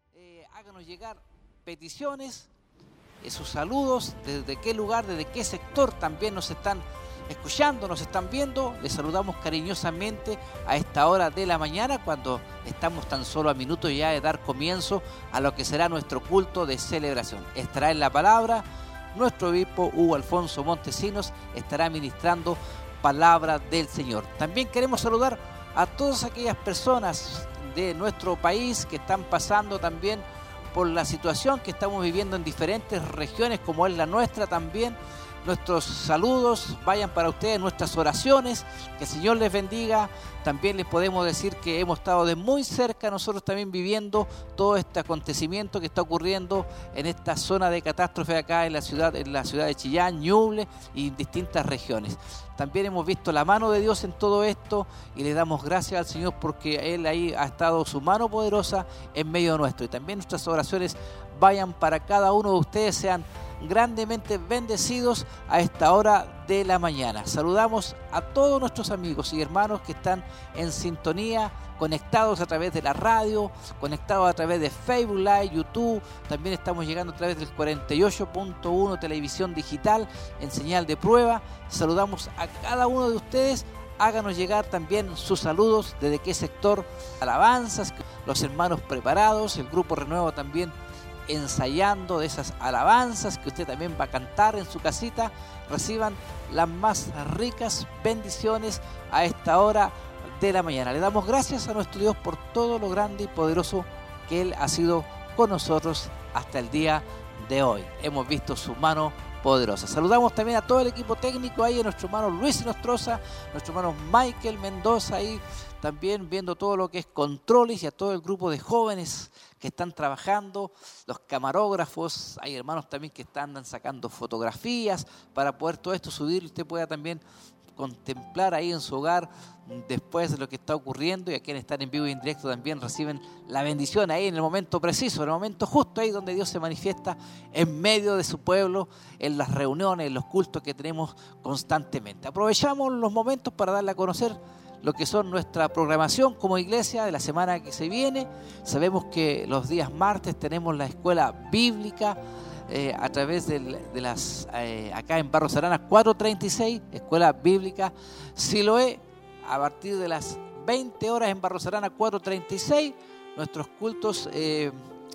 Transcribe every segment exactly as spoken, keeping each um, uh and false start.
Eh, háganos llegar peticiones, eh, sus saludos, desde qué lugar, desde qué sector también nos están escuchando, nos están viendo. Les saludamos cariñosamente a esta hora de la mañana, cuando estamos tan solo a minutos ya de dar comienzo a lo que será nuestro culto de celebración. Estará en la palabra nuestro obispo Hugo Alfonso Montesinos, estará ministrando palabra del Señor. También queremos saludar a todas aquellas personas de nuestro país que están pasando también por la situación que estamos viviendo en diferentes regiones, como es la nuestra también. Nuestros saludos vayan para ustedes, nuestras oraciones, que el Señor les bendiga. También les podemos decir que hemos estado de muy cerca nosotros también viviendo todo este acontecimiento que está ocurriendo en esta zona de catástrofe acá en la ciudad, en la ciudad de Chillán, Ñuble y en distintas regiones. También hemos visto la mano de Dios en todo esto y le damos gracias al Señor porque Él ahí ha estado su mano poderosa en medio nuestro. Y también nuestras oraciones vayan para cada uno de ustedes, sean grandemente bendecidos a esta hora de la mañana. Saludamos a todos nuestros amigos y hermanos que están en sintonía, conectados a través de la radio, conectados a través de Facebook Live, YouTube. También estamos llegando a través del cuarenta y ocho punto uno Televisión Digital en señal de prueba. Saludamos a cada uno de ustedes. Háganos llegar también sus saludos, desde qué sector, alabanzas, los hermanos preparados, el grupo Renuevo también ensayando de esas alabanzas que usted también va a cantar en su casita. Reciban las más ricas bendiciones a esta hora de la mañana. Le damos gracias a nuestro Dios por todo lo grande y poderoso que Él ha sido con nosotros hasta el día de hoy. Hemos visto su mano poderosa. Saludamos también a todo el equipo técnico ahí, a nuestro hermano Luis Nostroza, nuestro hermano Michael Mendoza ahí, también viendo todo lo que es controles, y a todo el grupo de jóvenes que están trabajando, los camarógrafos, hay hermanos también que están sacando fotografías para poder todo esto subir y usted pueda también contemplar ahí en su hogar después de lo que está ocurriendo, y a quienes están en vivo y en directo también reciben la bendición ahí en el momento preciso, en el momento justo ahí donde Dios se manifiesta en medio de su pueblo, en las reuniones, en los cultos que tenemos constantemente. Aprovechamos los momentos para darle a conocer lo que son nuestra programación como iglesia de la semana que se viene. Sabemos que los días martes tenemos la escuela bíblica eh, a través de, de las, eh, acá en Barros Aranas cuatrocientos treinta y seis, escuela bíblica Siloé, a partir de las veinte horas en Barros Aranas cuatrocientos treinta y seis, nuestros cultos, eh,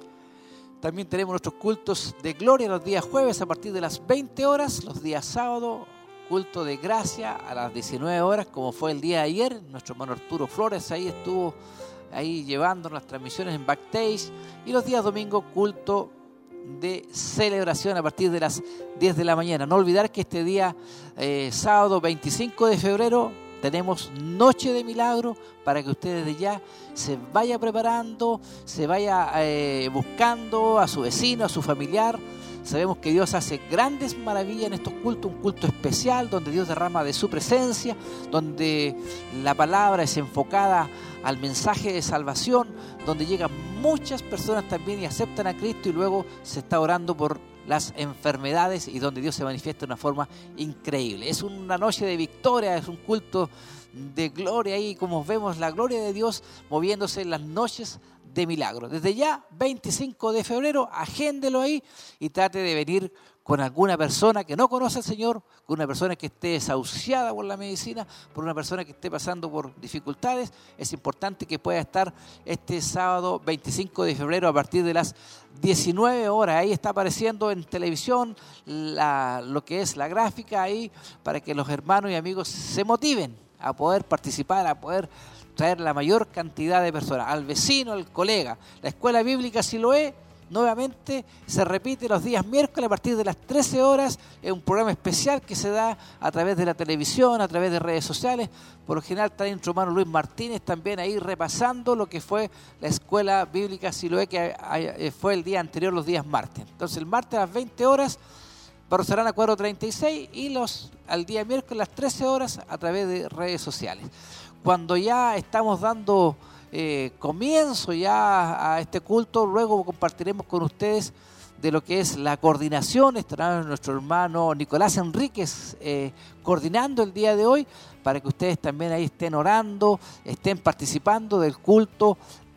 también tenemos nuestros cultos de gloria los días jueves a partir de las veinte horas, los días sábados, culto de gracia a las diecinueve horas, como fue el día de ayer. Nuestro hermano Arturo Flores ahí estuvo ahí llevando las transmisiones en backstage, y los días domingos culto de celebración a partir de las diez de la mañana. No olvidar que este día eh, sábado veinticinco de febrero tenemos Noche de Milagro, para que usted desde ya se vaya preparando, se vaya eh, buscando a su vecino, a su familiar. Sabemos que Dios hace grandes maravillas en estos cultos, un culto especial donde Dios derrama de su presencia, donde la palabra es enfocada al mensaje de salvación, donde llegan muchas personas también y aceptan a Cristo, y luego se está orando por las enfermedades y donde Dios se manifiesta de una forma increíble. Es una noche de victoria, es un culto de gloria ahí, como vemos la gloria de Dios moviéndose en las noches de milagro. Desde ya, veinticinco de febrero, agéndelo ahí y trate de venir con alguna persona que no conoce al Señor, con una persona que esté desahuciada por la medicina, por una persona que esté pasando por dificultades. Es importante que pueda estar este sábado veinticinco de febrero a partir de las diecinueve horas. Ahí está apareciendo en televisión la, lo que es la gráfica ahí, para que los hermanos y amigos se motiven a poder participar, a poder traer la mayor cantidad de personas, al vecino, al colega. La escuela bíblica Siloé nuevamente se repite los días miércoles a partir de las trece horas. Es un programa especial que se da a través de la televisión, a través de redes sociales. Por lo general está nuestro hermano Luis Martínez también ahí repasando lo que fue la escuela bíblica Siloé, que fue el día anterior, los días martes. Entonces el martes a las veinte horas, Barros Aranas cuatrocientos treinta y seis, y los, al día miércoles a las trece horas a través de redes sociales. Cuando ya estamos dando eh, comienzo ya a este culto, luego compartiremos con ustedes de lo que es la coordinación. Estará nuestro hermano Nicolás Enríquez eh, coordinando el día de hoy, para que ustedes también ahí estén orando, estén participando del culto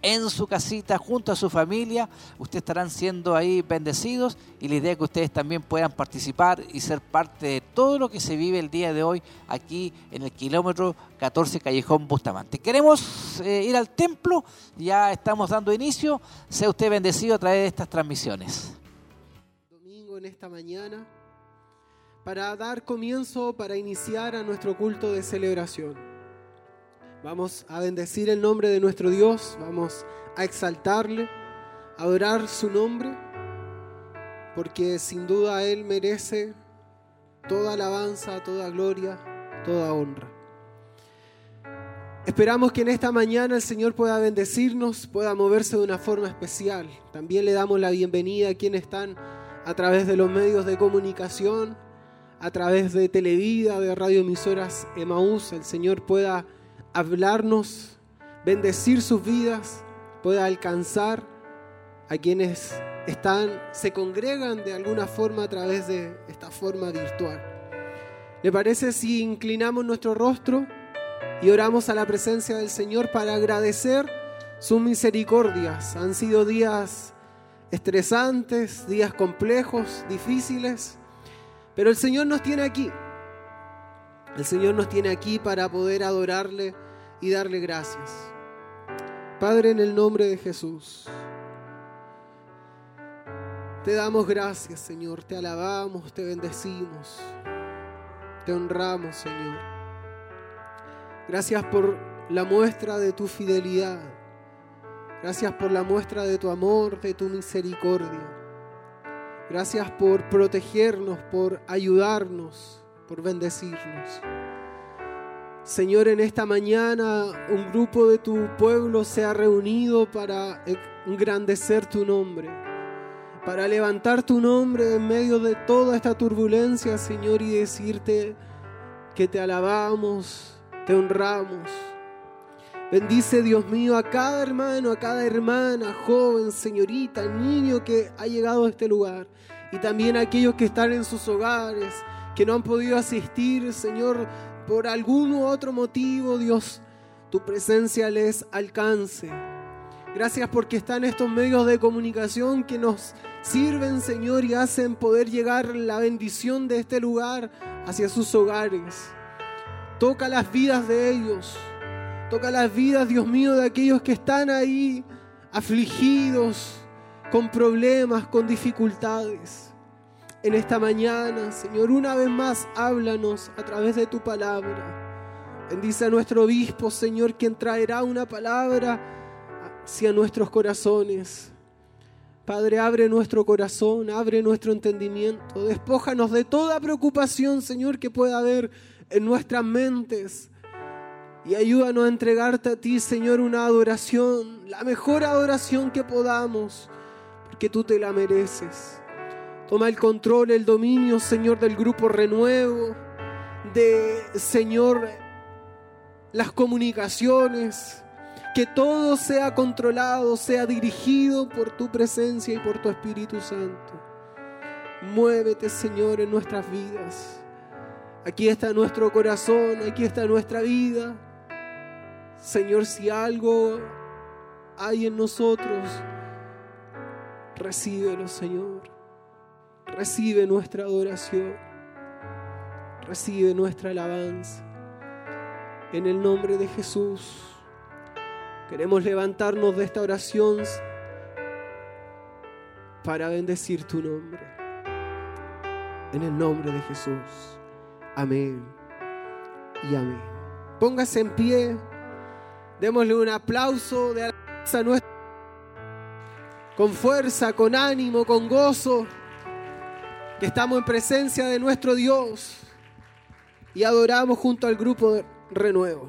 en su casita, junto a su familia. Ustedes estarán siendo ahí bendecidos y la idea es que ustedes también puedan participar y ser parte de todo lo que se vive el día de hoy aquí en el kilómetro catorce Callejón Bustamante. Queremos eh, ir al templo, ya estamos dando inicio. Sea usted bendecido a través de estas transmisiones. Domingo en esta mañana, para dar comienzo, para iniciar a nuestro culto de celebración. Vamos a bendecir el nombre de nuestro Dios, vamos a exaltarle, a adorar su nombre, porque sin duda Él merece toda alabanza, toda gloria, toda honra. Esperamos que en esta mañana el Señor pueda bendecirnos, pueda moverse de una forma especial. También le damos la bienvenida a quienes están a través de los medios de comunicación, a través de Televida, de radioemisoras Emaús. El Señor pueda hablarnos, bendecir sus vidas, pueda alcanzar a quienes están, se congregan de alguna forma a través de esta forma virtual. ¿Le parece si inclinamos nuestro rostro y oramos a la presencia del Señor para agradecer sus misericordias? Han sido días estresantes, días complejos, difíciles, pero el Señor nos tiene aquí. El Señor nos tiene aquí para poder adorarle y darle gracias. Padre, en el nombre de Jesús, te damos gracias, Señor. Te alabamos, te bendecimos, te honramos, Señor. Gracias por la muestra de tu fidelidad. Gracias por la muestra de tu amor, de tu misericordia. Gracias por protegernos, por ayudarnos, por bendecirnos. Señor, en esta mañana un grupo de tu pueblo se ha reunido para engrandecer tu nombre, para levantar tu nombre en medio de toda esta turbulencia, Señor, y decirte que te alabamos, te honramos. Bendice, Dios mío, a cada hermano, a cada hermana, joven, señorita, niño que ha llegado a este lugar, y también a aquellos que están en sus hogares, que no han podido asistir, Señor, por algún u otro motivo. Dios, tu presencia les alcance. Gracias porque están estos medios de comunicación que nos sirven, Señor, y hacen poder llegar la bendición de este lugar hacia sus hogares. Toca las vidas de ellos. Toca las vidas, Dios mío, de aquellos que están ahí afligidos, con problemas, con dificultades. En esta mañana, Señor, una vez más, háblanos a través de tu palabra. Bendice a nuestro obispo, Señor, quien traerá una palabra hacia nuestros corazones. Padre, abre nuestro corazón, abre nuestro entendimiento. Despójanos de toda preocupación, Señor, que pueda haber en nuestras mentes. Y ayúdanos a entregarte a ti, Señor, una adoración, la mejor adoración que podamos, porque tú te la mereces. Toma el control, el dominio, Señor, del grupo Renuevo, de, Señor, las comunicaciones, que todo sea controlado, sea dirigido por tu presencia y por tu Espíritu Santo. Muévete, Señor, en nuestras vidas. Aquí está nuestro corazón, aquí está nuestra vida. Señor, si algo hay en nosotros, recíbelo, Señor. Recibe nuestra adoración, recibe nuestra alabanza. En el nombre de Jesús, queremos levantarnos de esta oración para bendecir tu nombre. En el nombre de Jesús, amén y amén. Póngase en pie, démosle un aplauso de alabanza a nuestro, con fuerza, con ánimo, con gozo. Que estamos en presencia de nuestro Dios y adoramos junto al grupo de Renuevo.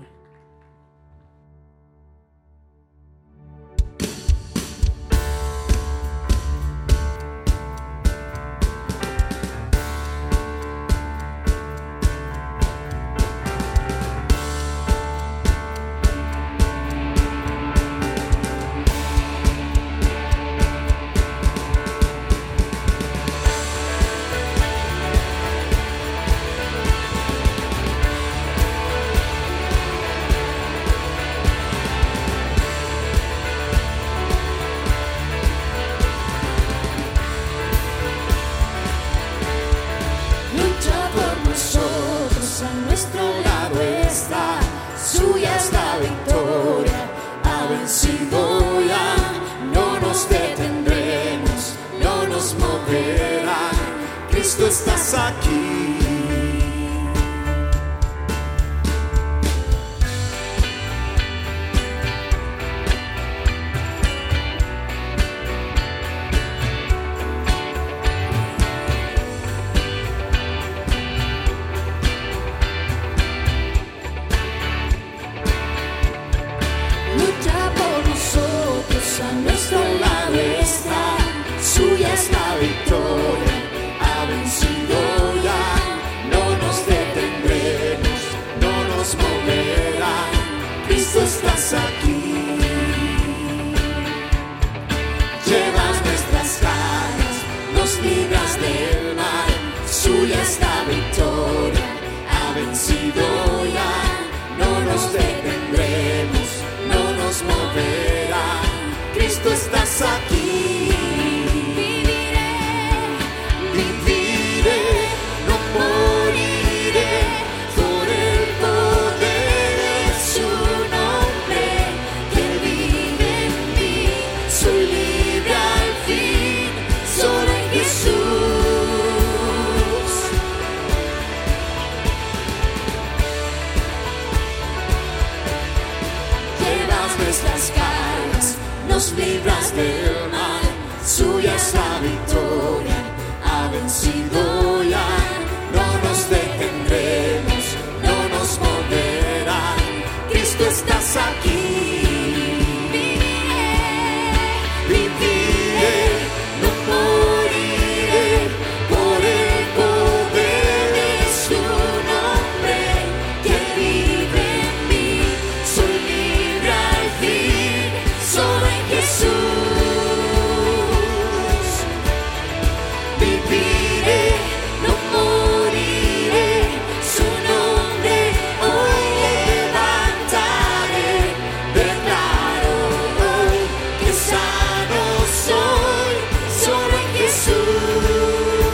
victoria ha vencido ya. No nos detendremos, no nos moverá. Cristo, estás aquí. Llevas nuestras cargas, nos libras del mal. Suya es la victoria, ha vencido ya. No nos detendremos, no nos moverá. Cristo, estás aquí. Viviré, viviré, no moriré, por el poder de su nombre que vive en mí. Soy libre al fin, solo en Jesús. Llevas nuestras cargas, nos libras del mal. Suya es la victoria, ha vencido ya. No nos detendremos, no nos moverá. Cristo, estás aquí. Viviré, no moriré, por el poder de su nombre que vive en mí. Soy libre al fin, solo en Jesús. Viviré, no moriré, su nombre hoy levantaré. Declaro hoy que sano soy, solo en Jesús.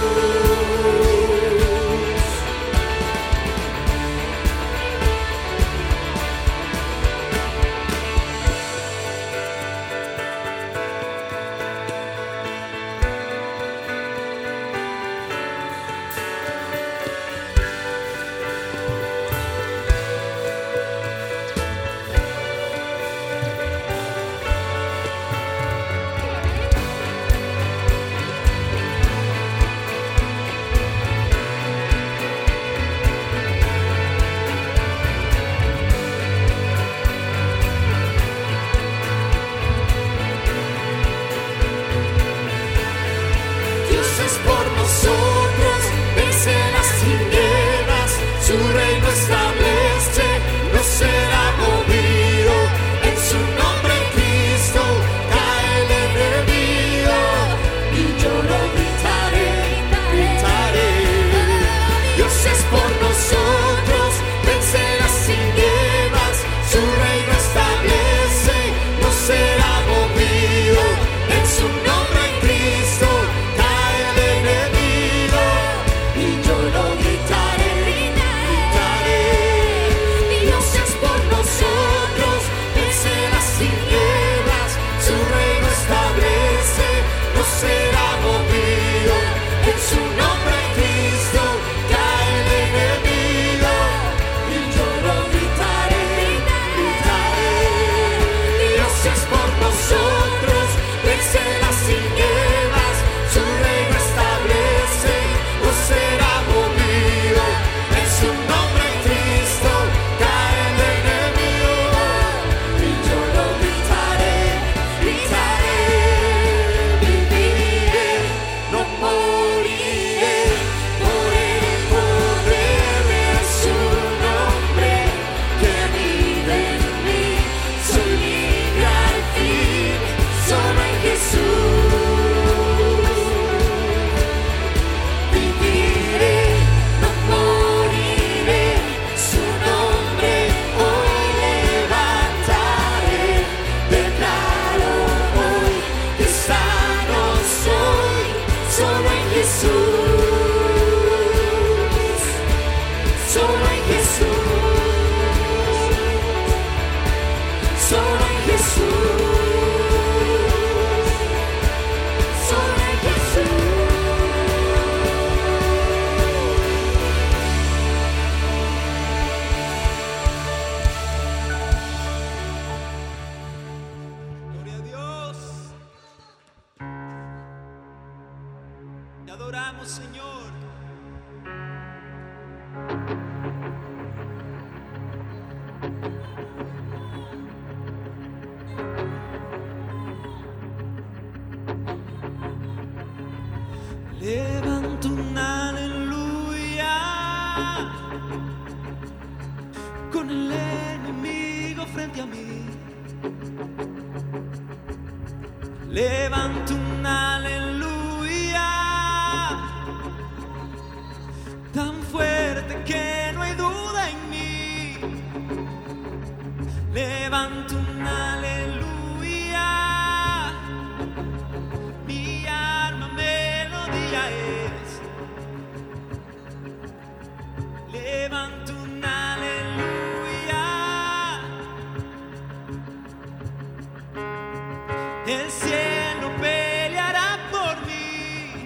Dios es por nosotros, vence las tinieblas, su reino establece, no será movido. En su nombre Cristo cae el enemigo, y yo lo gritaré, gritaré. Dios es por nosotros, vence las tinieblas, su reino establece, no será movido. En su nombre Cristo cae el enemigo, y yo lo gritaré, gritaré. Dios es por nosotros, vence las tinieblas, su reino establece, no será movido. En su nombre Cristo cae el enemigo, y yo lo gritaré, gritaré. Dios es por nosotros, vence las tinieblas, su reino establece, no será movido. En su nombre Cristo cae el enemigo, y yo lo gritaré, gritaré. Viviré, no moriré, por el poder de su nombre que vive en mí. Soy libre al fin, solo en Jesús. Viviré, no moriré, su nombre hoy levantaré. Declaro hoy que sano soy, solo en Jesús. Solo en Jesús. Solo en Jesús. Solo en Jesús. Gloria a Dios. Te adoramos, Señor. Levanto un aleluya con el enemigo frente a mí. Levanto un aleluya tan fuerte que no hay duda en mí. Levanto un aleluya, mi alma melodía es. Levanto un aleluya, el cielo peleará por mí.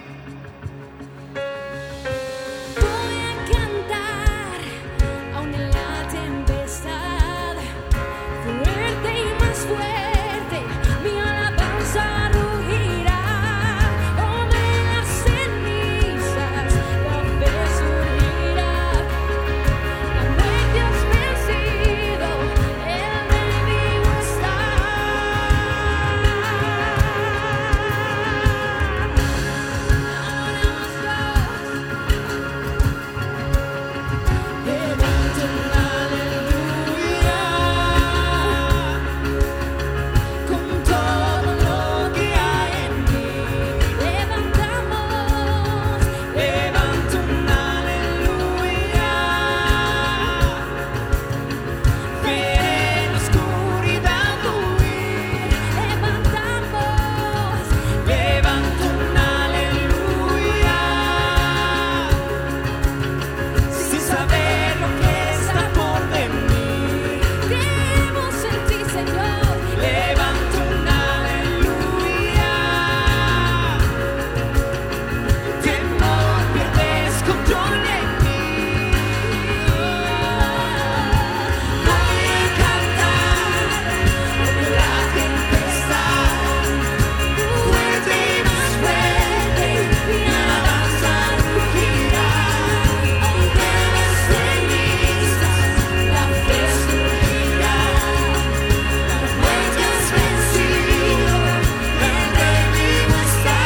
Voy a cantar aún en la tempestad, fuerte y más fuerte, mi alabanza rugirá. Oh, de las cenizas la fe surgirá. La muerte has vencido, el rey vivo está. Levanto un aleluya con todo lo que hay en mí. Levantamos, Levanto un aleluya, veré en la oscuridad huir. levantamos, Levanto un aleluya, sin saber lo que está por venir. creemos en ti, Señor. Levanto un aleluya, temor pierdes control de mí. Voy a cantar sobre la tempestad, fuerte y más fuerte, mi alabanza rugirá. Aunque las cenizas la fe surgirá. La muerte has vencido, el rey vivo está.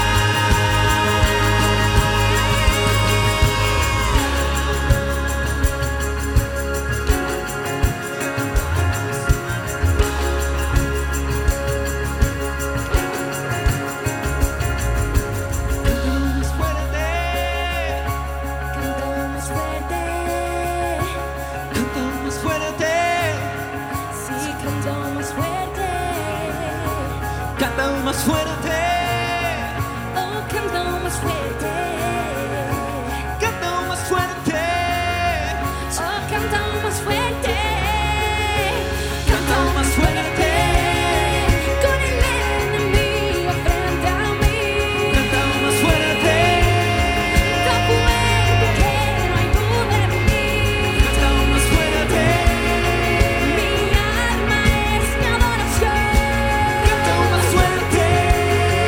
Más fuerte, Cantamos más fuerte, canta más fuerte, sí, cantamos más fuerte. canta más fuerte, Oh, cantamos más fuerte. canta más fuerte, Oh, cantamos más fuerte. canta más fuerte, Con el enemigo frente a mí. canta más fuerte, Tan fuerte que no hay duda en mí. canta más fuerte, Mi alma es mi adoración. canta más fuerte,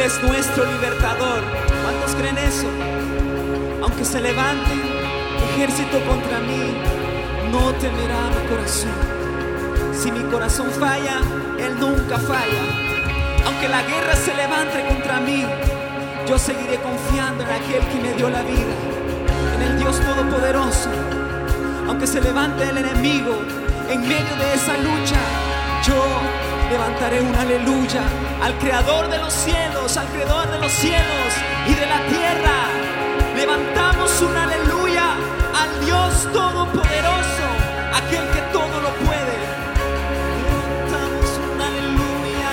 es nuestro libertador. ¿Cuántos creen eso? Aunque se levante ejército contra mí, no temerá mi corazón. Si mi corazón falla, Él nunca falla. Aunque la guerra se levante contra mí, yo seguiré confiando en aquel que me dio la vida, en el Dios Todopoderoso. Aunque se levante el enemigo en medio de esa lucha, yo levantaré un aleluya al Creador de los cielos, al Creador de los cielos y de la tierra. Levantamos un aleluya al Dios Todopoderoso, aquel que todo lo puede. Levantamos un aleluya.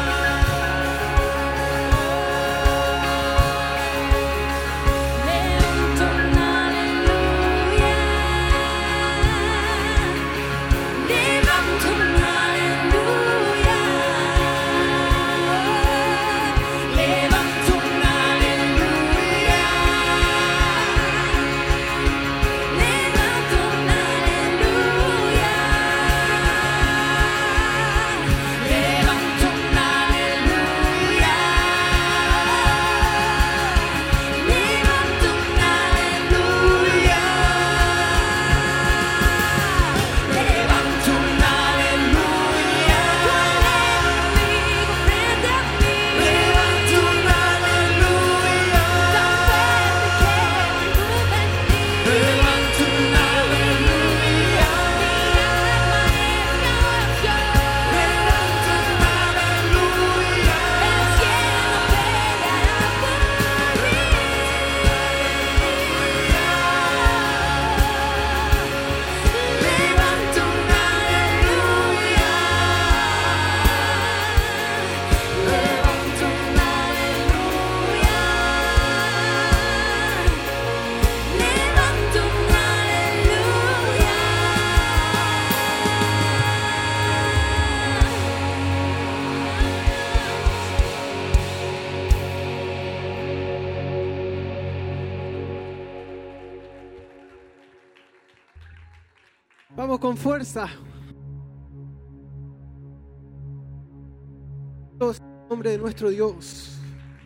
Levanto un aleluya. Levanto un aleluya. Levanto un aleluya. Levanto un aleluya. Levanto un aleluya. Levanto un aleluya. Levanto un aleluya. Frente a mí. Levanto un aleluya. Tan fuerte que tú bendices. Levanto un aleluya. Mi alma es canción. Levanto un aleluya. El cielo peleará por mí. Levanto un aleluya. Levanto un aleluya. Levanto un Vamos con fuerza. En nombre de nuestro Dios.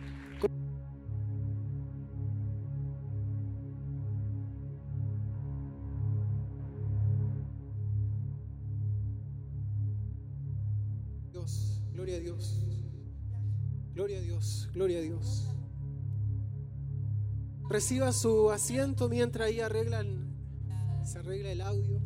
Dios, gloria a Dios. Gloria a Dios, gloria a Dios. Reciba su asiento mientras ahí arreglan, se arregla el audio.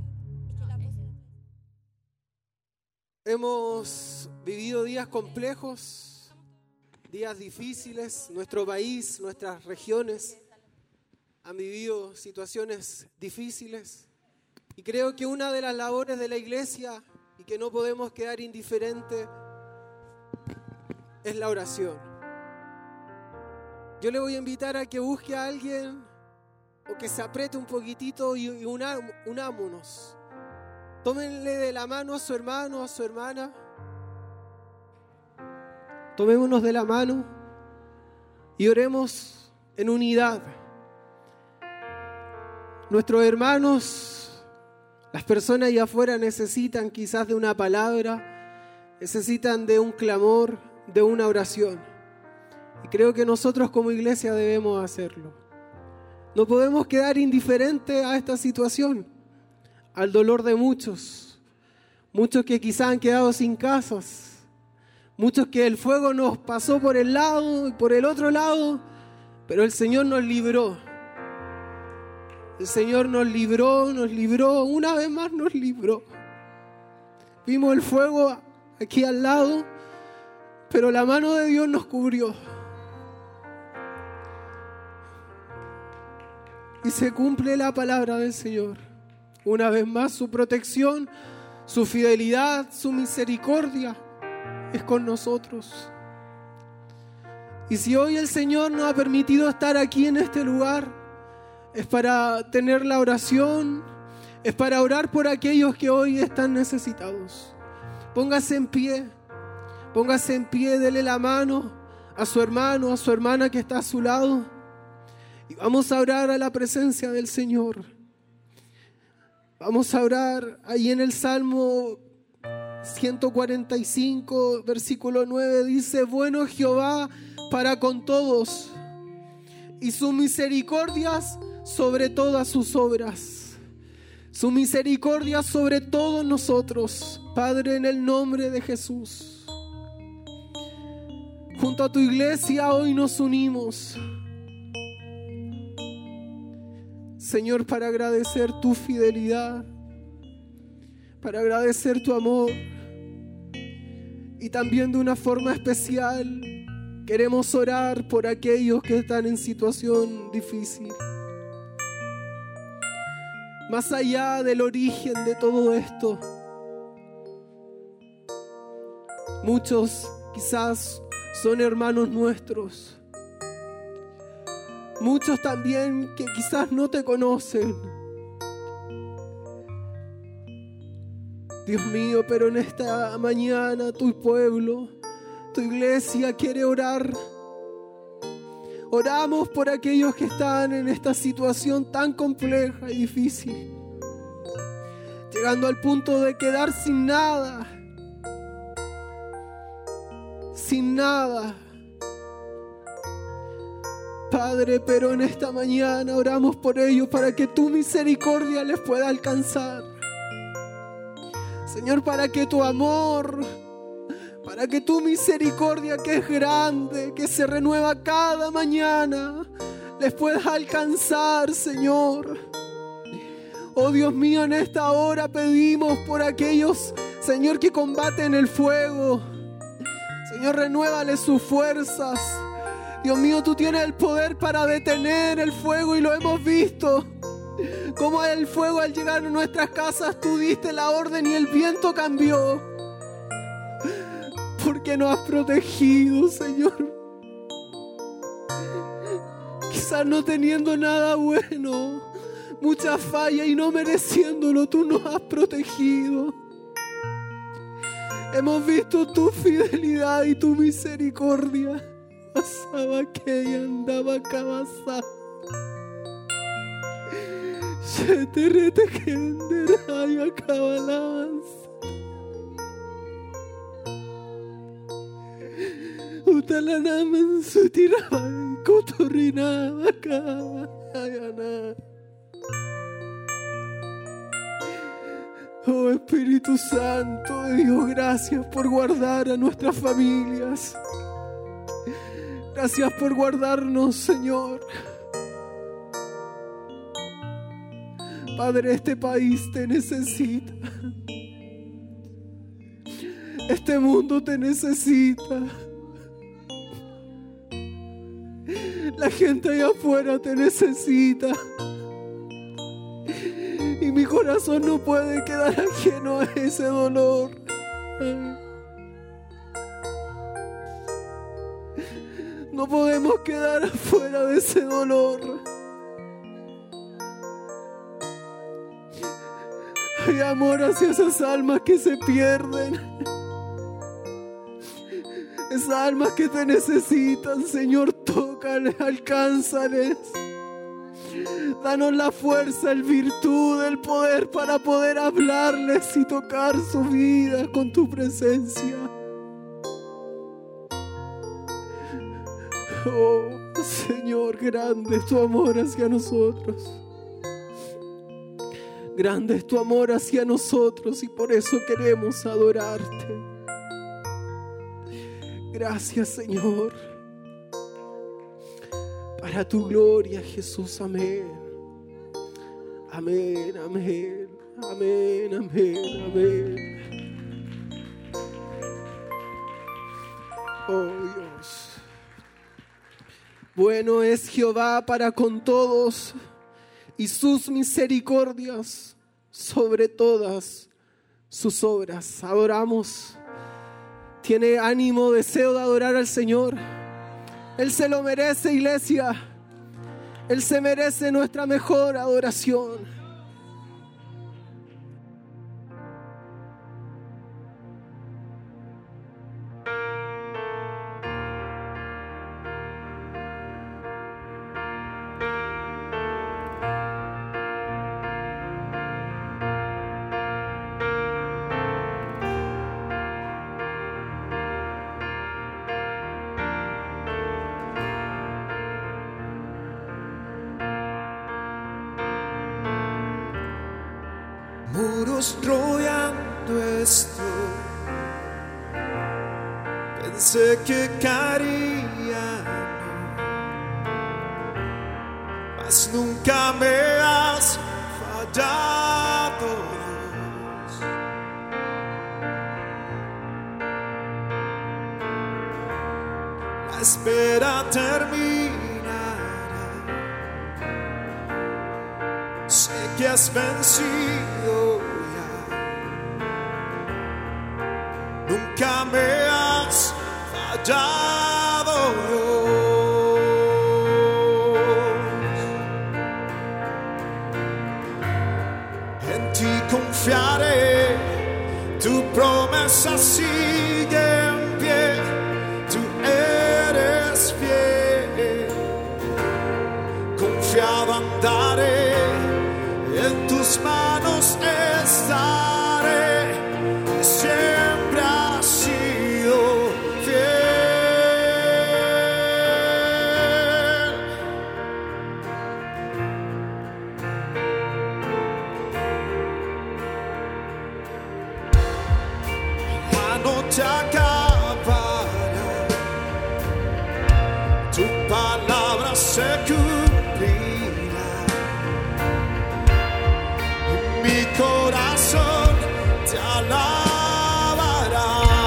Hemos vivido días complejos, días difíciles. Nuestro país, nuestras regiones han vivido situaciones difíciles. Y creo que una de las labores de la iglesia, y que no podemos quedar indiferentes, es la oración. Yo le voy a invitar a que busque a alguien o que se apriete un poquitito y, y una, unámonos. Tómenle de la mano a su hermano, a su hermana. Tomémonos de la mano y oremos en unidad. Nuestros hermanos, las personas allá afuera necesitan quizás de una palabra, necesitan de un clamor, de una oración. Y creo que nosotros como iglesia debemos hacerlo. No podemos quedar indiferentes a esta situación, al dolor de muchos, muchos que quizás han quedado sin casas, muchos que el fuego nos pasó por el lado y por el otro lado, pero el Señor nos libró. El Señor nos libró, nos libró, una vez más nos libró. Vimos el fuego aquí al lado, pero la mano de Dios nos cubrió. Y se cumple la palabra del Señor. Una vez más, su protección, su fidelidad, su misericordia es con nosotros. Y si hoy el Señor nos ha permitido estar aquí en este lugar, es para tener la oración, es para orar por aquellos que hoy están necesitados. Póngase en pie, póngase en pie, dele la mano a su hermano, a su hermana que está a su lado. Y vamos a orar a la presencia del Señor. Vamos a orar ahí en el Salmo ciento cuarenta y cinco, versículo nueve, dice: bueno Jehová para con todos y sus misericordias sobre todas sus obras. Su misericordia sobre todos nosotros, Padre, en el nombre de Jesús. Junto a tu iglesia hoy nos unimos, Señor, para agradecer tu fidelidad, para agradecer tu amor. Y también de una forma especial queremos orar por aquellos que están en situación difícil. Más allá del origen de todo esto, muchos quizás son hermanos nuestros. Muchos también que quizás no te conocen. Dios mío, pero en esta mañana tu pueblo, tu iglesia quiere orar. Oramos por aquellos que están en esta situación tan compleja y difícil, llegando al punto de quedar sin nada, sin nada. Padre, pero en esta mañana oramos por ellos para que tu misericordia les pueda alcanzar. Señor, para que tu amor, para que tu misericordia, que es grande, que se renueva cada mañana, les pueda alcanzar, Señor. Oh Dios mío, en esta hora pedimos por aquellos, Señor, que combaten el fuego. Señor, renuévale sus fuerzas. Dios mío, tú tienes el poder para detener el fuego y lo hemos visto. Como el fuego al llegar a nuestras casas, tú diste la orden y el viento cambió. Porque nos has protegido, Señor. Quizás no teniendo nada bueno, mucha falla y no mereciéndolo, tú nos has protegido. Hemos visto tu fidelidad y tu misericordia. Pasaba que y andaba cabeza. Se te rete que enderá y acabalabas. Utalanam su tiraba y cotorrinaba caballana. Oh Espíritu Santo de Dios, gracias por guardar a nuestras familias. Gracias por guardarnos, Señor. Padre, este país te necesita. Este mundo te necesita. La gente allá afuera te necesita. Y mi corazón no puede quedar ajeno a ese dolor. No podemos quedar afuera de ese dolor. Hay amor hacia esas almas que se pierden. Esas almas que te necesitan, Señor, tócales, alcánzales. Danos la fuerza, el virtud, el poder para poder hablarles y tocar su vida con tu presencia. Oh, Señor, grande es tu amor hacia nosotros. Grande es tu amor hacia nosotros y por eso queremos adorarte. Gracias, Señor. Para tu gloria, Jesús. Amén. Amén, amén. Amén, amén, amén. Oh, Dios. Bueno es Jehová para con todos y sus misericordias sobre todas sus obras. Adoramos. ¿Tiene ánimo, deseo de adorar al Señor? Él se lo merece, iglesia. Él se merece nuestra mejor adoración. muros rodeando esto. Pensé que caería, mas nunca me has fallado, Dios. La espera terminará. Sé que has vencido ya. Nunca me has fallado, Dios. En ti confiaré, tu promesa sigue en pie, tú eres fiel. Confiado andaré, en tus manos estaré, siempre has sido fiel. La noche acabará, tu palabra se cumplirá. Mi corazón te alabará.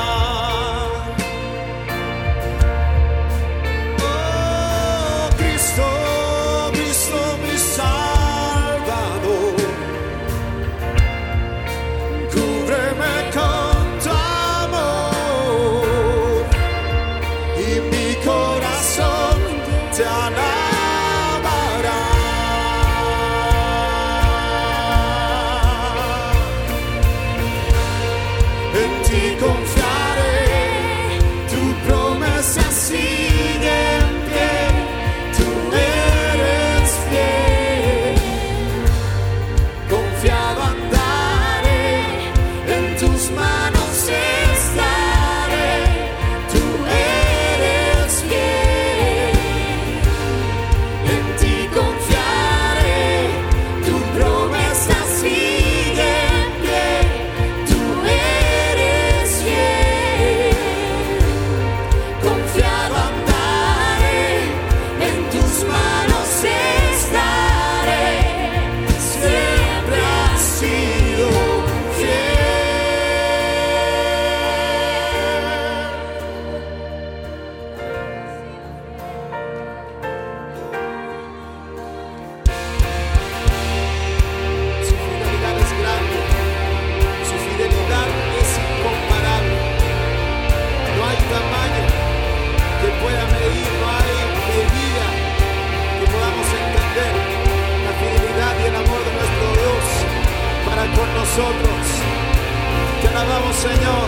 Oh Cristo, Cristo mi Salvador, cúbreme con tu amor y mi corazón te alabará. En ti confiaré, tu promesa sigue en pie, tú eres fiel. Confiado andaré, en tus manos estaré, tú eres fiel. En ti confiaré, tu promesa sigue en pie, tú eres fiel. Confiado andaré, en tus manos estaré, siempre has sido fiel. Su fidelidad es grande, su fidelidad es incomparable. No hay tamaño que pueda medir, no hay medida que podamos entender la fidelidad y el amor de nuestro Dios para con nosotros. Te alabamos, Señor.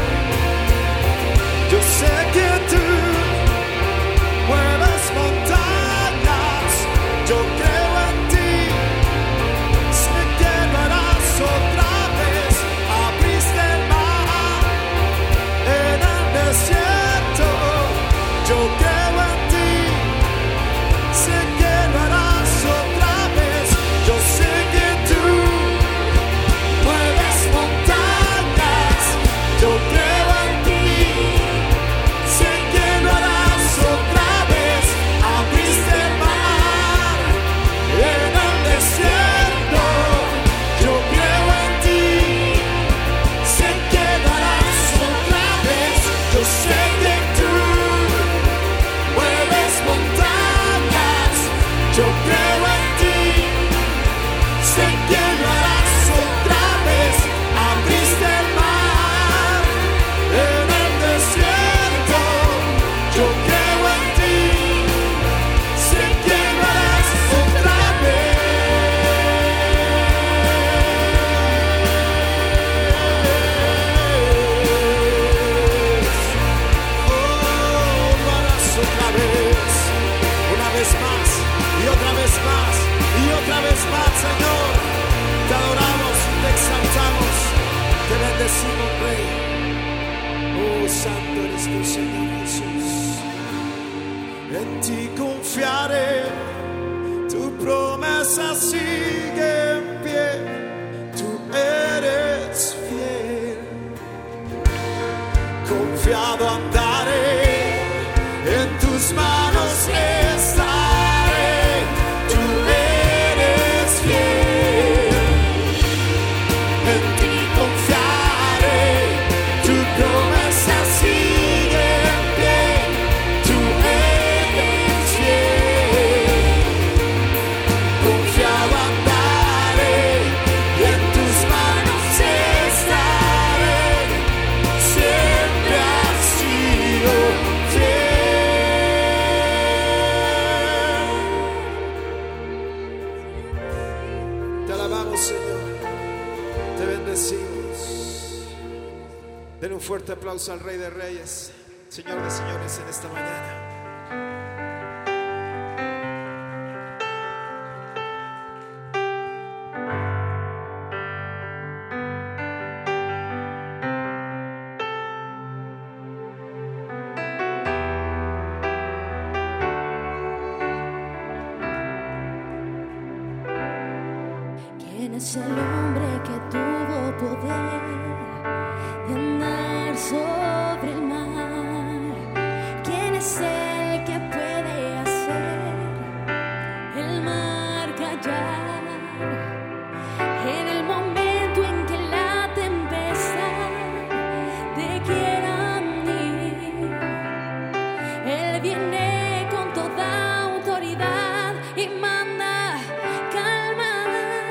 Yo sé que tú mueves montañas, yo creo en ti. Sé que lo harás otra vez. Abriste el mar en el desierto, yo creo en ti. Sé que lo harás otra vez. Yo sé que tú mueves montañas, yo creo en ti. Sé que lo harás otra vez. Abriste el mar en el desierto, yo creo en ti. Sé que lo harás otra vez. Yo sé que tú mueves montañas, yo creo en ti. Sé que lo harás otra vez. Abriste el mar en el desierto, yo creo en ti. Sé que lo harás otra vez. Oh, lo harás otra vez. Una vez más y otra vez más y otra vez más, Señor. Te adoramos, te exaltamos, te bendecimos, Rey. Oh, santo eres tu Señor Jesús. En ti confiaré, tu promesa sigue en pie, tú eres Den un fuerte aplauso al Rey de Reyes, Señor de Señores en esta mañana. ¿Quién es el hombre que tuvo poder de andar sobre el mar? ¿Quién es el que puede hacer el mar callar? En el momento en que la tempestad te quiera hundir, Él viene con toda autoridad y manda calmar.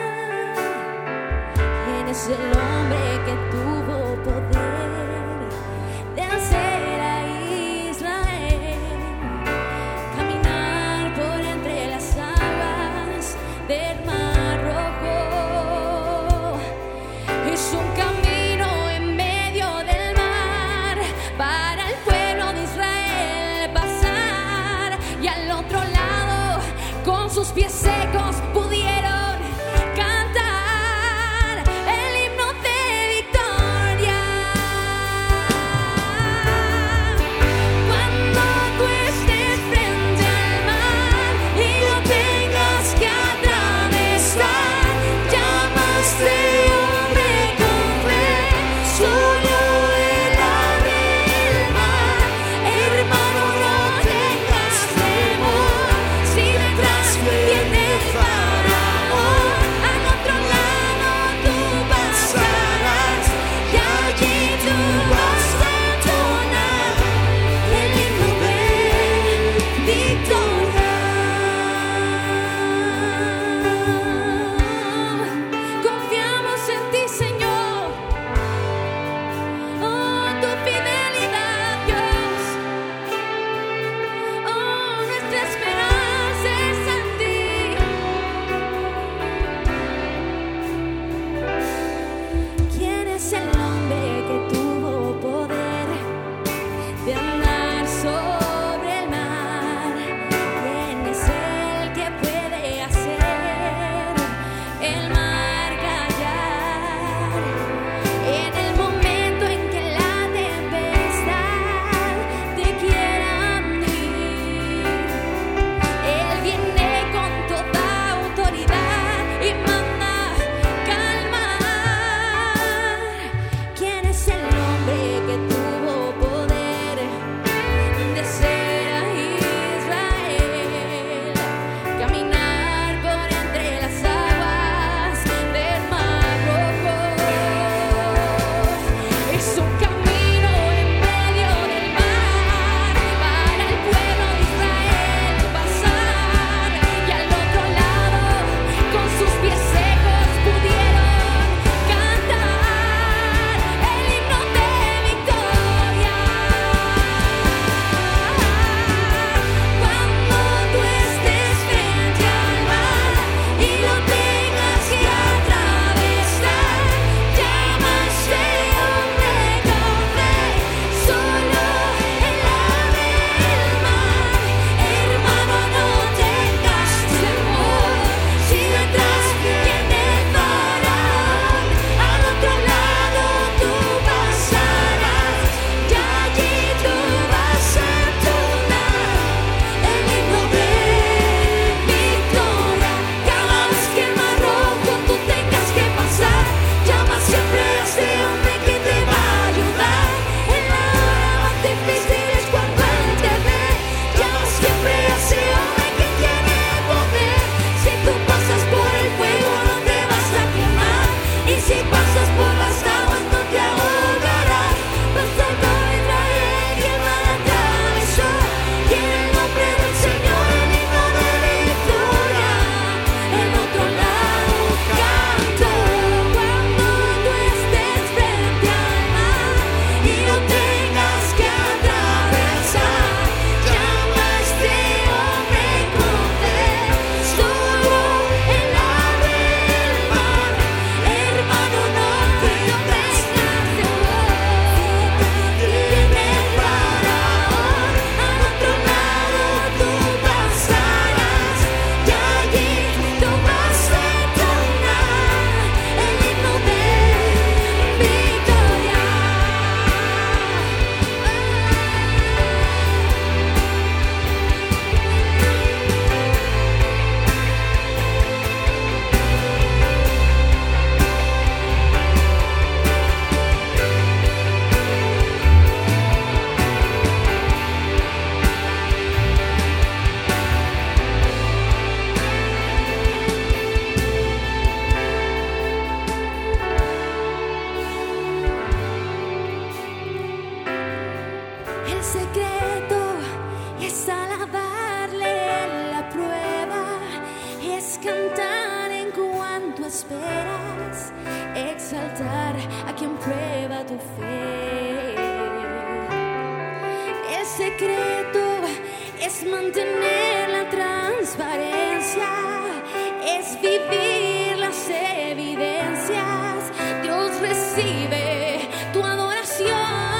¿Quién es el hombre que tuvo poder de hacer a Israel caminar por entre las aguas del Mar Rojo? Es un camino en medio del mar para el pueblo de Israel pasar, y al otro lado con sus pies secos pudieron cantar el himno de victoria. Cuando tú estés frente al mar y lo tengas que atravesar, llama a este hombre con fe, solo Él abre el mar. Hermano, no tengas temor, si detrás viene el faraón, al otro lado tú pasarás, y allí tú vas a entonar el himno de victoria. Confiamos en ti, Señor. Oh, tu fidelidad, Dios. Oh, nuestra esperanza es en ti. ¿Quién es el hombre que tuvo poder de andar sobre el mar? ¿Quién es el que puede hacer el mar callar? En el momento en que la tempestad te quiera hundir, Él viene con toda autoridad y manda calmar. ¿Quién es el hombre que tuvo poder de hacer a Israel caminar por entre las aguas del Mar Rojo? Es un camino en medio del mar para el pueblo de Israel pasar, y al otro lado con sus pies secos pudieron cantar el himno de victoria. Cuando tú estés frente al mar y lo tengas que atravesar, llama a este hombre con fe, solo Él abre el mar. Hermano, no tengas temor, si detrás viene el faraón, al otro lado tú pasarás, y allí tú vas a entonar el himno de victoria. Cada vez que el Mar Rojo tú tengas que pasar, llama siempre a este hombre que te va a ayudar. En la hora más difícil es cuando Él te ve, llama siempre a ese hombre que tiene poder. Si tú pasas por el fuego no te vas a quemar, y si pasas por las aguas no te ahogarás. Basta con Israel que el mar atravesó, y en el nombre del Señor el himno de victoria. En otro lado canto. Cuando tú estés frente al mar y lo tengas que atravesar, llama a este hombre con fe, solo Él abre el mar. Hermano, no esperas, exaltar a quien prueba tu fe. El secreto es mantener la transparencia, es vivir las evidencias. Dios recibe tu adoración,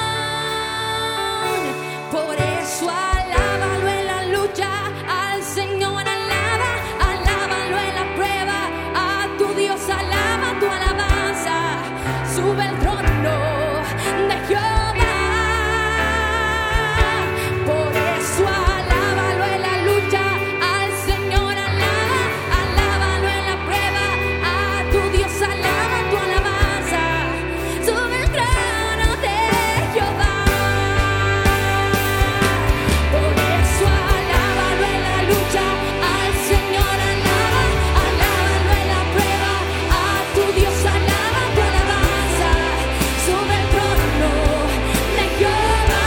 por eso alábalo en la lucha, al Señor alaba, alábalo en la prueba, a tu Dios alaba tu alabanza, sube el trono de Jehová, por eso alábalo en la lucha, al Señor alaba, alábalo en la prueba, a tu Dios alaba tu alabanza, sube el trono de Jehová. Por eso alábalo en la lucha, al Señor alaba, alábalo en la prueba, a tu Dios alaba tu alabanza, sube el trono de Jehová.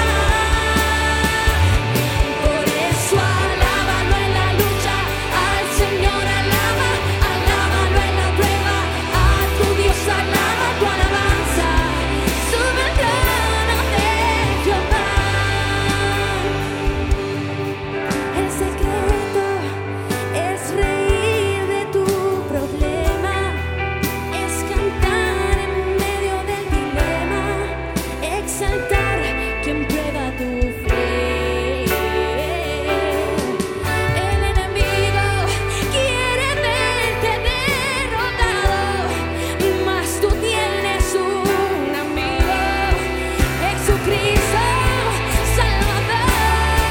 Por eso alábalo en la lucha, al Señor alaba, alábalo en la prueba, a tu Dios alaba tu alabanza, sube el trono de Jehová. El secreto es reír de tu problema, es cantar en medio del dilema, exaltar quien prueba tu fe. El enemigo quiere verte derrotado, mas tú tienes un amigo, Jesucristo Salvador.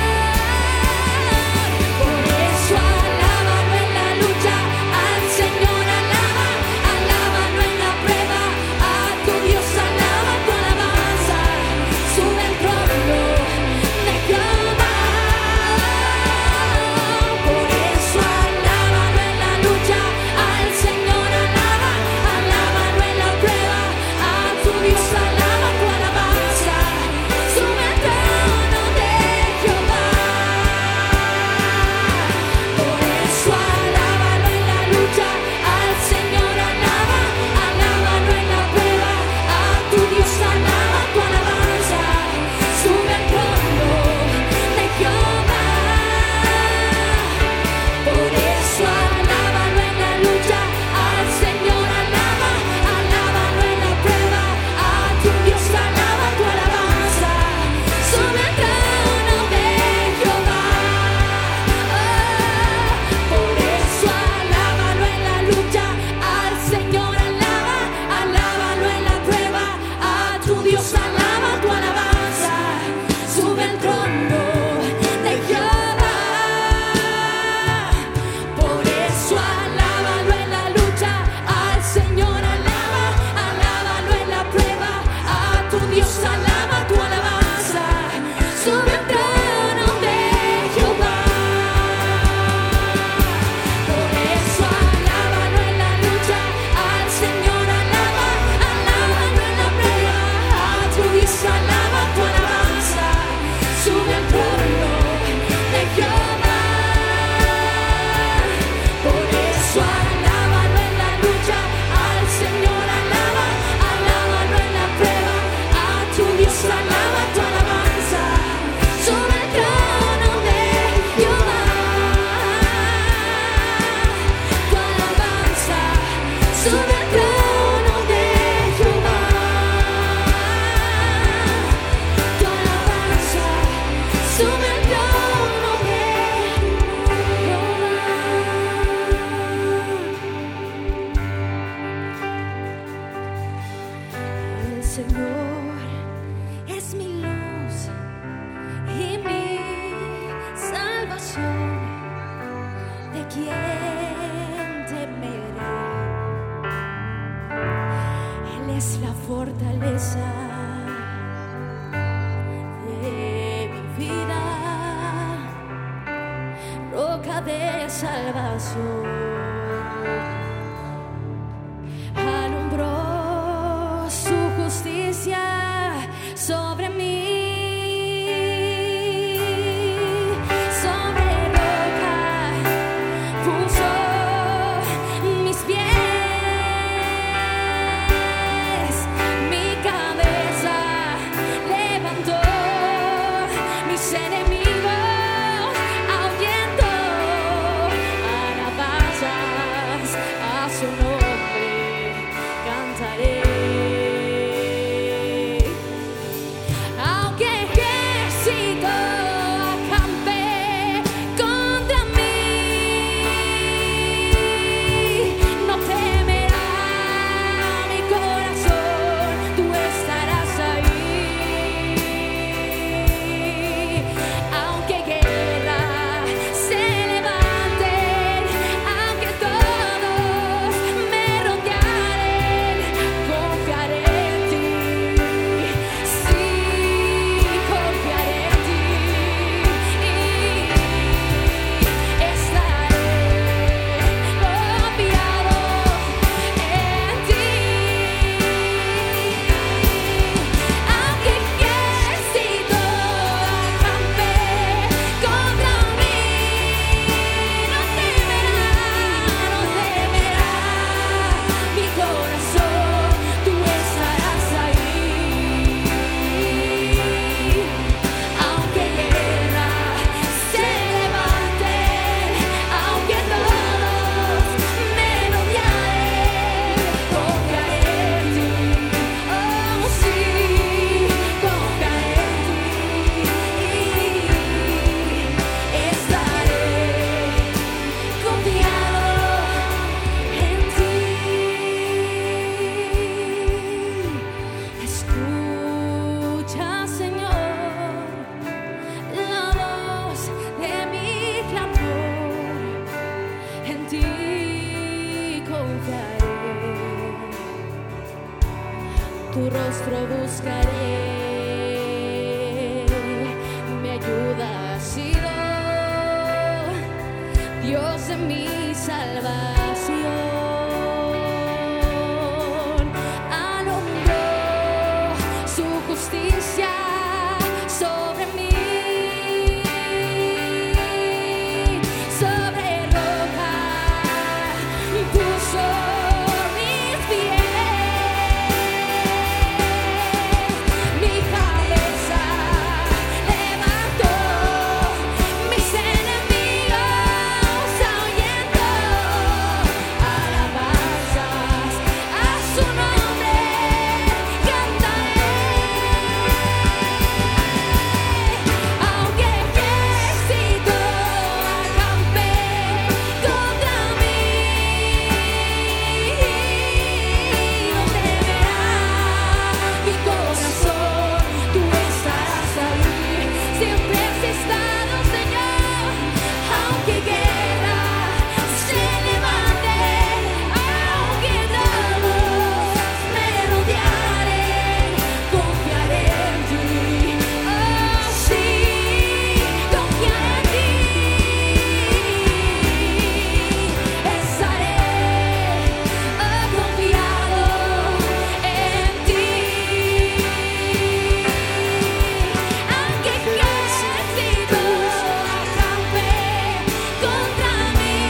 Por eso alábalo en la lucha, al Señor alaba, alábalo en la prueba, a tu Dios alaba tu alabanza, sube el trono de Jehová. Por eso alábalo en la lucha, al Señor alaba, alábalo en la prueba, a tu Dios alaba tu alabanza, sube el trono de Jehová. Por eso alábalo en la lucha, al Señor alaba, alábalo en la prueba, a tu Dios alaba tu alabanza, sube el trono de Jehová. Por eso alábalo en la lucha, al Señor alaba, alábalo en la prueba, a tu Dios alaba tu alabanza, sube el trono de Jehová. Por eso alábalo en la lucha, al Señor alaba, alábalo en la prueba, a tu Dios alaba tu alabanza, sube el trono de Jehová. Por eso alábalo en la lucha, al Señor alaba, alábalo en la prueba, a tu Dios alaba tu alabanza, sube el trono de Jehová. Por eso alábalo en la lucha, al Señor alaba, alábalo en la prueba, a tu Dios alaba tu alabanza, sube el trono de Jehová. Por eso alábalo en la lucha, al Señor alaba, alábalo en la prueba, a tu Dios alaba tu alabanza, sube el trono de Jehová. Tu alabanza, sube el trono de Jehová. Tu alabanza, sube el trono de Jehová. El Señor es mi luz y mi salvación, ¿de quién temeré? Él es la fortaleza de mi vida, roca de salvación. Alumbró su justicia sobre mí, sobre roca. Puso mis pies. tu rostro buscaré. Mi ayuda ha sido Dios de mi salvación. Alumbró su justicia sobre mí. Sobre roca puso mis pies. Mi cabeza levantó, mis enemigos ahuyentó. Alabanzas a su nombre cantaré. Aunque ejército acampe contra mí, no temerá mi corazón, tú estarás ahí. Siempre has estado, Señor. Aunque guerra se levante, aunque todos me rodearen, confiaré en ti. Oh, sí, confiaré en ti. Estaré oh, confiado en ti. Aunque ejército acampe contra mí,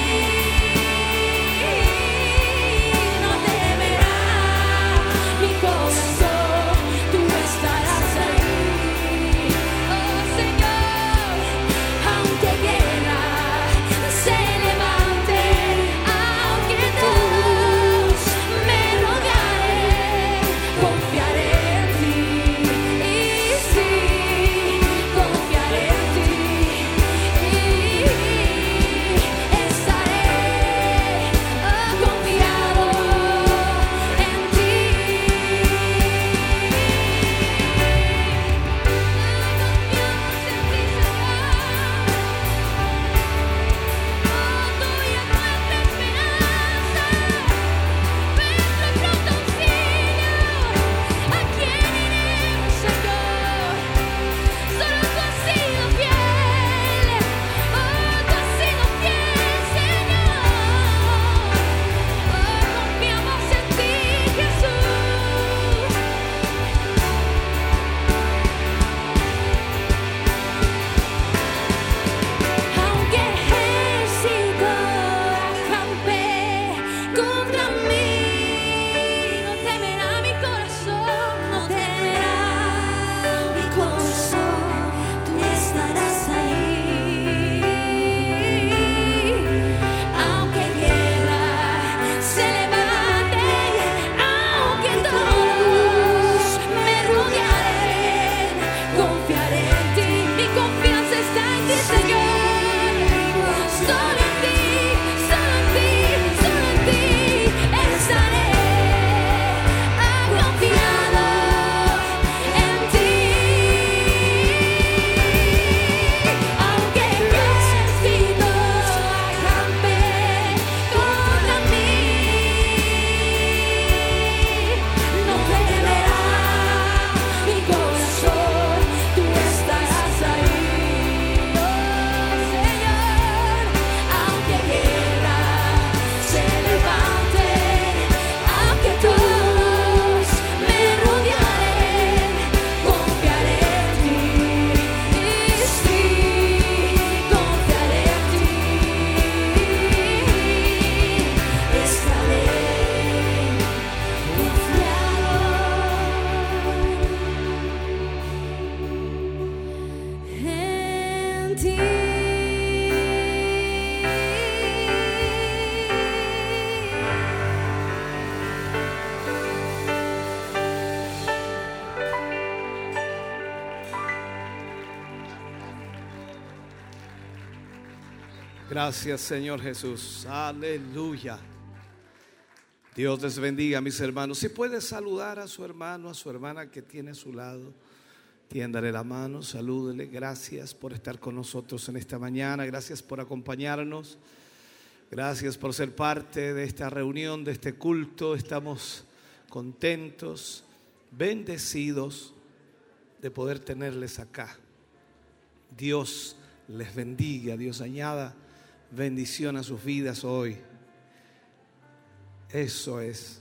no temerá mi corazón, tú estarás ahí. Oh Señor, aunque guerra se levante, aunque todos me rodearen, confiaré en ti. Y sí, confiaré en ti. Estaré oh, confiado en ti. Aunque ejército acampe contra mí, no temerá mi corazón, no temerá mi corazón, tú estarás ahí. Aunque guerra se levante, aunque todos me rodearen, confiaré en ti. Mi confianza está en ti, Señor. Solo en ti, solo en ti, solo en ti estaré ah, confiado en ti. Aunque ejército acampe contra mí, no temerá mi corazón, tú estarás ahí. Oh Señor, aunque guerra se levante, aunque todos me rodearen, confiaré en ti. Y sí, confiaré en ti. Estaré confiado en ti. Gracias, Señor Jesús. Aleluya. Dios les bendiga, mis hermanos. Si puede saludar a su hermano, a su hermana que tiene a su lado, tiéndale la mano, salúdele. Gracias por estar con nosotros en esta mañana. Gracias por acompañarnos. Gracias por ser parte de esta reunión, de este culto. Estamos contentos bendecidos de poder tenerles acá. Dios les bendiga, Dios añada bendición a sus vidas hoy. Eso es.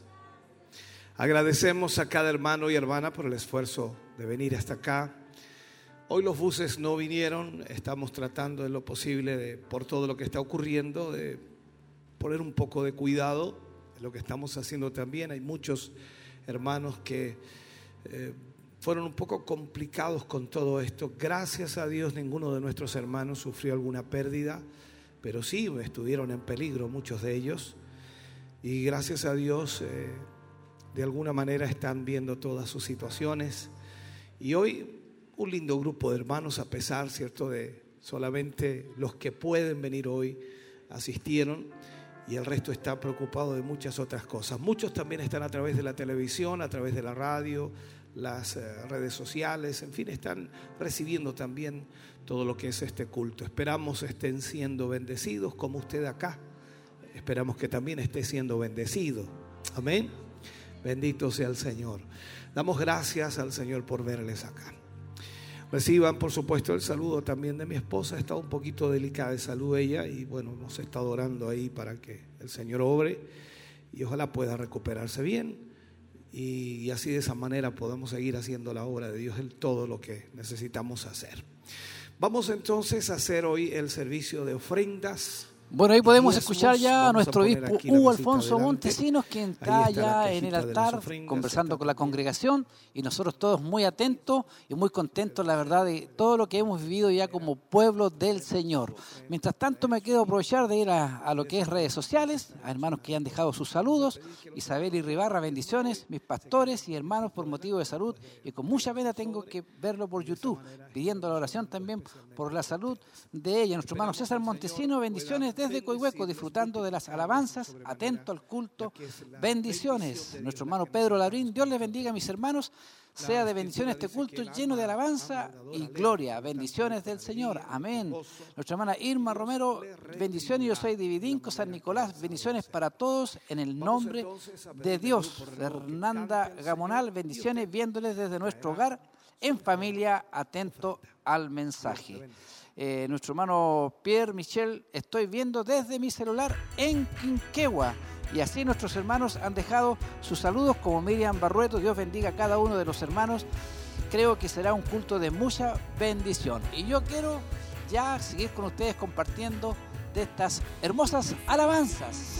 Agradecemos a cada hermano y hermana por el esfuerzo de venir hasta acá. Hoy los buses no vinieron, estamos tratando en lo posible, de, por todo lo que está ocurriendo, de poner un poco de cuidado en lo que estamos haciendo también. Hay muchos hermanos que eh, fueron un poco complicados con todo esto. Gracias a Dios ninguno de nuestros hermanos sufrió alguna pérdida, pero sí estuvieron en peligro muchos de ellos. Y gracias a Dios eh, de alguna manera están viendo todas sus situaciones. Y hoy un lindo grupo de hermanos, a pesar, ¿cierto?, de solamente los que pueden venir hoy asistieron, y el resto está preocupado de muchas otras cosas. Muchos también están a través de la televisión, a través de la radio, las eh, redes sociales, en fin, están recibiendo también todo lo que es este culto. Esperamos estén siendo bendecidos como usted acá. Esperamos que también esté siendo bendecido. Amén. Bendito sea el Señor. Damos gracias al Señor por verles acá. Reciban, por supuesto, el saludo también de mi esposa. Está un poquito delicada de salud ella y bueno, hemos estado orando ahí para que el Señor obre y ojalá pueda recuperarse bien y, y así de esa manera podamos seguir haciendo la obra de Dios en todo lo que necesitamos hacer. Vamos entonces a hacer hoy el servicio de ofrendas. Bueno, ahí podemos Diezmos. escuchar ya a Vamos nuestro a poner obispo aquí la Hugo mesita Alfonso adelante. Montesinos, quien Ahí está está la allá en el cajita de las altar ofrendas, conversando está con la también. congregación y nosotros todos muy atentos y muy contentos, la verdad, de todo lo que hemos vivido ya como pueblo del Señor. Mientras tanto me quedo aprovechar de ir a, a lo que es redes sociales, a hermanos que ya han dejado sus saludos. Isabel y Ribarra, bendiciones, mis pastores y hermanos por motivo de salud, y con mucha pena tengo que verlo por YouTube, pidiendo la oración también por la salud de ella. Nuestro hermano César Montesino, bendiciones desde Coihueco, disfrutando de las alabanzas, atento al culto, bendiciones. Nuestro hermano Pedro Labrín, Dios les bendiga a mis hermanos, sea de bendiciones este culto lleno de alabanza y gloria, bendiciones del Señor, amén. Nuestra hermana Irma Romero, bendiciones, yo soy de Vidinco, San Nicolás, bendiciones para todos en el nombre de Dios. Fernanda Gamonal, bendiciones, viéndoles desde nuestro hogar, en familia, atento al mensaje. Eh, nuestro hermano Pierre Michel, estoy viendo desde mi celular en Quinquegua. Y así nuestros hermanos han dejado sus saludos, como Miriam Barrueto. Dios bendiga a cada uno de los hermanos. Creo que será un culto de mucha bendición. Y yo quiero ya seguir con ustedes compartiendo de estas hermosas alabanzas.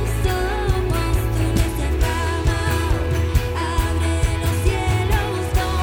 Abre los cielos.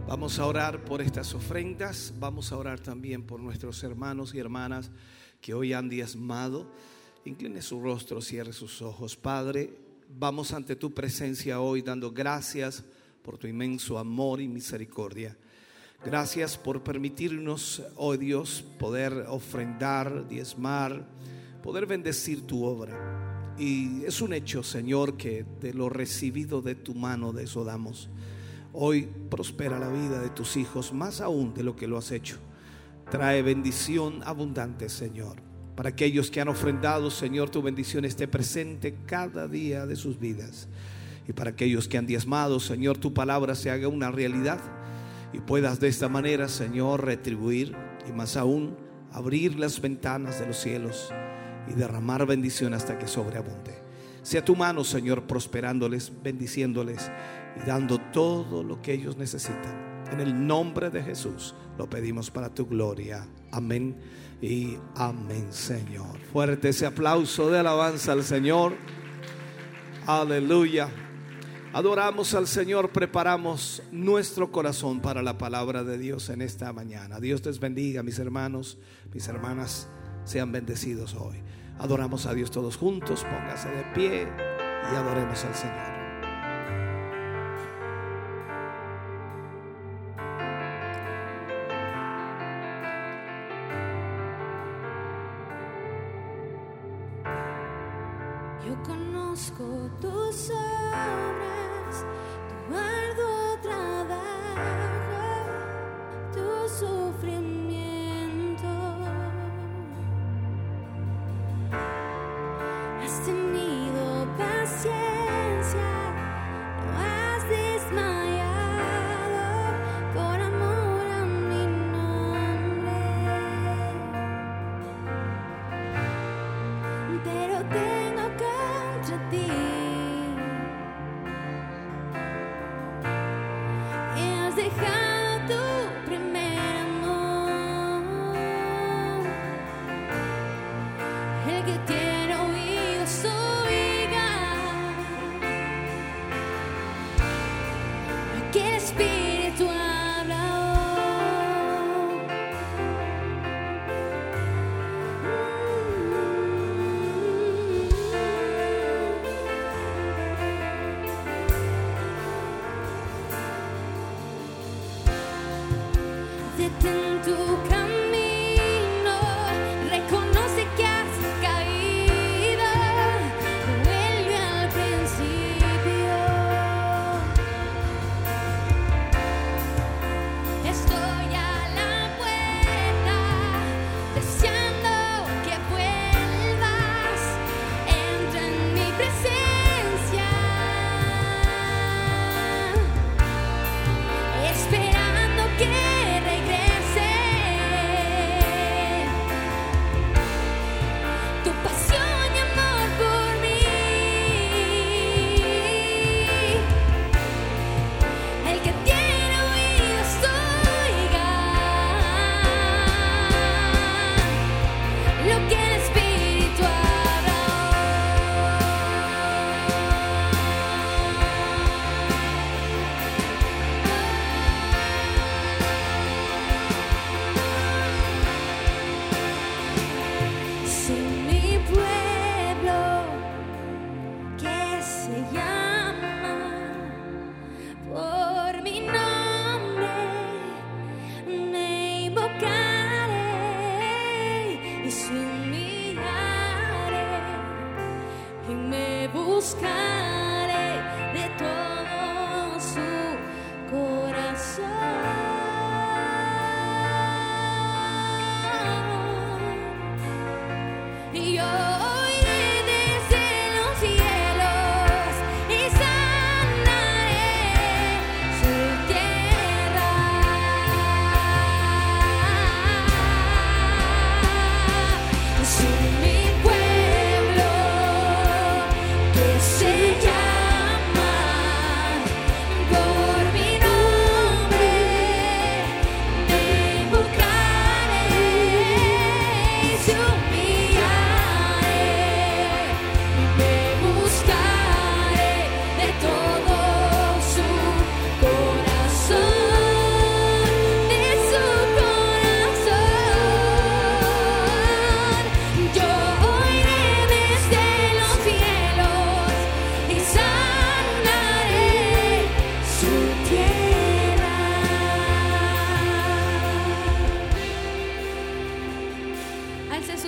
Vamos a orar por estas ofrendas. Vamos a orar también por nuestros hermanos y hermanas que hoy han diezmado. Incline su rostro, cierre sus ojos. Padre, vamos ante tu presencia hoy dando gracias por tu inmenso amor y misericordia. Gracias por permitirnos, oh Dios, poder ofrendar, diezmar, poder bendecir tu obra. Y es un hecho, Señor, que de lo recibido de tu mano, de eso damos. Hoy prospera la vida de tus hijos más aún de lo que lo has hecho. Trae bendición abundante, Señor. Para aquellos que han ofrendado, Señor, tu bendición esté presente cada día de sus vidas. Y para aquellos que han diezmado, Señor, tu palabra se haga una realidad y puedas de esta manera, Señor, retribuir y más aún abrir las ventanas de los cielos y derramar bendición hasta que sobreabunde. Sea tu mano, Señor, prosperándoles, bendiciéndoles y dando todo lo que ellos necesitan. En el nombre de Jesús lo pedimos para tu gloria. Amén y amén, Señor. Fuerte ese aplauso de alabanza al Señor. Aleluya. Adoramos al Señor, preparamos nuestro corazón para la palabra de Dios en esta mañana. Dios les bendiga, mis hermanos, mis hermanas, sean bendecidos hoy. Adoramos a Dios todos juntos, póngase de pie y adoremos al Señor. Yo conozco tus obras, tu arduo trabajo, tu sufrimiento. Has tenido paciencia, no has desmayado por amor a mi nombre. Pero tengo contra ti y has dejado tu primer amor. El que tiene oídos oiga lo que el Espíritu habla hoy. Detén tu camino, reconoce que has caído, vuelve al principio. Estoy a la puerta, deseando que vuelvas. Entra en mi presencia, esperando que tu pasión y amor por mí. El que tiene oídos oiga lo que el Espíritu habla hoy. Si mi pueblo que se llama por mi nombre me invocaré y se humillaré y me buscaré de todo su corazón. Y yo oiré desde los cielos y sanaré su tierra. Si mi pueblo que se llama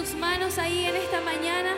tus manos ahí en esta mañana.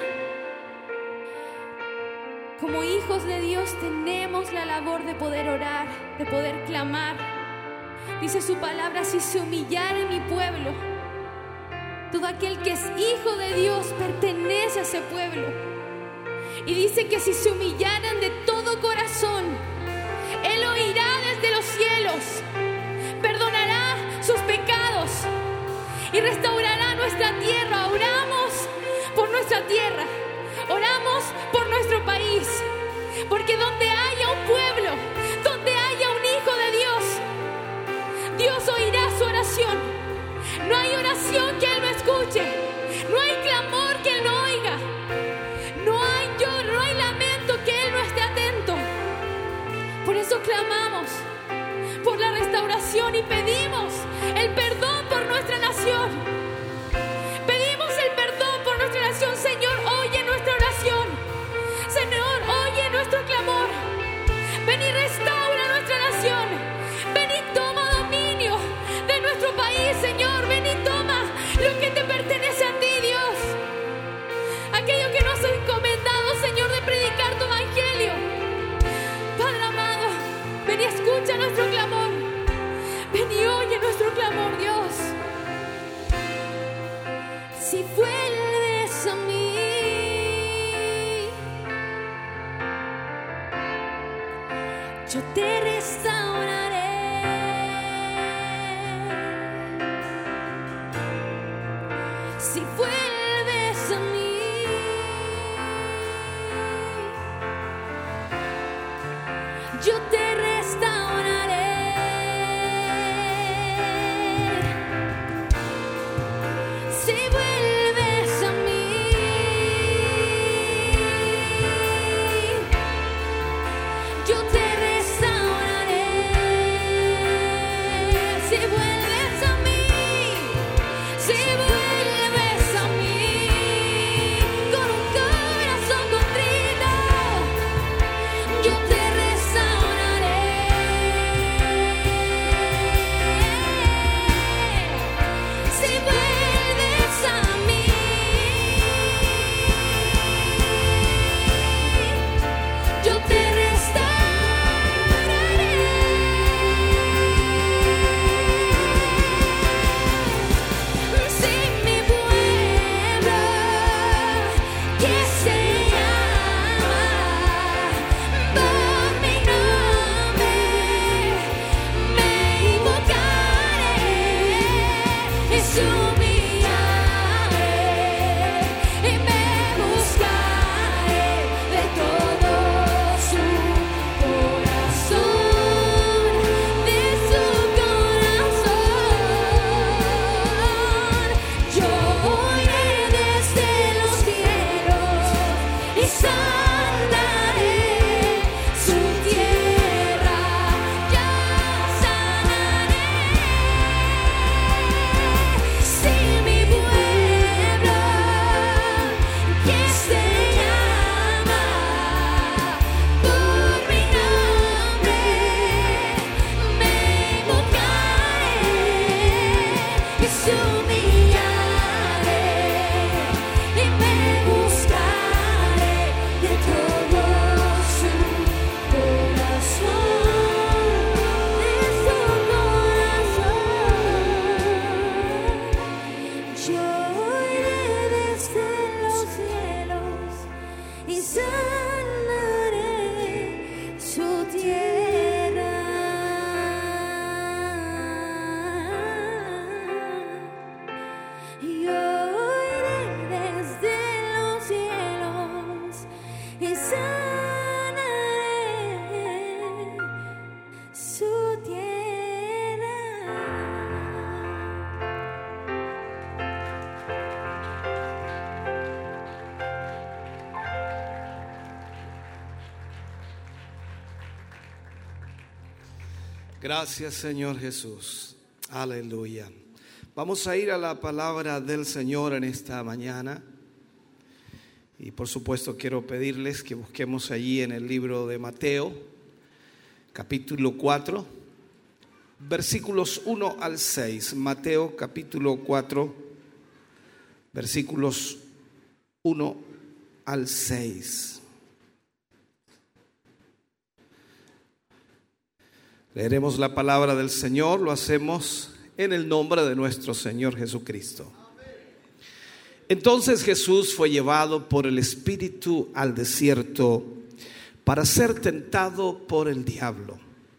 Como hijos de Dios tenemos la labor de poder orar, de poder clamar. Dice su palabra: si se humillara mi pueblo, todo aquel que es hijo de Dios pertenece a ese pueblo. Y dice que si se humillaran de todo corazón, Él oirá desde los cielos, perdonará sus pecados y restaurará nuestra tierra. Oramos por nuestra tierra, oramos por nuestro país, porque donde haya un pueblo, donde haya un hijo de Dios, Dios oirá su oración. No hay oración que Él no escuche, no hay clamor que Él no oiga, no hay lloro, no hay lamento que Él no esté atento. Por eso clamamos por la restauración y pedimos el perdón por nuestra nación. Pedimos el perdón por nuestra nación. Señor, oye nuestra oración. Señor, oye nuestro clamor. Ven y restaura nuestra nación. Ven y toma dominio de nuestro país, Señor. Ven y toma lo que te pertenece a ti, Dios. Aquello que nos ha encomendado, Señor, de predicar tu evangelio. Padre amado, ven y escucha nuestro clamor. Ven y oye nuestro clamor, Dios. Si vuelves a mí, yo te restauraré. Si vuelves a mí, yo te restauraré. Si vuelves a mí, yo te restauraré. Si vuelves a mí, si vuelves a mí, con un corazón contrito, yo te restauraré. Si vuelves a mí, yo te restauraré. Si mi pueblo que se llama por mi nombre me invocaré y se humillaré y me buscaré de todo su corazón, de su corazón. Yo oiré desde los cielos y sanaré su tierra, ya sanaré. Si mi pueblo que se llama por mi nombre me invocaré y se humillaré y me buscaré de todo su corazón, de su corazón. Yo oiré desde los cielos y sanaré su tierra. Yo oiré desde los cielos y sanaré su tierra. Gracias, Señor Jesús. Aleluya. Vamos a ir a la palabra del Señor en esta mañana. Y por supuesto quiero pedirles que busquemos allí en el libro de Mateo, capítulo cuatro, versículos uno al seis. Mateo capítulo cuatro, versículos uno al seis. Leeremos la palabra del Señor, lo hacemos en el nombre de nuestro Señor Jesucristo. Entonces Jesús fue llevado por el Espíritu al desierto para ser tentado por el diablo.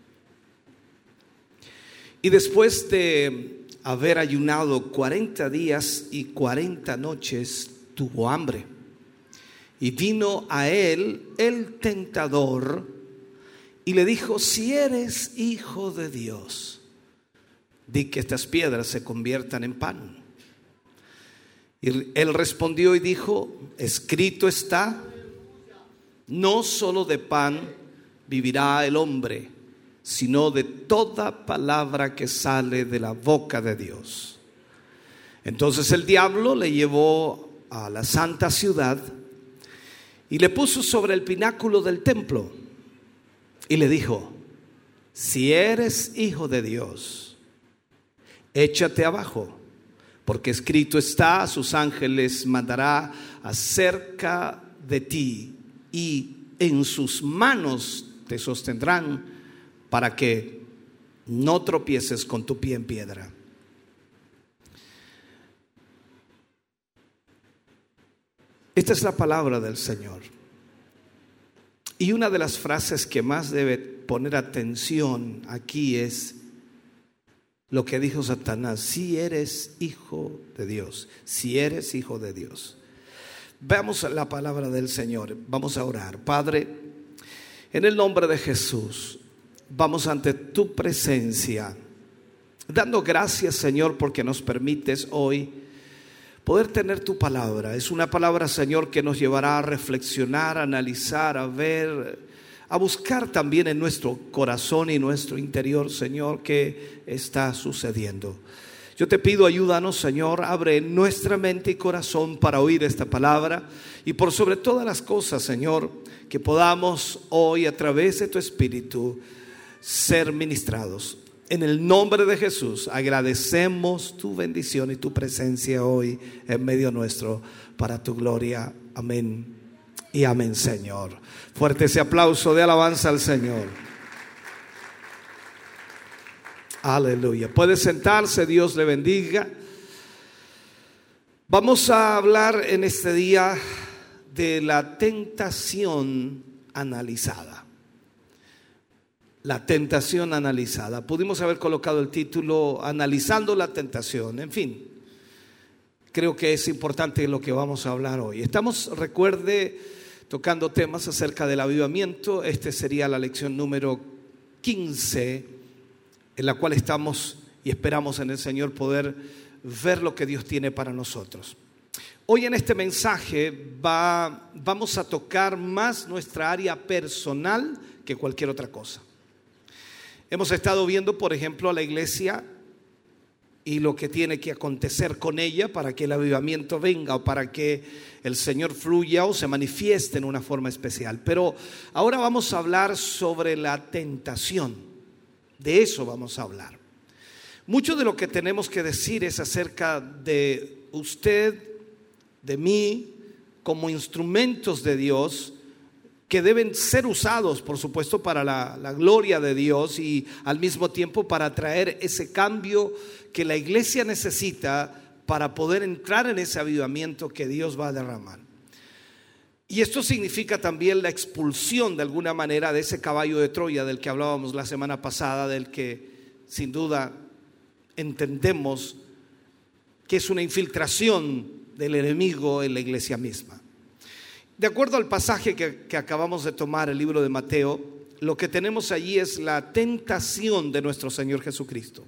Y después de haber ayunado cuarenta días y cuarenta noches, tuvo hambre. Y vino a él el tentador y le dijo: si eres hijo de Dios, di que estas piedras se conviertan en pan. Y él respondió y dijo: escrito está, no solo de pan vivirá el hombre, sino de toda palabra que sale de la boca de Dios. Entonces el diablo le llevó a la santa ciudad y le puso sobre el pináculo del templo y le dijo: si eres hijo de Dios, échate abajo, porque escrito está: a sus ángeles mandará acerca de ti, y en sus manos te sostendrán para que no tropieces con tu pie en piedra. Esta es la palabra del Señor. Y una de las frases que más debe poner atención aquí es lo que dijo Satanás: si eres hijo de Dios, si eres hijo de Dios. Veamos la palabra del Señor. Vamos a orar. Padre, en el nombre de Jesús, vamos ante tu presencia, dando gracias, Señor, porque nos permites hoy poder tener tu palabra. Es una palabra, Señor, que nos llevará a reflexionar, a analizar, a ver, a buscar también en nuestro corazón y nuestro interior, Señor, qué está sucediendo. Yo te pido, ayúdanos, Señor, abre nuestra mente y corazón para oír esta palabra, y por sobre todas las cosas, Señor, que podamos hoy a través de tu Espíritu ser ministrados. En el nombre de Jesús agradecemos tu bendición y tu presencia hoy en medio nuestro, para tu gloria. Amén y amén, Señor. Fuerte ese aplauso de alabanza al Señor. Aleluya. Puede sentarse, Dios le bendiga. Vamos a hablar en este día de la tentación analizada. La tentación analizada. Pudimos haber colocado el título Analizando la tentación. En fin, creo que es importante lo que vamos a hablar hoy. Estamos, recuerde, tocando temas acerca del avivamiento. Este sería la lección número quince, en la cual estamos y esperamos en el Señor poder ver lo que Dios tiene para nosotros. Hoy en este mensaje va, vamos a tocar más nuestra área personal que cualquier otra cosa. Hemos estado viendo, por ejemplo, a la iglesia y lo que tiene que acontecer con ella para que el avivamiento venga o para que el Señor fluya o se manifieste en una forma especial. Pero ahora vamos a hablar sobre la tentación. De eso vamos a hablar. Mucho de lo que tenemos que decir es acerca de usted, de mí, como instrumentos de Dios, que deben ser usados, por supuesto, para la, la gloria de Dios y al mismo tiempo para traer ese cambio que la iglesia necesita para poder entrar en ese avivamiento que Dios va a derramar. Y esto significa también la expulsión de alguna manera de ese caballo de Troya del que hablábamos la semana pasada, del que sin duda entendemos que es una infiltración del enemigo en la iglesia misma. De acuerdo al pasaje que, que acabamos de tomar, el libro de Mateo, lo que tenemos allí es la tentación de nuestro Señor Jesucristo.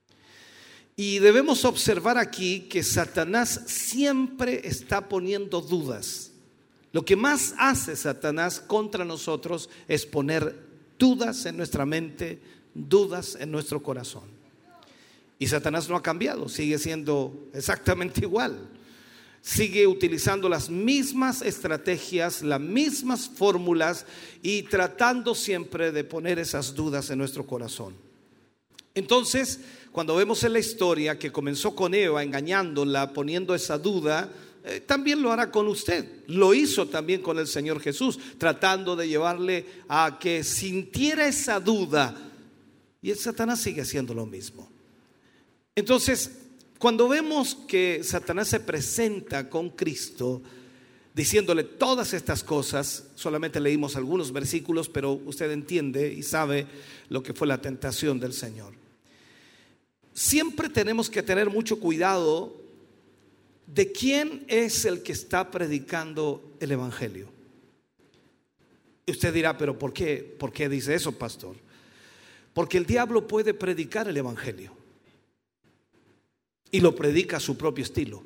Y debemos observar aquí que Satanás siempre está poniendo dudas. Lo que más hace Satanás contra nosotros es poner dudas en nuestra mente, dudas en nuestro corazón. Y Satanás no ha cambiado, sigue siendo exactamente igual. Sigue utilizando las mismas estrategias, las mismas fórmulas y tratando siempre de poner esas dudas en nuestro corazón. Entonces, cuando vemos en la historia que comenzó con Eva engañándola, poniendo esa duda, eh, también lo hará con usted. Lo hizo también con el Señor Jesús, tratando de llevarle a que sintiera esa duda. Y el Satanás sigue haciendo lo mismo. Entonces, cuando vemos que Satanás se presenta con Cristo, diciéndole todas estas cosas, solamente leímos algunos versículos, pero usted entiende y sabe lo que fue la tentación del Señor. Siempre tenemos que tener mucho cuidado de quién es el que está predicando el evangelio. Y usted dirá, pero ¿por qué? ¿Por qué dice eso, pastor? Porque el diablo puede predicar el evangelio y lo predica a su propio estilo.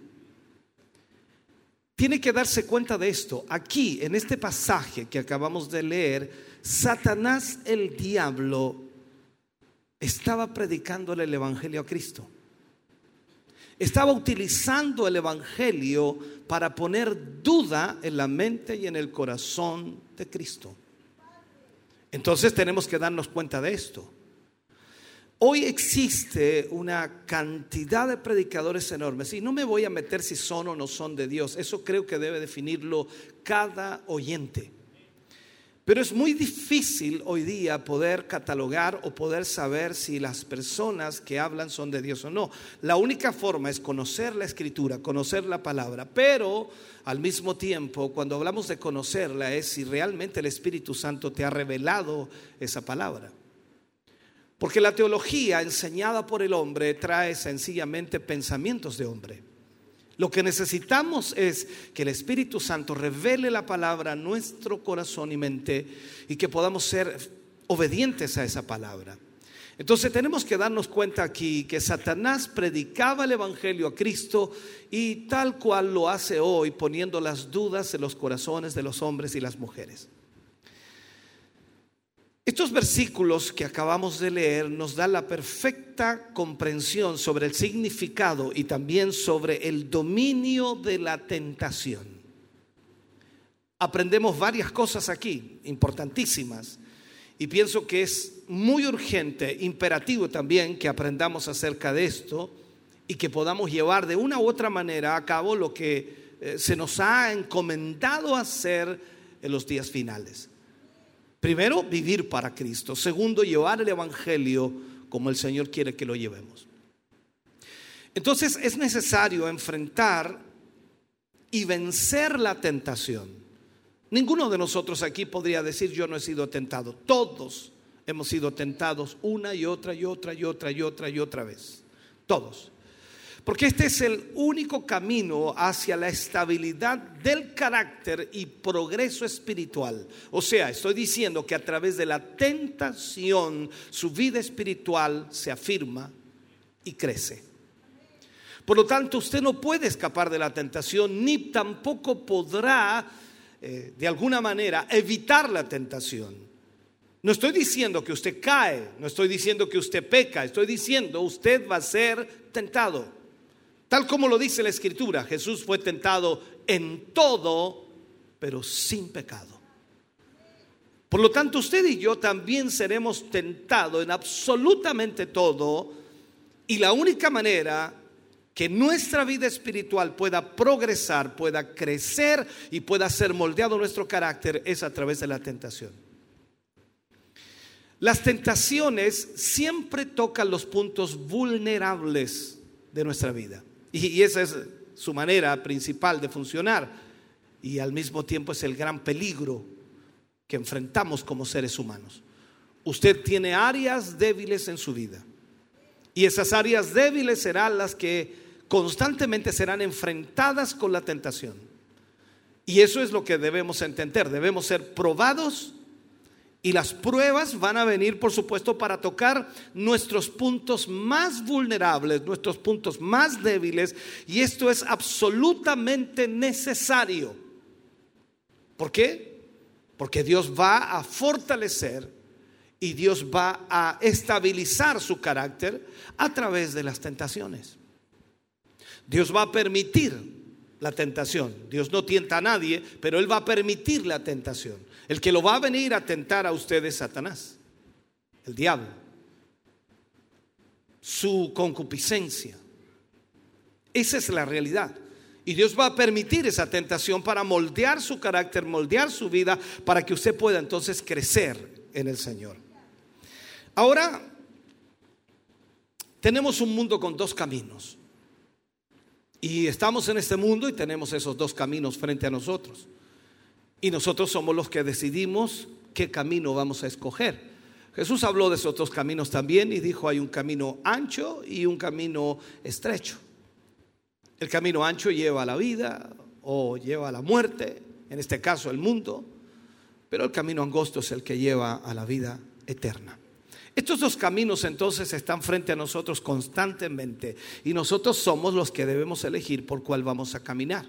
Tiene que darse cuenta de esto. Aquí, en este pasaje que acabamos de leer, Satanás, el diablo, estaba predicándole el evangelio a Cristo. Estaba utilizando el evangelio para poner duda en la mente y en el corazón de Cristo. Entonces tenemos que darnos cuenta de esto. Hoy existe una cantidad de predicadores enormes y no me voy a meter si son o no son de Dios. Eso creo que debe definirlo cada oyente. Pero es muy difícil hoy día poder catalogar o poder saber si las personas que hablan son de Dios o no. La única forma es conocer la Escritura, conocer la palabra. Pero al mismo tiempo, cuando hablamos de conocerla, es si realmente el Espíritu Santo te ha revelado esa palabra. Porque la teología enseñada por el hombre trae sencillamente pensamientos de hombre. Lo que necesitamos es que el Espíritu Santo revele la palabra a nuestro corazón y mente y que podamos ser obedientes a esa palabra. Entonces tenemos que darnos cuenta aquí que Satanás predicaba el evangelio a Cristo y tal cual lo hace hoy, poniendo las dudas en los corazones de los hombres y las mujeres. Estos versículos que acabamos de leer nos dan la perfecta comprensión sobre el significado y también sobre el dominio de la tentación. Aprendemos varias cosas aquí, importantísimas, y pienso que es muy urgente, imperativo también que aprendamos acerca de esto y que podamos llevar de una u otra manera a cabo lo que eh, se nos ha encomendado hacer en los días finales. Primero, vivir para Cristo. Segundo, llevar el evangelio como el Señor quiere que lo llevemos. Entonces es necesario enfrentar y vencer la tentación. Ninguno de nosotros aquí podría decir yo no he sido tentado. Todos hemos sido tentados una y otra y otra y otra y otra y otra vez. Todos. Porque este es el único camino hacia la estabilidad del carácter y progreso espiritual. O sea, estoy diciendo que a través de la tentación su vida espiritual se afirma y crece. Por lo tanto, usted no puede escapar de la tentación ni tampoco podrá eh, de alguna manera evitar la tentación. No estoy diciendo que usted cae, no estoy diciendo que usted peca, estoy diciendo usted va a ser tentado. Tal como lo dice la Escritura, Jesús fue tentado en todo, pero sin pecado. Por lo tanto, usted y yo también seremos tentados en absolutamente todo, y la única manera que nuestra vida espiritual pueda progresar, pueda crecer y pueda ser moldeado nuestro carácter es a través de la tentación. Las tentaciones siempre tocan los puntos vulnerables de nuestra vida. Y esa es su manera principal de funcionar. Y al mismo tiempo es el gran peligro que enfrentamos como seres humanos. Usted tiene áreas débiles en su vida. Y esas áreas débiles serán las que constantemente serán enfrentadas con la tentación. Y eso es lo que debemos entender. Debemos ser probados. Y las pruebas van a venir, por supuesto, para tocar nuestros puntos más vulnerables, nuestros puntos más débiles. Y esto es absolutamente necesario. ¿Por qué? Porque Dios va a fortalecer y Dios va a estabilizar su carácter a través de las tentaciones. Dios va a permitir la tentación. Dios no tienta a nadie, pero Él va a permitir la tentación. El que lo va a venir a tentar a usted es Satanás, el diablo. su concupiscencia. Esa es la realidad. Y Dios va a permitir esa tentación para moldear su carácter, moldear su vida, para que usted pueda entonces crecer en el Señor. Ahora, tenemos un mundo con dos caminos. Y estamos en este mundo y tenemos esos dos caminos frente a nosotros. Y nosotros somos los que decidimos qué camino vamos a escoger. Jesús habló de esos dos caminos también y dijo: hay un camino ancho y un camino estrecho. El camino ancho lleva a la vida o lleva a la muerte, en este caso el mundo, pero el camino angosto es el que lleva a la vida eterna. Estos dos caminos entonces están frente a nosotros constantemente y nosotros somos los que debemos elegir por cuál vamos a caminar.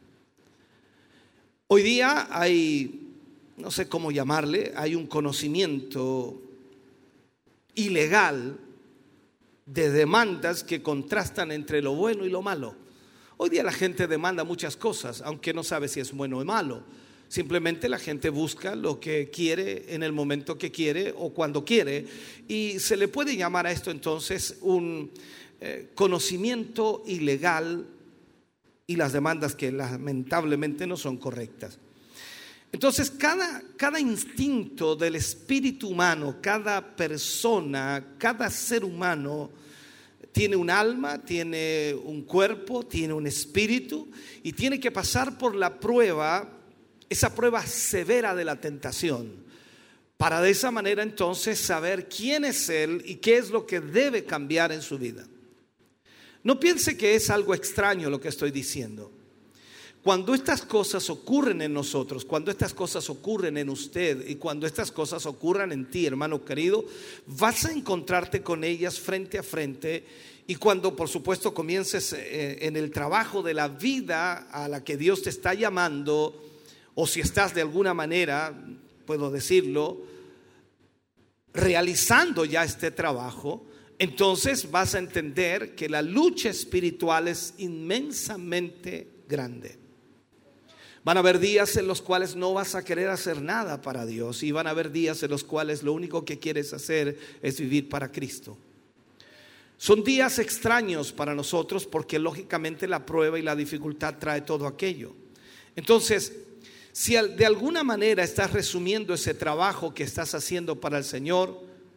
Hoy día hay, no sé cómo llamarle, hay un conocimiento ilegal de demandas que contrastan entre lo bueno y lo malo. Hoy día la gente demanda muchas cosas, aunque no sabe si es bueno o malo. Simplemente la gente busca lo que quiere en el momento que quiere o cuando quiere, y se le puede llamar a esto entonces un eh, conocimiento ilegal y las demandas que lamentablemente no son correctas. Entonces cada, cada instinto del espíritu humano, cada persona, cada ser humano tiene un alma, tiene un cuerpo, tiene un espíritu y tiene que pasar por la prueba, esa prueba severa de la tentación, para de esa manera entonces saber quién es él y qué es lo que debe cambiar en su vida. No piense que es algo extraño lo que estoy diciendo. Cuando estas cosas ocurren en nosotros, cuando estas cosas ocurren en usted y cuando estas cosas ocurran en ti, hermano querido, vas a encontrarte con ellas frente a frente. Y cuando por supuesto comiences en el trabajo de la vida a la que Dios te está llamando, o si estás de alguna manera, puedo decirlo, realizando ya este trabajo, entonces vas a entender que la lucha espiritual es inmensamente grande. Van a haber días en los cuales no vas a querer hacer nada para Dios, y van a haber días en los cuales lo único que quieres hacer es vivir para Cristo. Son días extraños para nosotros porque lógicamente la prueba y la dificultad trae todo aquello. Entonces, si de alguna manera estás resumiendo ese trabajo que estás haciendo para el Señor,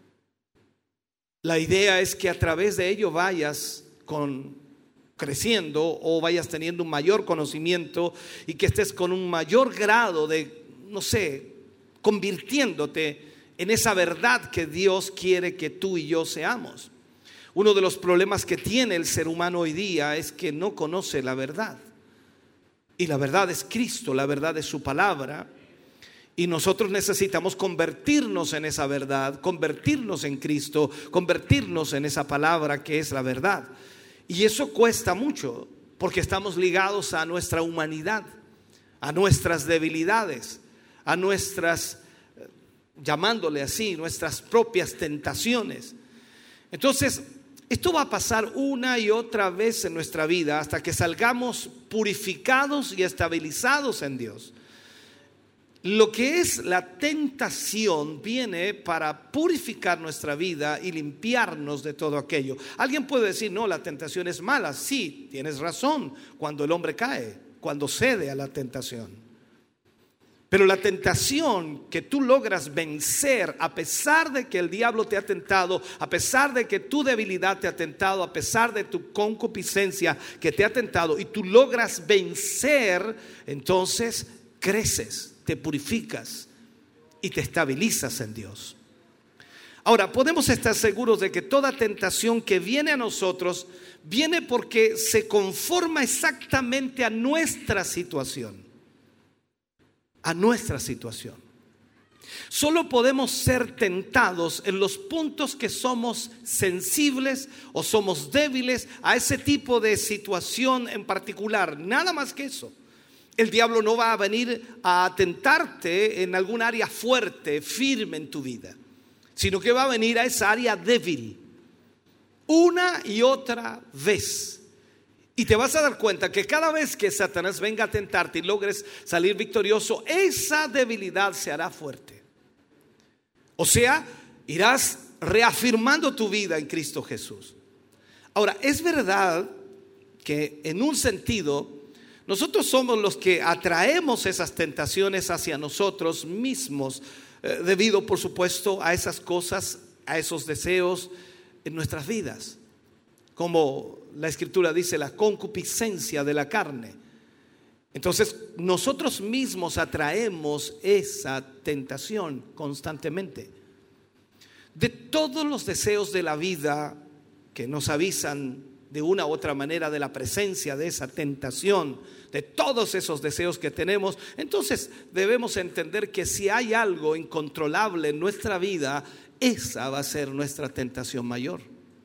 la idea es que a través de ello vayas con, creciendo o vayas teniendo un mayor conocimiento y que estés con un mayor grado de, no sé, convirtiéndote en esa verdad que Dios quiere que tú y yo seamos. Uno de los problemas que tiene el ser humano hoy día es que no conoce la verdad. Y la verdad es Cristo, la verdad es su palabra. Y nosotros necesitamos convertirnos en esa verdad, convertirnos en Cristo, convertirnos en esa palabra que es la verdad. Y eso cuesta mucho porque estamos ligados a nuestra humanidad, a nuestras debilidades, a nuestras, llamándole así, nuestras propias tentaciones. Entonces, esto va a pasar una y otra vez en nuestra vida hasta que salgamos purificados y estabilizados en Dios. Lo que es la tentación viene para purificar nuestra vida y limpiarnos de todo aquello. Alguien puede decir: no, la tentación es mala. Sí, tienes razón, cuando el hombre cae, cuando cede a la tentación. Pero la tentación que tú logras vencer, a pesar de que el diablo te ha tentado, a pesar de que tu debilidad te ha tentado, a pesar de tu concupiscencia que te ha tentado, y tú logras vencer, entonces creces, te purificas y te estabilizas en Dios. Ahora, podemos estar seguros de que toda tentación que viene a nosotros viene porque se conforma exactamente a nuestra situación. A nuestra situación. Solo podemos ser tentados en los puntos que somos sensibles o somos débiles a ese tipo de situación en particular. Nada más que eso. El diablo no va a venir a tentarte en algún área fuerte, firme en tu vida, sino que va a venir a esa área débil una y otra vez. Y te vas a dar cuenta que cada vez que Satanás venga a tentarte y logres salir victorioso, esa debilidad se hará fuerte. O sea, irás reafirmando tu vida en Cristo Jesús. Ahora, es verdad que en un sentido nosotros somos los que atraemos esas tentaciones hacia nosotros mismos, eh, debido por supuesto a esas cosas, a esos deseos en nuestras vidas. Como la Escritura dice, la concupiscencia de la carne. Entonces nosotros mismos atraemos esa tentación constantemente. De todos los deseos de la vida que nos avisan de una u otra manera de la presencia de esa tentación, de todos esos deseos que tenemos, entonces debemos entender que si hay algo incontrolable en nuestra vida, esa va a ser nuestra tentación mayor.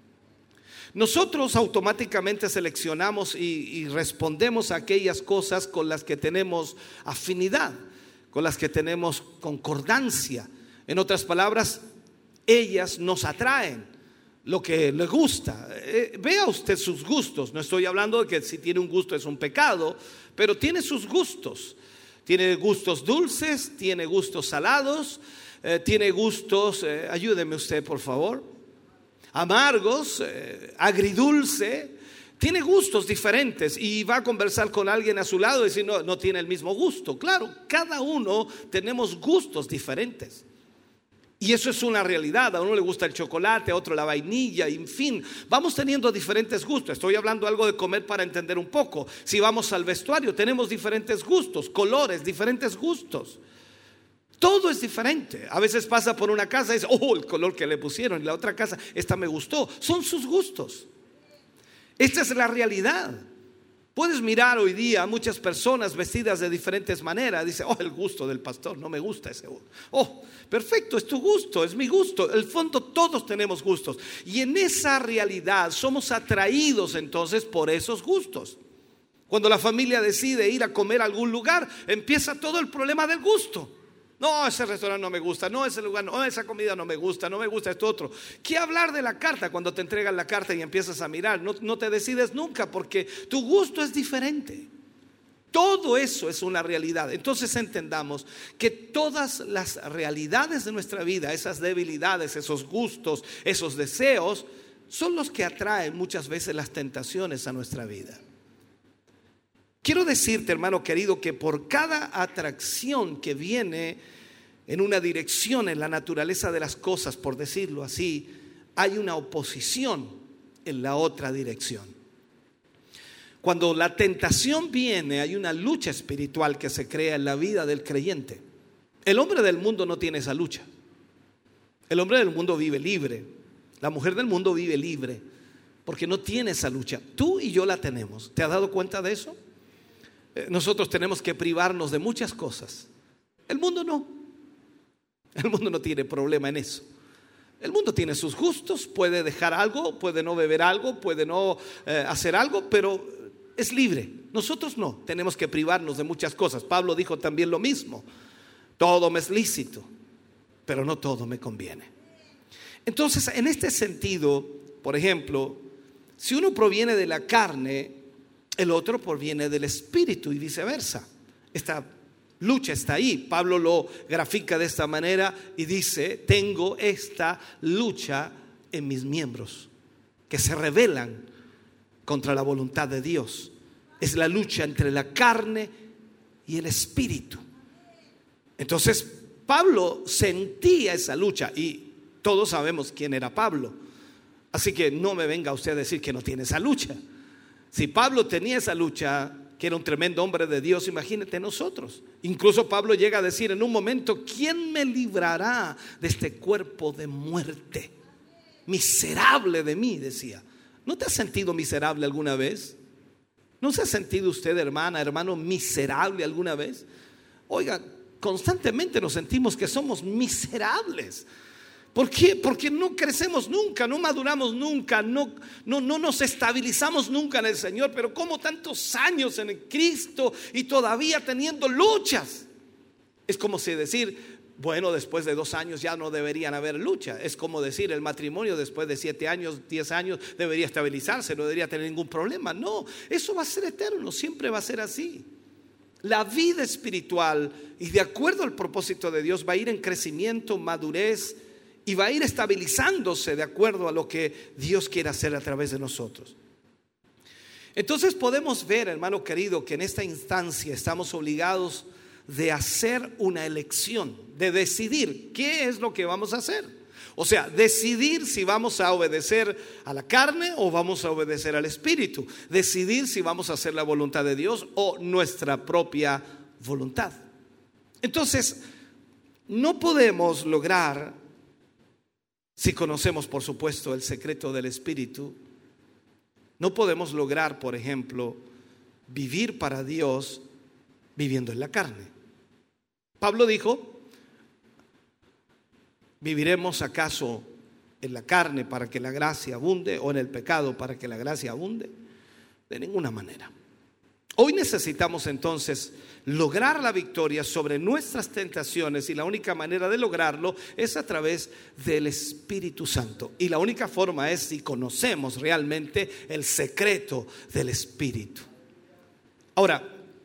Nosotros automáticamente seleccionamos y, y respondemos a aquellas cosas con las que tenemos afinidad, con las que tenemos concordancia. En otras palabras, ellas nos atraen lo que le gusta. Eh, vea usted sus gustos. No estoy hablando de que si tiene un gusto es un pecado, pero tiene sus gustos. Tiene gustos dulces, tiene gustos salados, eh, tiene gustos, eh, ayúdeme usted por favor, amargos, eh, agridulce. Tiene gustos diferentes y va a conversar con alguien a su lado y decir no, no tiene el mismo gusto. Claro, cada uno tenemos gustos diferentes. Y eso es una realidad. A uno le gusta el chocolate, a otro la vainilla, en fin, vamos teniendo diferentes gustos. Estoy hablando algo de comer para entender un poco. Si vamos al vestuario, tenemos diferentes gustos, colores, diferentes gustos. Todo es diferente. A veces pasa por una casa y dice, oh, el color que le pusieron. Y la otra casa, esta me gustó. Son sus gustos. Esta es la realidad. Puedes mirar hoy día a muchas personas vestidas de diferentes maneras. Dice, oh, el gusto del pastor, no me gusta ese gusto. Oh, perfecto, es tu gusto, es mi gusto. En el fondo todos tenemos gustos. Y en esa realidad somos atraídos entonces por esos gustos. Cuando la familia decide ir a comer a algún lugar, empieza todo el problema del gusto. No, ese restaurante no me gusta, no, ese lugar, no, esa comida no me gusta, no me gusta esto otro. ¿Qué hablar de la carta cuando te entregan la carta y empiezas a mirar? No, no te decides nunca porque tu gusto es diferente. Todo eso es una realidad. Entonces entendamos que todas las realidades de nuestra vida, esas debilidades, esos gustos, esos deseos, son los que atraen muchas veces las tentaciones a nuestra vida. Quiero decirte, hermano querido, que por cada atracción que viene en una dirección en la naturaleza de las cosas, por decirlo así, hay una oposición en la otra dirección. Cuando la tentación viene, hay una lucha espiritual que se crea en la vida del creyente. El hombre del mundo no tiene esa lucha. El hombre del mundo vive libre. La mujer del mundo vive libre porque no tiene esa lucha. Tú y yo la tenemos. ¿Te has dado cuenta de eso? Nosotros tenemos que privarnos de muchas cosas. El mundo no. El mundo no tiene problema en eso. El mundo tiene sus gustos, puede dejar algo, puede no beber algo, puede no eh, hacer algo, pero es libre. Nosotros no, tenemos que privarnos de muchas cosas. Pablo dijo también lo mismo. Todo me es lícito, pero no todo me conviene. Entonces, en este sentido, por ejemplo, si uno proviene de la carne, el otro proviene del espíritu y viceversa. Esta lucha está ahí. Pablo lo grafica de esta manera y dice, tengo esta lucha en mis miembros que se rebelan contra la voluntad de Dios. Es la lucha entre la carne y el espíritu. Entonces Pablo sentía esa lucha y todos sabemos quién era Pablo. Así que no me venga usted a decir que no tiene esa lucha. Si Pablo tenía esa lucha, que era un tremendo hombre de Dios, imagínate nosotros. Incluso Pablo llega a decir en un momento, ¿quién me librará de este cuerpo de muerte? Miserable de mí, decía. ¿No te has sentido miserable alguna vez? ¿No se ha sentido usted, hermana, hermano, miserable alguna vez? Oiga, constantemente nos sentimos que somos miserables. ¿Por qué? Porque no crecemos nunca, no maduramos nunca, no, no, no nos estabilizamos nunca en el Señor. Pero ¿cómo tantos años en el Cristo y todavía teniendo luchas? Es como si decir, bueno, después de dos años ya no deberían haber lucha. Es como decir, el matrimonio después de siete años, diez años debería estabilizarse, no debería tener ningún problema. No, eso va a ser eterno, siempre va a ser así. La vida espiritual, y de acuerdo al propósito de Dios, va a ir en crecimiento, madurez y va a ir estabilizándose de acuerdo a lo que Dios quiere hacer a través de nosotros. Entonces podemos ver, hermano querido, que en esta instancia estamos obligados de hacer una elección, de decidir qué es lo que vamos a hacer. O sea, decidir si vamos a obedecer a la carne o vamos a obedecer al Espíritu. Decidir si vamos a hacer la voluntad de Dios o nuestra propia voluntad. Entonces, no podemos lograr, si conocemos por supuesto el secreto del Espíritu, no podemos lograr, por ejemplo, vivir para Dios viviendo en la carne. Pablo dijo: ¿viviremos acaso en la carne para que la gracia abunde o en el pecado para que la gracia abunde? De ninguna manera. Hoy necesitamos entonces lograr la victoria sobre nuestras tentaciones, y la única manera de lograrlo es a través del Espíritu Santo. Y la única forma es si conocemos realmente el secreto del Espíritu. Ahora,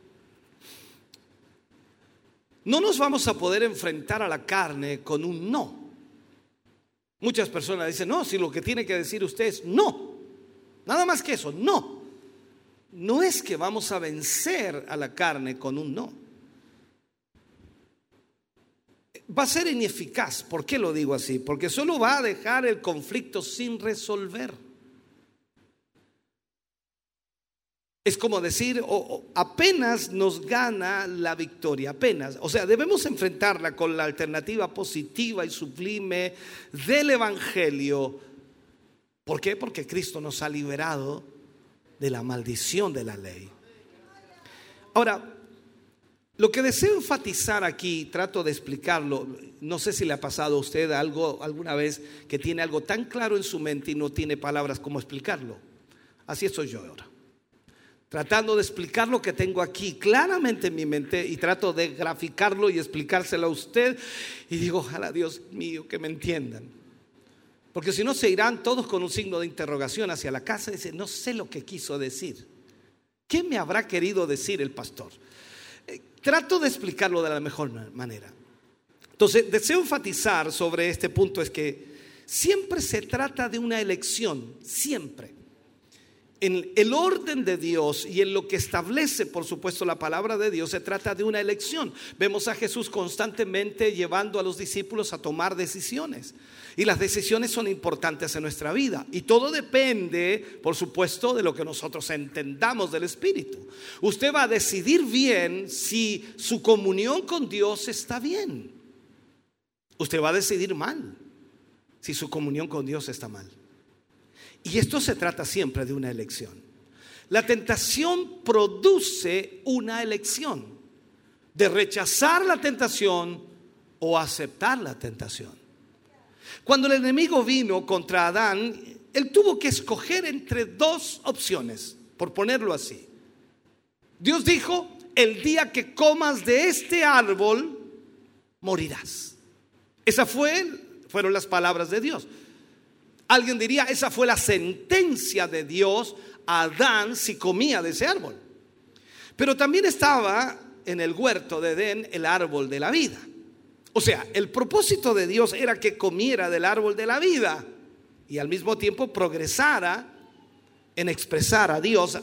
no nos vamos a poder enfrentar a la carne con un no. Muchas personas dicen: no, si lo que tiene que decir usted es no, nada más que eso, no. No es que vamos a vencer a la carne con un no. Va a ser ineficaz. ¿Por qué lo digo así? Porque solo va a dejar el conflicto sin resolver. Es como decir, oh, oh, apenas nos gana la victoria, apenas. O sea, debemos enfrentarla con la alternativa positiva y sublime del Evangelio. ¿Por qué? Porque Cristo nos ha liberado de la maldición de la ley. Ahora, lo que deseo enfatizar aquí, trato de explicarlo. No sé si le ha pasado a usted algo alguna vez que tiene algo tan claro en su mente y no tiene palabras como explicarlo. Así estoy yo ahora, tratando de explicar lo que tengo aquí claramente en mi mente, y trato de graficarlo y explicárselo a usted, y digo: ojalá, Dios mío, que me entiendan. Porque si no, se irán todos con un signo de interrogación hacia la casa y dicen: no sé lo que quiso decir. ¿Qué me habrá querido decir el pastor? Eh, trato de explicarlo de la mejor manera. Entonces, deseo enfatizar sobre este punto, es que siempre se trata de una elección, siempre. En el orden de Dios y en lo que establece, por supuesto, la palabra de Dios, se trata de una elección. Vemos a Jesús constantemente llevando a los discípulos a tomar decisiones, y las decisiones son importantes en nuestra vida, y todo depende, por supuesto, de lo que nosotros entendamos del Espíritu. Usted va a decidir bien si su comunión con Dios está bien. Usted va a decidir mal si su comunión con Dios está mal. Y esto se trata siempre de una elección. La tentación produce una elección de rechazar la tentación o aceptar la tentación. Cuando el enemigo vino contra Adán, él tuvo que escoger entre dos opciones, por ponerlo así. Dios dijo: el día que comas de este árbol, morirás. Esas fue, fueron las palabras de Dios. Alguien diría: esa fue la sentencia de Dios a Adán si comía de ese árbol. Pero también estaba en el huerto de Edén el árbol de la vida. O sea, el propósito de Dios era que comiera del árbol de la vida y al mismo tiempo progresara en expresar a Dios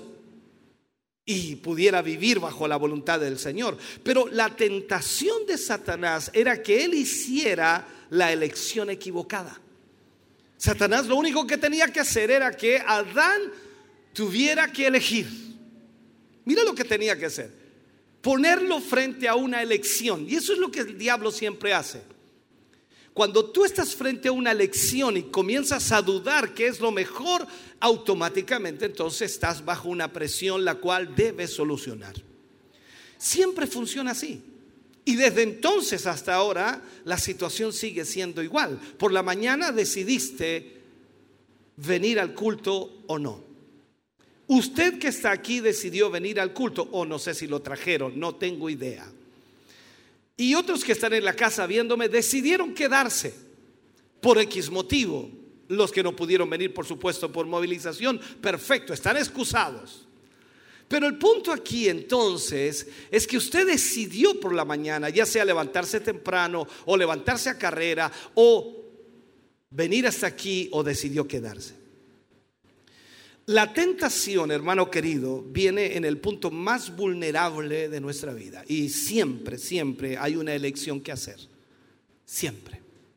y pudiera vivir bajo la voluntad del Señor. Pero la tentación de Satanás era que él hiciera la elección equivocada. Satanás lo único que tenía que hacer era que Adán tuviera que elegir. Mira lo que tenía que hacer: ponerlo frente a una elección. Y eso es lo que el diablo siempre hace. Cuando tú estás frente a una elección y comienzas a dudar qué es lo mejor, automáticamente entonces estás bajo una presión la cual debes solucionar. Siempre funciona así. Y desde entonces hasta ahora la situación sigue siendo igual. Por la mañana decidiste venir al culto o no. Usted que está aquí decidió venir al culto, o no sé si lo trajeron, no tengo idea. Y otros que están en la casa viéndome decidieron quedarse por X motivo. Los que no pudieron venir, por supuesto, por movilización, perfecto, están excusados. Pero el punto aquí entonces es que usted decidió por la mañana, ya sea levantarse temprano o levantarse a carrera o venir hasta aquí o decidió quedarse. La tentación, hermano querido, viene en el punto más vulnerable de nuestra vida. Y siempre, siempre hay una elección que hacer. Siempre.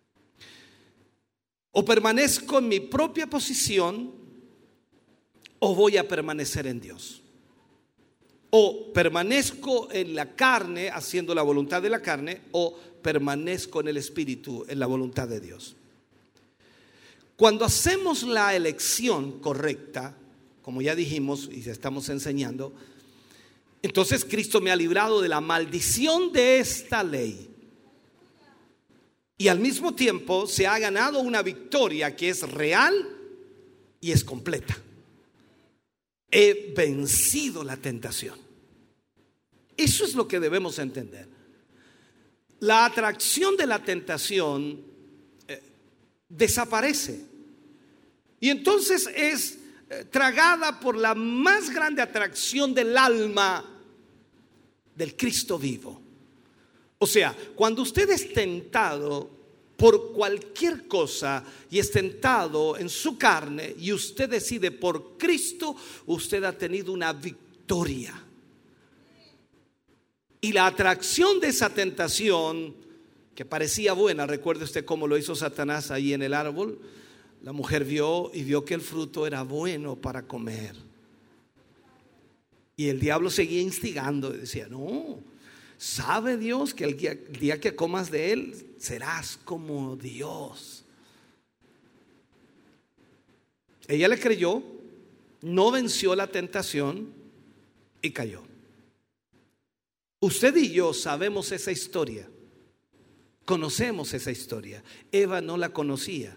O permanezco en mi propia posición o voy a permanecer en Dios. O permanezco en la carne haciendo la voluntad de la carne o permanezco en el Espíritu en la voluntad de Dios. Cuando hacemos la elección correcta, como ya dijimos y estamos enseñando, entonces Cristo me ha librado de la maldición de esta ley. Y al mismo tiempo se ha ganado una victoria que es real y es completa. He vencido la tentación. Eso es lo que debemos entender. La atracción de la tentación eh, desaparece. Y entonces es eh, tragada por la más grande atracción del alma del Cristo vivo. O sea, cuando usted es tentado por cualquier cosa y es tentado en su carne y usted decide por Cristo, usted ha tenido una victoria. Y la atracción de esa tentación que parecía buena, recuerde usted cómo lo hizo Satanás ahí en el árbol. La mujer vio y vio que el fruto era bueno para comer. Y el diablo seguía instigando y decía, no, ¿sabe Dios que el día, el día que comas de él serás como Dios? Ella le creyó, no venció la tentación y cayó. Usted y yo sabemos esa historia, conocemos esa historia. Eva no la conocía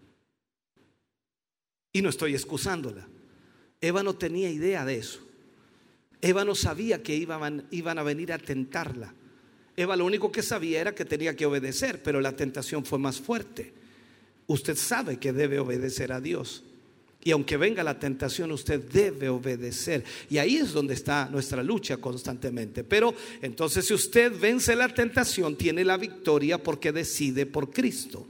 y no estoy excusándola. Eva no tenía idea de eso. Eva no sabía que iban, iban a venir a tentarla. Eva lo único que sabía era que tenía que obedecer, pero la tentación fue más fuerte. Usted sabe que debe obedecer a Dios. Y aunque venga la tentación, usted debe obedecer. Y ahí es donde está nuestra lucha constantemente. Pero entonces si usted vence la tentación, tiene la victoria porque decide por Cristo.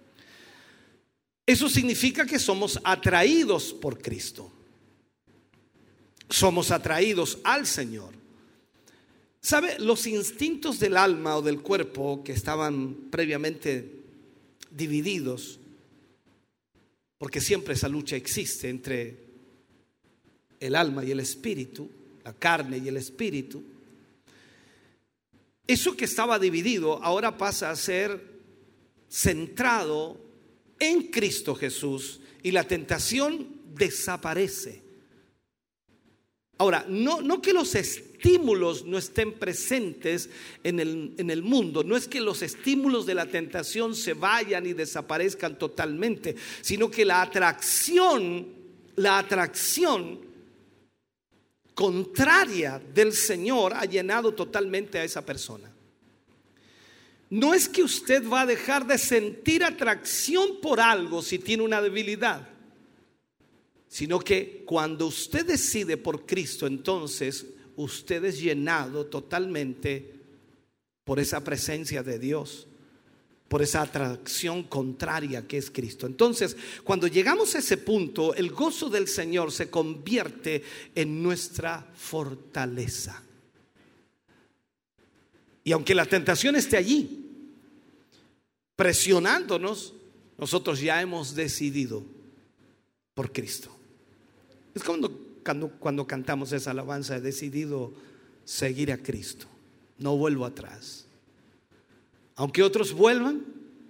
Eso significa que somos atraídos por Cristo. Somos atraídos al Señor. ¿Sabe? Los instintos del alma o del cuerpo que estaban previamente divididos, porque siempre esa lucha existe entre el alma y el espíritu, la carne y el espíritu. Eso que estaba dividido ahora pasa a ser centrado en Cristo Jesús y la tentación desaparece. Ahora, no, no que los estímulos no estén presentes en el, en el mundo, no es que los estímulos de la tentación se vayan y desaparezcan totalmente, sino que la atracción, la atracción contraria del Señor ha llenado totalmente a esa persona. No es que usted va a dejar de sentir atracción por algo si tiene una debilidad, sino que cuando usted decide por Cristo, entonces usted es llenado totalmente por esa presencia de Dios, por esa atracción contraria que es Cristo. Entonces, cuando llegamos a ese punto, el gozo del Señor se convierte en nuestra fortaleza. Y aunque la tentación esté allí, presionándonos, nosotros ya hemos decidido por Cristo. Es cuando, cuando, cuando cantamos esa alabanza, he decidido seguir a Cristo, no vuelvo atrás. Aunque otros vuelvan.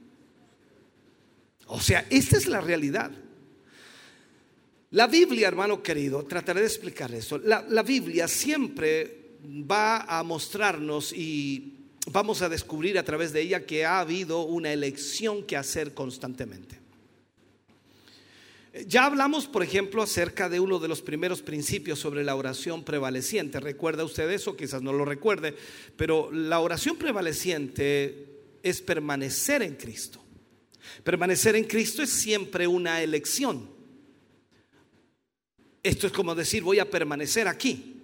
O sea, esta es la realidad. La Biblia, hermano querido, trataré de explicar eso. La, la Biblia siempre va a mostrarnos y vamos a descubrir a través de ella que ha habido una elección que hacer constantemente. Ya hablamos, por ejemplo, acerca de uno de los primeros principios sobre la oración prevaleciente. ¿Recuerda usted eso? Quizás no lo recuerde, pero la oración prevaleciente es permanecer en Cristo. Permanecer en Cristo es siempre una elección. Esto es como decir, voy a permanecer aquí.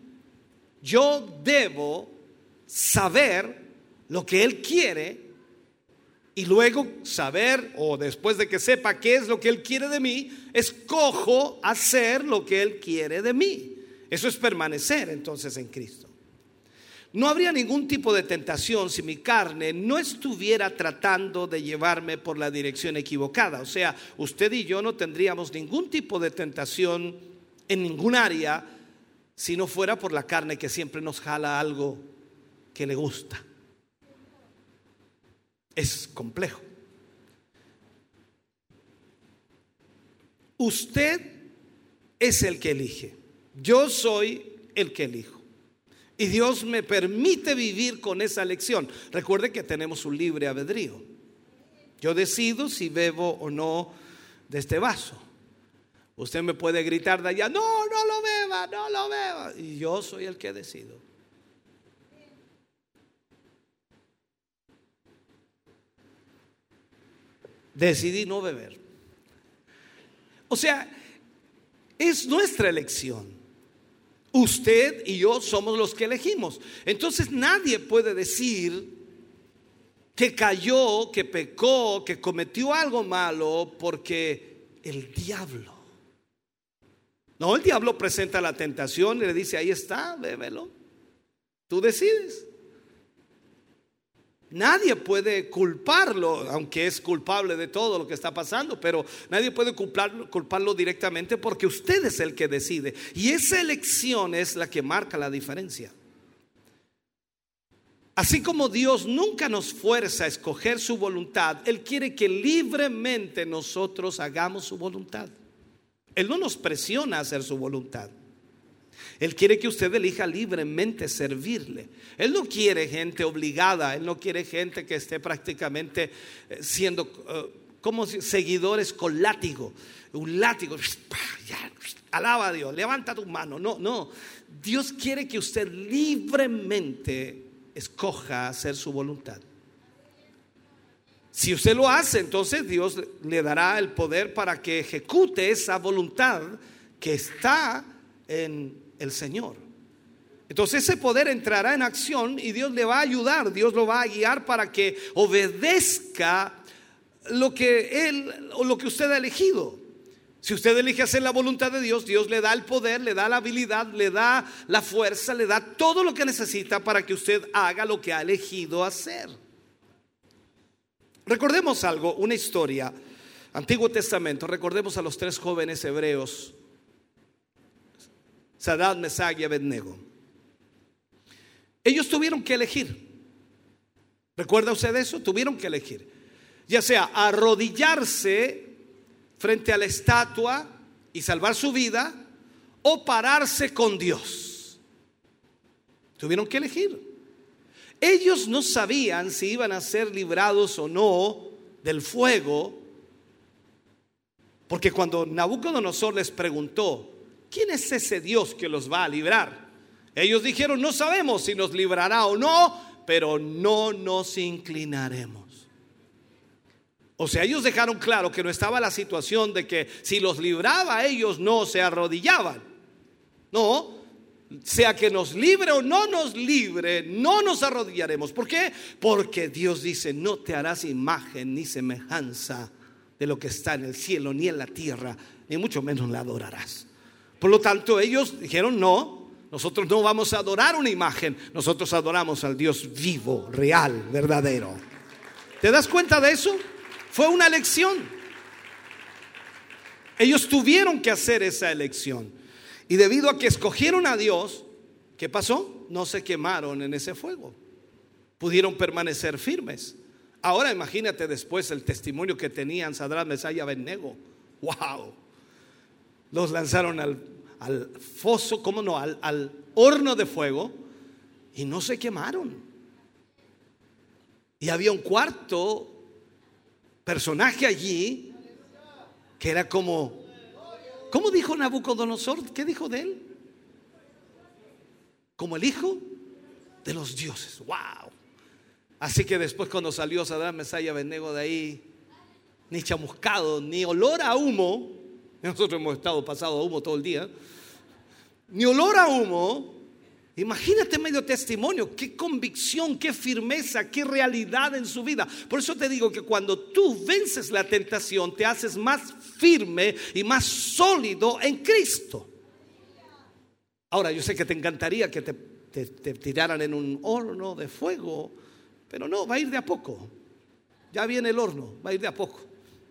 Yo debo saber lo que Él quiere y luego saber, o después de que sepa qué es lo que Él quiere de mí, escojo hacer lo que Él quiere de mí. Eso es permanecer entonces en Cristo. No habría ningún tipo de tentación si mi carne no estuviera tratando de llevarme por la dirección equivocada. O sea, usted y yo no tendríamos ningún tipo de tentación en ningún área si no fuera por la carne que siempre nos jala algo que le gusta. Es complejo. Usted es el que elige. Yo soy el que elijo. Y Dios me permite vivir con esa elección. Recuerde que tenemos un libre albedrío. Yo decido si bebo o no de este vaso. Usted me puede gritar de allá, no, no lo beba, no lo beba. Y yo soy el que decido. Decidí no beber. O sea, es nuestra elección. Usted y yo somos los que elegimos. Entonces nadie puede decir que cayó, que pecó, que cometió algo malo porque el diablo. No, el diablo presenta la tentación y le dice, ahí está, bébelo. Tú decides. Nadie puede culparlo, aunque es culpable de todo lo que está pasando, pero nadie puede culparlo, culparlo directamente porque usted es el que decide. Y esa elección es la que marca la diferencia. Así como Dios nunca nos fuerza a escoger su voluntad, Él quiere que libremente nosotros hagamos su voluntad. Él no nos presiona a hacer su voluntad. Él quiere que usted elija libremente servirle. Él no quiere gente obligada. Él no quiere gente que esté prácticamente siendo uh, como seguidores con látigo. Un látigo. Ya, alaba a Dios, levanta tu mano. No, no. Dios quiere que usted libremente escoja hacer su voluntad. Si usted lo hace, entonces Dios le dará el poder para que ejecute esa voluntad que está en el Señor. Entonces ese poder entrará en acción y Dios le va a ayudar, Dios lo va a guiar para que obedezca lo que él o lo que usted ha elegido. Si usted elige hacer la voluntad de Dios, Dios le da el poder, le da la habilidad, le da la fuerza, le da todo lo que necesita para que usted haga lo que ha elegido hacer. Recordemos algo, una historia, Antiguo Testamento. Recordemos a los tres jóvenes hebreos, Sadrach, Mesach y Abednego. Ellos tuvieron que elegir. ¿Recuerda usted eso? Tuvieron que elegir. Ya sea arrodillarse frente a la estatua y salvar su vida, o pararse con Dios. Tuvieron que elegir. Ellos no sabían si iban a ser librados o no del fuego, porque cuando Nabucodonosor les preguntó, ¿quién es ese Dios que los va a librar? Ellos dijeron, no sabemos si nos librará o no, pero no nos inclinaremos. O sea, ellos dejaron claro que no estaba la situación de que si los libraba ellos no se arrodillaban. No, sea que nos libre o no nos libre, no nos arrodillaremos. ¿Por qué? Porque Dios dice, no te harás imagen ni semejanza de lo que está en el cielo ni en la tierra, ni mucho menos la adorarás. Por lo tanto, ellos dijeron, no, nosotros no vamos a adorar una imagen, nosotros adoramos al Dios vivo, real, verdadero. ¿Te das cuenta de eso? Fue una elección. Ellos tuvieron que hacer esa elección. Y debido a que escogieron a Dios, ¿qué pasó? No se quemaron en ese fuego. Pudieron permanecer firmes. Ahora imagínate después el testimonio que tenían Sadrach, Mesach y Abednego. ¡Wow! Los lanzaron al, al foso, ¿cómo no? Al, al horno de fuego y no se quemaron. Y había un cuarto personaje allí que era como, ¿cómo dijo Nabucodonosor? ¿Qué dijo de él? Como el hijo de los dioses. ¡Wow! Así que después cuando salió Sadrach, Mesach y Abednego de ahí, ni chamuscado, ni olor a humo. Nosotros hemos estado pasado a humo todo el día. Ni olor a humo. Imagínate medio testimonio, qué convicción, qué firmeza, qué realidad en su vida. Por eso te digo que cuando tú vences la tentación, te haces más firme y más sólido en Cristo. Ahora, yo sé que te encantaría que te, te, te tiraran en un horno de fuego, pero no, va a ir de a poco. Ya viene el horno, va a ir de a poco.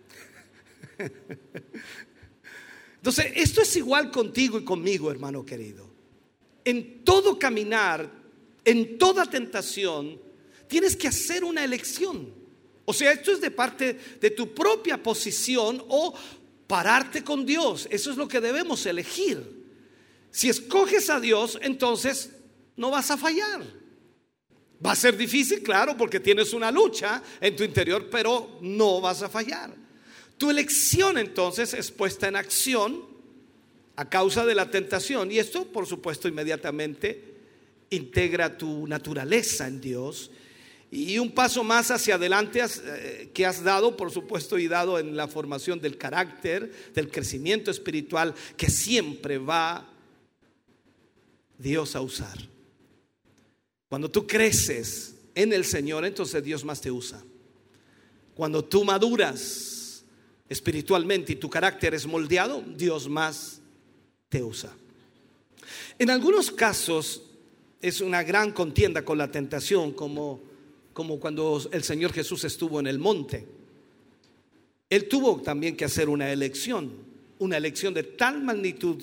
Entonces, esto es igual contigo y conmigo, hermano querido. En todo caminar, en toda tentación, tienes que hacer una elección. O sea, esto es de parte de tu propia posición o pararte con Dios. Eso es lo que debemos elegir. Si escoges a Dios, entonces no vas a fallar. Va a ser difícil, claro, porque tienes una lucha en tu interior, pero no vas a fallar. Tu elección entonces es puesta en acción a causa de la tentación, y esto por supuesto inmediatamente integra tu naturaleza en Dios, y un paso más hacia adelante has, eh, que has dado, por supuesto, y dado en la formación del carácter, del crecimiento espiritual que siempre va Dios a usar. Cuando tú creces en el Señor, entonces Dios más te usa. Cuando tú maduras espiritualmente y tu carácter es moldeado, Dios más te usa. En algunos casos es una gran contienda con la tentación, como, como cuando el Señor Jesús estuvo en el monte. Él tuvo también que hacer una elección, una elección de tal magnitud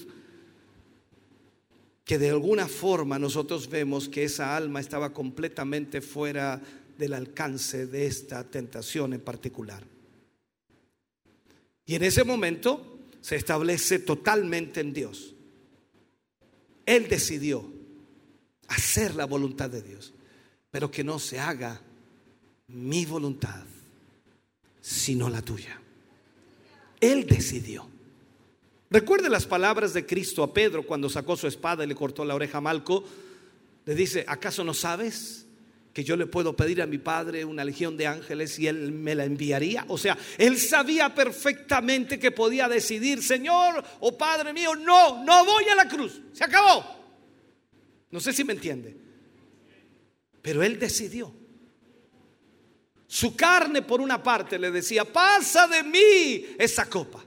que de alguna forma nosotros vemos que esa alma estaba completamente fuera del alcance de esta tentación en particular. Y en ese momento se establece totalmente en Dios. Él decidió hacer la voluntad de Dios, pero que no se haga mi voluntad, sino la tuya. Él decidió. Recuerde las palabras de Cristo a Pedro cuando sacó su espada y le cortó la oreja a Malco. Le dice: ¿acaso no sabes que yo le puedo pedir a mi Padre una legión de ángeles y Él me la enviaría? O sea, Él sabía perfectamente que podía decidir: Señor o Padre mío, no, no voy a la cruz, se acabó. No sé si me entiende, pero Él decidió. Su carne por una parte le decía: pasa de mí esa copa.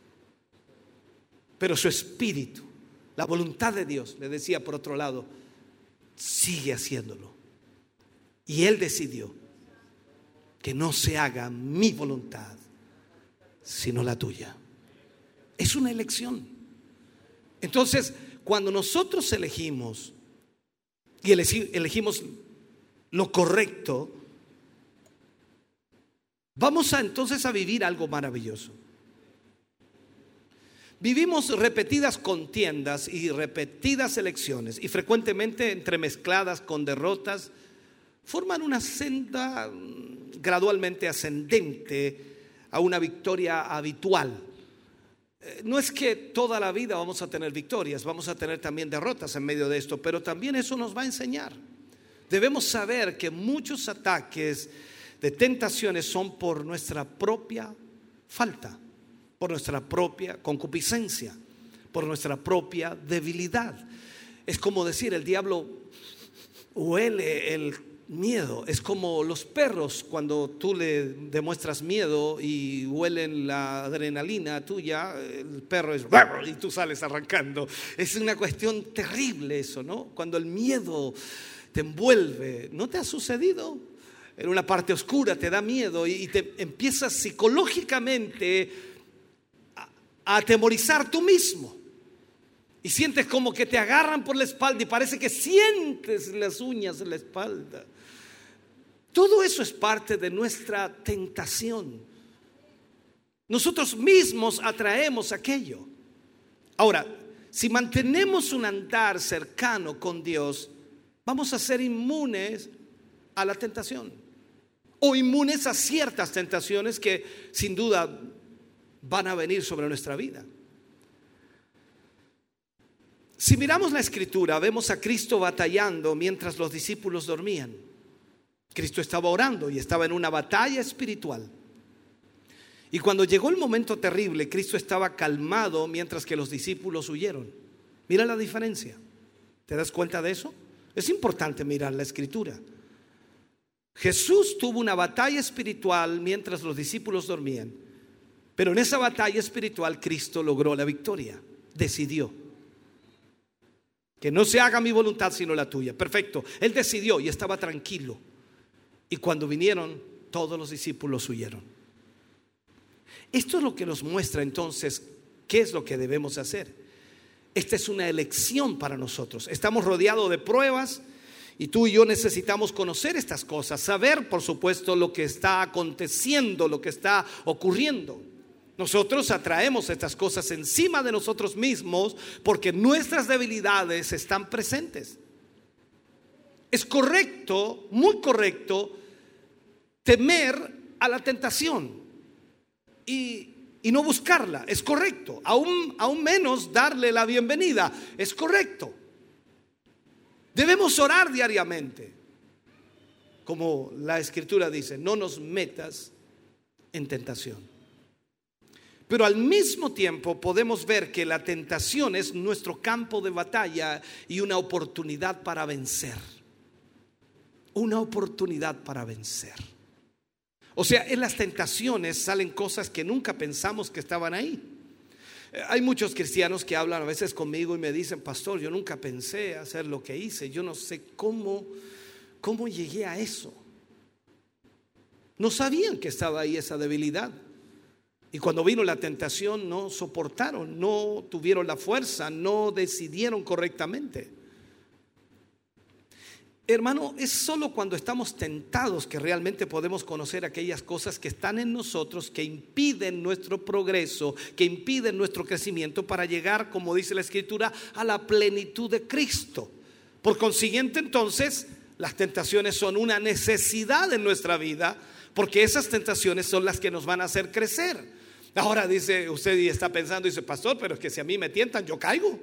Pero su espíritu, la voluntad de Dios, le decía por otro lado: sigue haciéndolo. Y Él decidió que no se haga mi voluntad, sino la tuya. Es una elección. Entonces, cuando nosotros elegimos y elegimos lo correcto, vamos a entonces a vivir algo maravilloso. Vivimos repetidas contiendas y repetidas elecciones, y frecuentemente entremezcladas con derrotas, forman una senda gradualmente ascendente a una victoria habitual. No es que toda la vida vamos a tener victorias, vamos a tener también derrotas en medio de esto, pero también eso nos va a enseñar. Debemos saber que muchos ataques de tentaciones son por nuestra propia falta, por nuestra propia concupiscencia, por nuestra propia debilidad. Es como decir, el diablo huele el miedo. Es como los perros, cuando tú le demuestras miedo y huelen la adrenalina tuya, el perro es y tú sales arrancando. Es una cuestión terrible eso, ¿no? Cuando el miedo te envuelve. ¿No te ha sucedido? En una parte oscura te da miedo y te empiezas psicológicamente a, a atemorizar tú mismo. Y sientes como que te agarran por la espalda y parece que sientes las uñas en la espalda. Todo eso es parte de nuestra tentación. Nosotros mismos atraemos aquello. Ahora, si mantenemos un andar cercano con Dios, vamos a ser inmunes a la tentación, o inmunes a ciertas tentaciones que sin duda van a venir sobre nuestra vida. Si miramos la Escritura, vemos a Cristo batallando mientras los discípulos dormían. Cristo estaba orando y estaba en una batalla espiritual. Y cuando llegó el momento terrible, Cristo estaba calmado mientras que los discípulos huyeron. Mira la diferencia. ¿Te das cuenta de eso? Es importante mirar la Escritura. Jesús tuvo una batalla espiritual mientras los discípulos dormían, pero en esa batalla espiritual Cristo logró la victoria. Decidió que no se haga mi voluntad sino la tuya. Perfecto, Él decidió y estaba tranquilo. Y cuando vinieron, todos los discípulos huyeron. Esto es lo que nos muestra entonces qué es lo que debemos hacer. Esta es una elección para nosotros. Estamos rodeados de pruebas y tú y yo necesitamos conocer estas cosas, saber por supuesto lo que está aconteciendo, lo que está ocurriendo. Nosotros atraemos estas cosas encima de nosotros mismos porque nuestras debilidades están presentes. Es correcto, muy correcto, temer a la tentación y, y no buscarla. Es correcto. Aún, aún menos darle la bienvenida. Es correcto. Debemos orar diariamente. Como la Escritura dice, no nos metas en tentación. Pero al mismo tiempo podemos ver que la tentación es nuestro campo de batalla y una oportunidad para vencer. Una oportunidad para vencer. O sea, en las tentaciones salen cosas que nunca pensamos que estaban ahí. Hay muchos cristianos que hablan a veces conmigo y me dicen: pastor, yo nunca pensé hacer lo que hice. Yo no sé cómo, cómo llegué a eso. No sabían que estaba ahí esa debilidad. Y cuando vino la tentación no soportaron, no tuvieron la fuerza, no decidieron correctamente. Hermano, es solo cuando estamos tentados que realmente podemos conocer aquellas cosas que están en nosotros, que impiden nuestro progreso, que impiden nuestro crecimiento para llegar, como dice la Escritura, a la plenitud de Cristo. Por consiguiente, entonces, las tentaciones son una necesidad en nuestra vida, porque esas tentaciones son las que nos van a hacer crecer. Ahora dice usted y está pensando, dice: pastor, pero es que si a mí me tientan, yo caigo.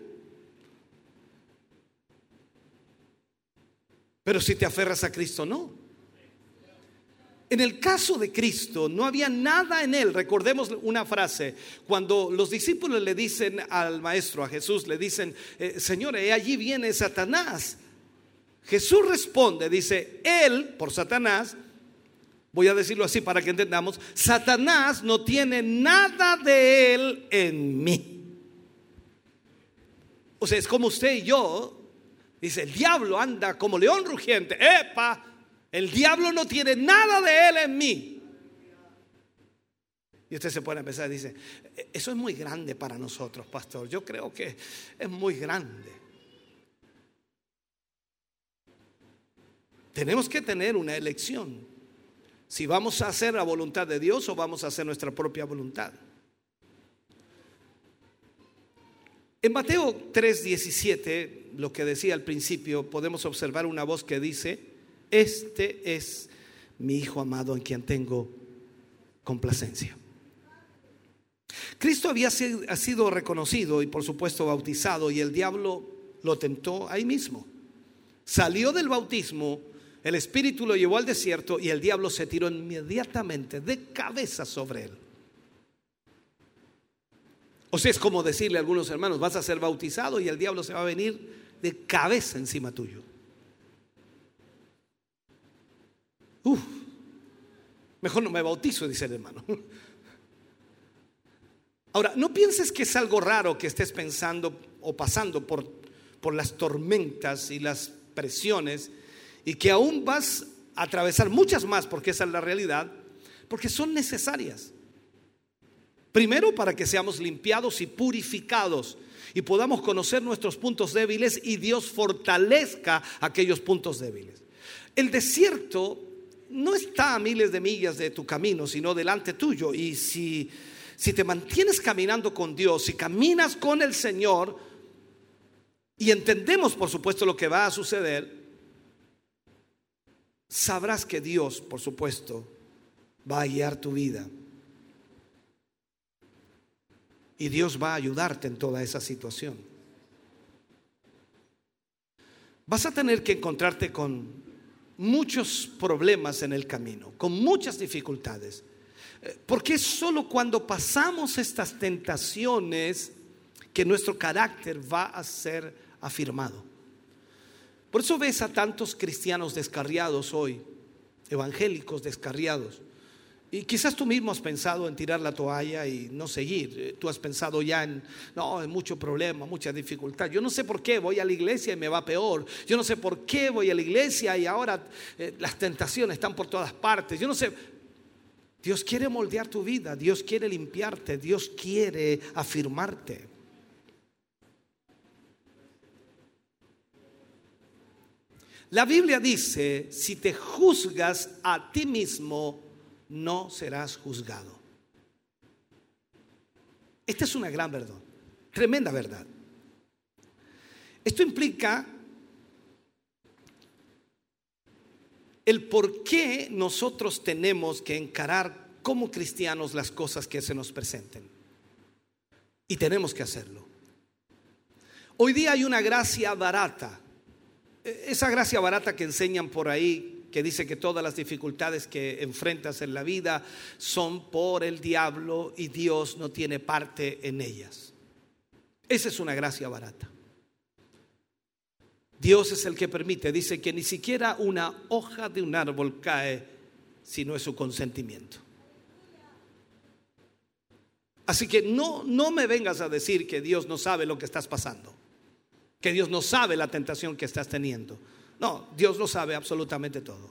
Pero si te aferras a Cristo, no. En el caso de Cristo no había nada en Él. Recordemos una frase, cuando los discípulos le dicen al maestro, a Jesús, le dicen: eh, Señor, eh, allí viene Satanás. Jesús responde, dice: Él, por Satanás, voy a decirlo así para que entendamos, Satanás no tiene nada de Él en mí. O sea, es como usted y yo. Dice: el diablo anda como león rugiente. ¡Epa! El diablo no tiene nada de él en mí. Y usted se puede empezar y dice: eso es muy grande para nosotros, pastor. Yo creo que es muy grande. Tenemos que tener una elección. Si vamos a hacer la voluntad de Dios o vamos a hacer nuestra propia voluntad. En Mateo tres diecisiete, lo que decía al principio, podemos observar una voz que dice: este es mi Hijo amado en quien tengo complacencia. Cristo había sido reconocido y por supuesto bautizado, y el diablo lo tentó ahí mismo. Salió del bautismo, el Espíritu lo llevó al desierto y el diablo se tiró inmediatamente de cabeza sobre él. O sea, es como decirle a algunos hermanos: vas a ser bautizado y el diablo se va a venir de cabeza encima tuyo. Uf, mejor no me bautizo, dice el hermano. Ahora, no pienses que es algo raro que estés pensando o pasando por, por las tormentas y las presiones, y que aún vas a atravesar muchas más, porque esa es la realidad, porque son necesarias. Primero, para que seamos limpiados y purificados y podamos conocer nuestros puntos débiles y Dios fortalezca aquellos puntos débiles. El desierto no está a miles de millas de tu camino, sino delante tuyo. Y si, si te mantienes caminando con Dios, si caminas con el Señor, y entendemos por supuesto lo que va a suceder, sabrás que Dios, por supuesto, va a guiar tu vida. Y Dios va a ayudarte en toda esa situación. Vas a tener que encontrarte con muchos problemas en el camino, con muchas dificultades, porque es solo cuando pasamos estas tentaciones que nuestro carácter va a ser afirmado. Por eso ves a tantos cristianos descarriados hoy, evangélicos descarriados. Y quizás tú mismo has pensado en tirar la toalla y no seguir. Tú has pensado ya en, no, hay mucho problema, mucha dificultad. Yo no sé por qué voy a la iglesia y me va peor. Yo no sé por qué voy a la iglesia y ahora eh, las tentaciones están por todas partes. Yo no sé. Dios quiere moldear tu vida, Dios quiere limpiarte, Dios quiere afirmarte. La Biblia dice, si te juzgas a ti mismo, no serás juzgado. Esta es una gran verdad, tremenda verdad. Esto implica el por qué nosotros tenemos que encarar como cristianos las cosas que se nos presenten. Y tenemos que hacerlo. Hoy día hay una gracia barata. Esa gracia barata que enseñan por ahí, que dice que todas las dificultades que enfrentas en la vida son por el diablo y Dios no tiene parte en ellas. Esa es una gracia barata. Dios es el que permite, dice que ni siquiera una hoja de un árbol cae si no es su consentimiento. Así que no, no me vengas a decir que Dios no sabe lo que estás pasando, que Dios no sabe la tentación que estás teniendo. No, Dios lo sabe absolutamente todo.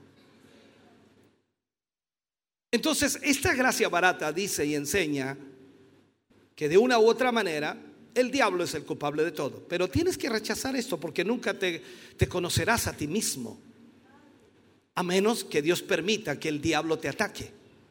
Entonces, esta gracia barata dice y enseña que de una u otra manera el diablo es el culpable de todo. Pero tienes que rechazar esto porque nunca te, te conocerás a ti mismo, a menos que Dios permita que el diablo te ataque.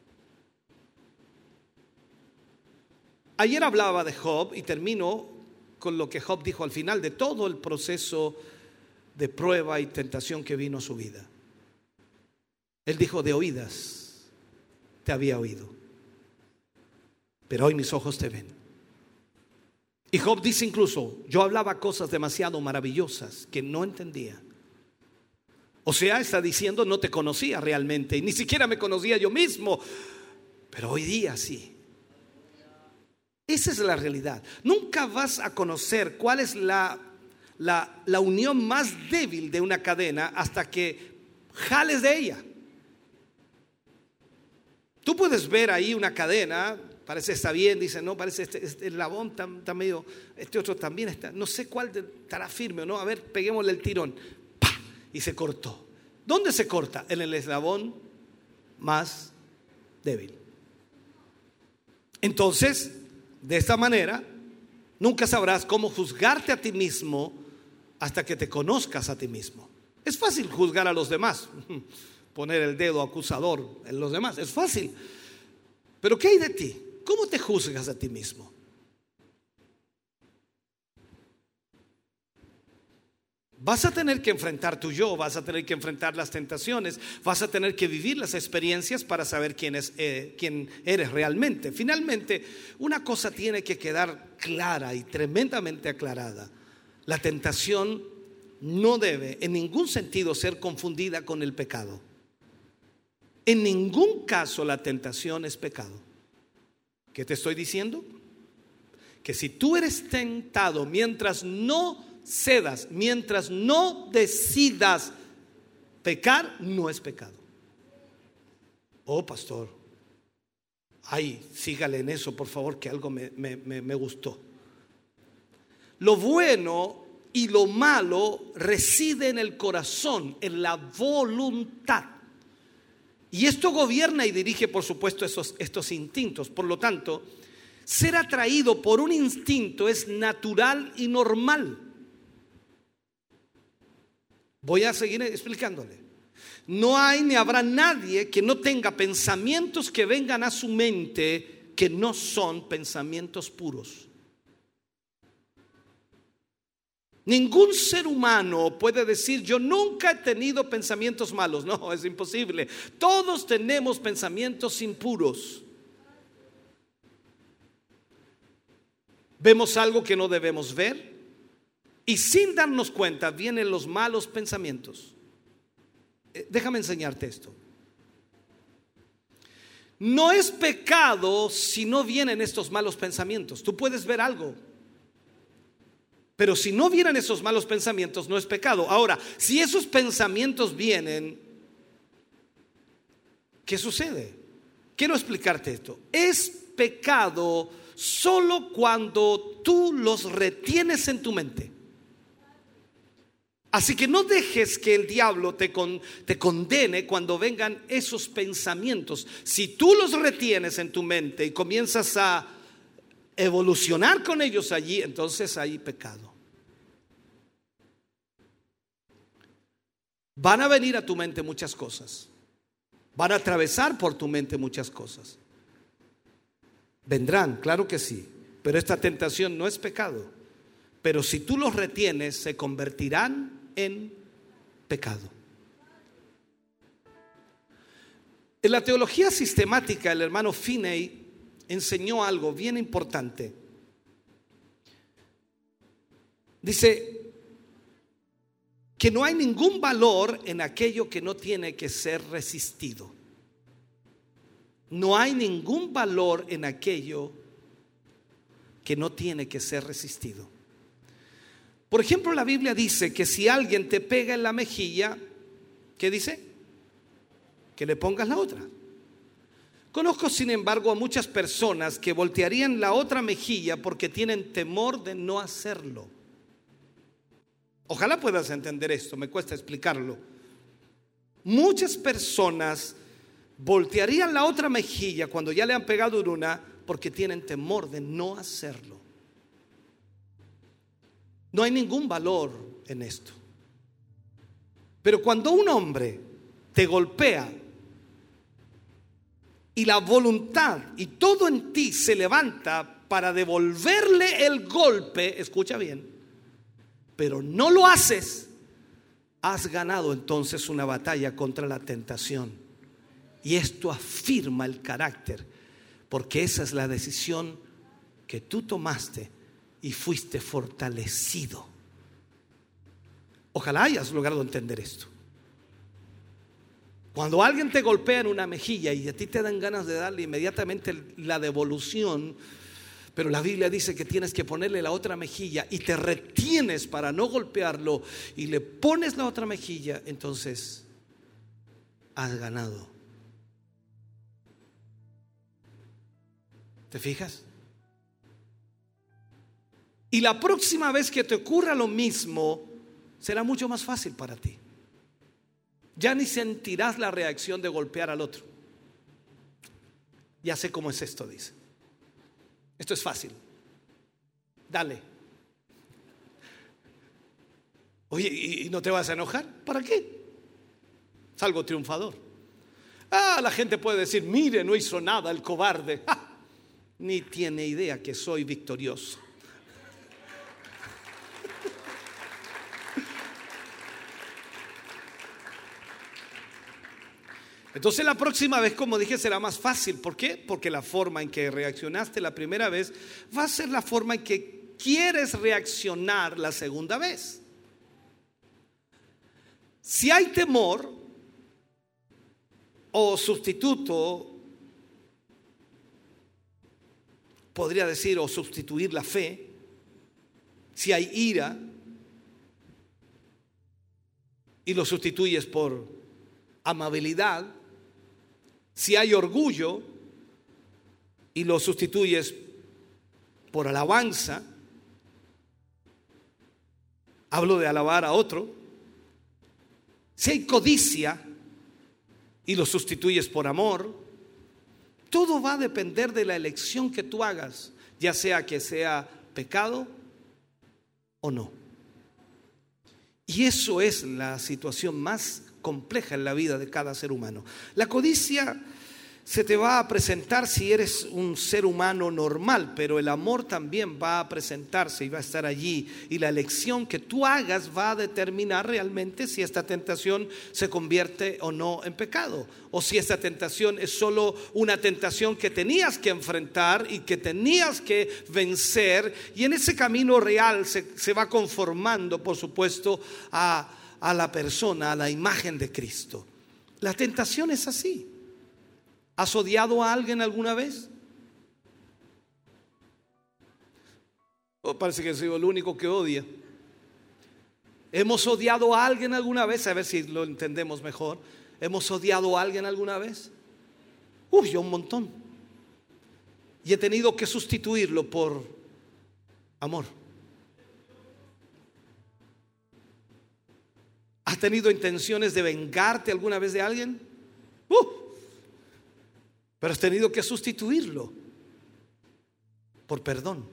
Ayer hablaba de Job y termino con lo que Job dijo al final de todo el proceso de prueba y tentación que vino a su vida. Él dijo, de oídas te había oído, pero hoy mis ojos te ven. Y Job dice incluso, yo hablaba cosas demasiado maravillosas que no entendía. O sea, está diciendo, no te conocía realmente y ni siquiera me conocía yo mismo, pero hoy día sí. Esa es la realidad. Nunca vas a conocer cuál es la, la, la unión más débil de una cadena hasta que jales de ella. Tú puedes ver ahí una cadena, parece está bien, dice no, parece este, este el labón está, está medio, este otro también está, no sé cuál estará firme o no, a ver, peguémosle el tirón, ¡pah! Y se cortó. ¿Dónde se corta? En el eslabón más débil. Entonces, de esta manera, nunca sabrás cómo juzgarte a ti mismo hasta que te conozcas a ti mismo. Es fácil juzgar a los demás, poner el dedo acusador en los demás, es fácil. Pero ¿qué hay de ti? ¿Cómo te juzgas a ti mismo? Vas a tener que enfrentar tu yo, vas a tener que enfrentar las tentaciones, vas a tener que vivir las experiencias para saber quién es, eh, quién eres realmente. Finalmente, una cosa tiene que quedar clara y tremendamente aclarada. La tentación no debe en ningún sentido ser confundida con el pecado. En ningún caso la tentación es pecado. ¿Qué te estoy diciendo? Que si tú eres tentado mientras no cedas, mientras no decidas pecar, no es pecado. Oh, pastor, ay, sígale en eso, por favor, que algo me, me, me, me gustó. Lo bueno y lo malo reside en el corazón, en la voluntad. Y esto gobierna y dirige, por supuesto, esos, estos instintos. Por lo tanto, ser atraído por un instinto es natural y normal. Voy a seguir explicándole. No hay ni habrá nadie que no tenga pensamientos que vengan a su mente que no son pensamientos puros. Ningún ser humano puede decir yo nunca he tenido pensamientos malos. No, es imposible. Todos tenemos pensamientos impuros. Vemos algo que no debemos ver y sin darnos cuenta vienen los malos pensamientos. Eh, déjame enseñarte esto. No es pecado si no vienen estos malos pensamientos. Tú puedes ver algo, Pero si no vienen esos malos pensamientos, no es pecado. Ahora, si esos pensamientos vienen, ¿qué sucede? Quiero explicarte esto. Es pecado solo cuando tú los retienes en tu mente. Así que no dejes que el diablo te, con, te condene cuando vengan esos pensamientos. Si tú los retienes en tu mente y comienzas a evolucionar con ellos allí, entonces hay pecado. Van a venir a tu mente muchas cosas. Van a atravesar por tu mente muchas cosas. Vendrán, claro que sí, pero esta tentación no es pecado. Pero si tú los retienes, se convertirán en pecado. En la teología sistemática, el hermano Finney enseñó algo bien importante. Dice que no hay ningún valor en aquello que no tiene que ser resistido. No hay ningún valor en aquello que no tiene que ser resistido. Por ejemplo, la Biblia dice que si alguien te pega en la mejilla, ¿qué dice? Que le pongas la otra. Conozco, sin embargo, a muchas personas que voltearían la otra mejilla porque tienen temor de no hacerlo. Ojalá puedas entender esto, me cuesta explicarlo. Muchas personas voltearían la otra mejilla cuando ya le han pegado en una porque tienen temor de no hacerlo. No hay ningún valor en esto. Pero cuando un hombre te golpea y la voluntad y todo en ti se levanta para devolverle el golpe, escucha bien, pero no lo haces, has ganado entonces una batalla contra la tentación. Y esto afirma el carácter, porque esa es la decisión que tú tomaste y fuiste fortalecido. Ojalá hayas logrado entender esto. Cuando alguien te golpea en una mejilla y a ti te dan ganas de darle inmediatamente la devolución, pero la Biblia dice que tienes que ponerle la otra mejilla y te retienes para no golpearlo y le pones la otra mejilla, entonces has ganado. ¿Te fijas? Y la próxima vez que te ocurra lo mismo, será mucho más fácil para ti. Ya ni sentirás la reacción de golpear al otro. Ya sé cómo es esto, dice. Esto es fácil. Dale. Oye, ¿y no te vas a enojar? ¿Para qué? Salgo triunfador. Ah, la gente puede decir, mire, no hizo nada el cobarde. ¡Ja! Ni tiene idea que soy victorioso. Entonces la próxima vez, como dije, será más fácil. ¿Por qué? Porque la forma en que reaccionaste la primera vez va a ser la forma en que quieres reaccionar la segunda vez. Si hay temor o sustituto, podría decir, o sustituir la fe, si hay ira y lo sustituyes por amabilidad, si hay orgullo y lo sustituyes por alabanza, hablo de alabar a otro, si hay codicia y lo sustituyes por amor, todo va a depender de la elección que tú hagas, ya sea que sea pecado o no. Y eso es la situación más compleja en la vida de cada ser humano. La codicia se te va a presentar si eres un ser humano normal, pero el amor también va a presentarse y va a estar allí, y la elección que tú hagas va a determinar realmente si esta tentación se convierte o no en pecado, o si esta tentación es solo una tentación que tenías que enfrentar y que tenías que vencer, y en ese camino real se, se va conformando, por supuesto, a a la persona, a la imagen de Cristo. La tentación es así. ¿Has odiado a alguien alguna vez? Oh, parece que soy el único que odia. ¿Hemos odiado a alguien alguna vez? A ver si lo entendemos mejor. ¿Hemos odiado a alguien alguna vez? Uy, yo un montón. Y he tenido que sustituirlo por amor. ¿Has tenido intenciones de vengarte alguna vez de alguien? Uh, pero has tenido que sustituirlo por perdón.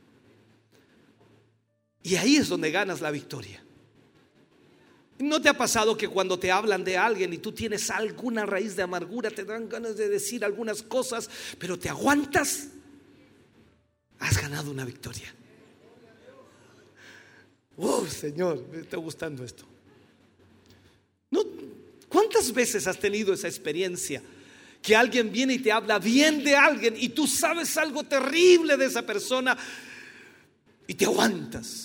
Y ahí es donde ganas la victoria. ¿No te ha pasado que cuando te hablan de alguien y tú tienes alguna raíz de amargura, te dan ganas de decir algunas cosas, pero te aguantas? Has ganado una victoria. Oh, Señor, me está gustando esto. ¿No? ¿Cuántas veces has tenido esa experiencia? Que alguien viene y te habla bien de alguien y tú sabes algo terrible de esa persona y te aguantas.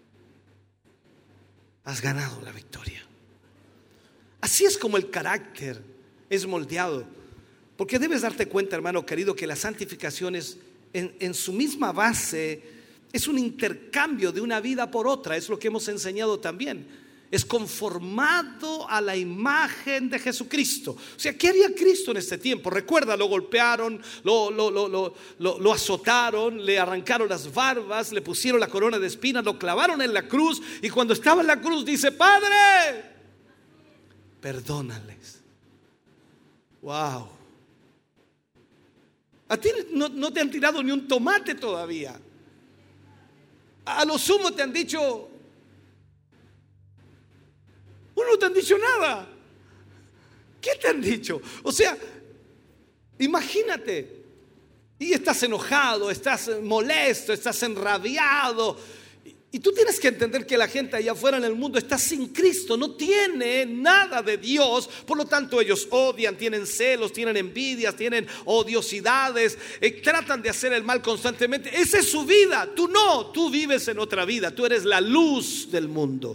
Has ganado la victoria. Así es como el carácter es moldeado. Porque debes darte cuenta, hermano querido, que la santificación es en, en su misma base es un intercambio de una vida por otra. Es lo que hemos enseñado también. Es conformado a la imagen de Jesucristo. O sea, ¿qué haría Cristo en este tiempo? Recuerda, lo golpearon, lo, lo, lo, lo, lo, lo azotaron, le arrancaron las barbas, le pusieron la corona de espinas, lo clavaron en la cruz. Y cuando estaba en la cruz dice: Padre, perdónales. Wow. A ti no, no te han tirado ni un tomate todavía. A lo sumo te han dicho: no te han dicho nada. ¿Qué te han dicho? O sea, imagínate. Y estás enojado, estás molesto, estás enrabiado. Y tú tienes que entender que la gente allá afuera en el mundo está sin Cristo, no tiene nada de Dios. Por lo tanto ellos odian, tienen celos, tienen envidias, tienen odiosidades, eh, tratan de hacer el mal constantemente. Esa es su vida. Tú no, tú vives en otra vida. Tú eres la luz del mundo.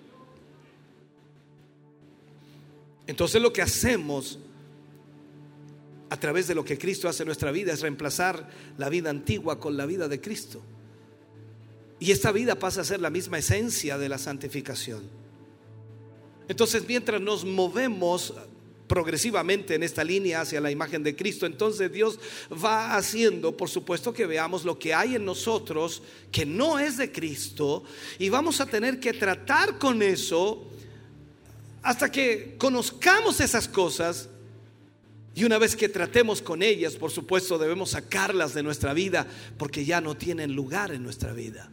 Entonces lo que hacemos a través de lo que Cristo hace en nuestra vida es reemplazar la vida antigua con la vida de Cristo. Y esta vida pasa a ser la misma esencia de la santificación. Entonces, mientras nos movemos progresivamente en esta línea hacia la imagen de Cristo, entonces Dios va haciendo, por supuesto, que veamos lo que hay en nosotros que no es de Cristo, y vamos a tener que tratar con eso hasta que conozcamos esas cosas. Y una vez que tratemos con ellas, por supuesto, debemos sacarlas de nuestra vida, porque ya no tienen lugar en nuestra vida.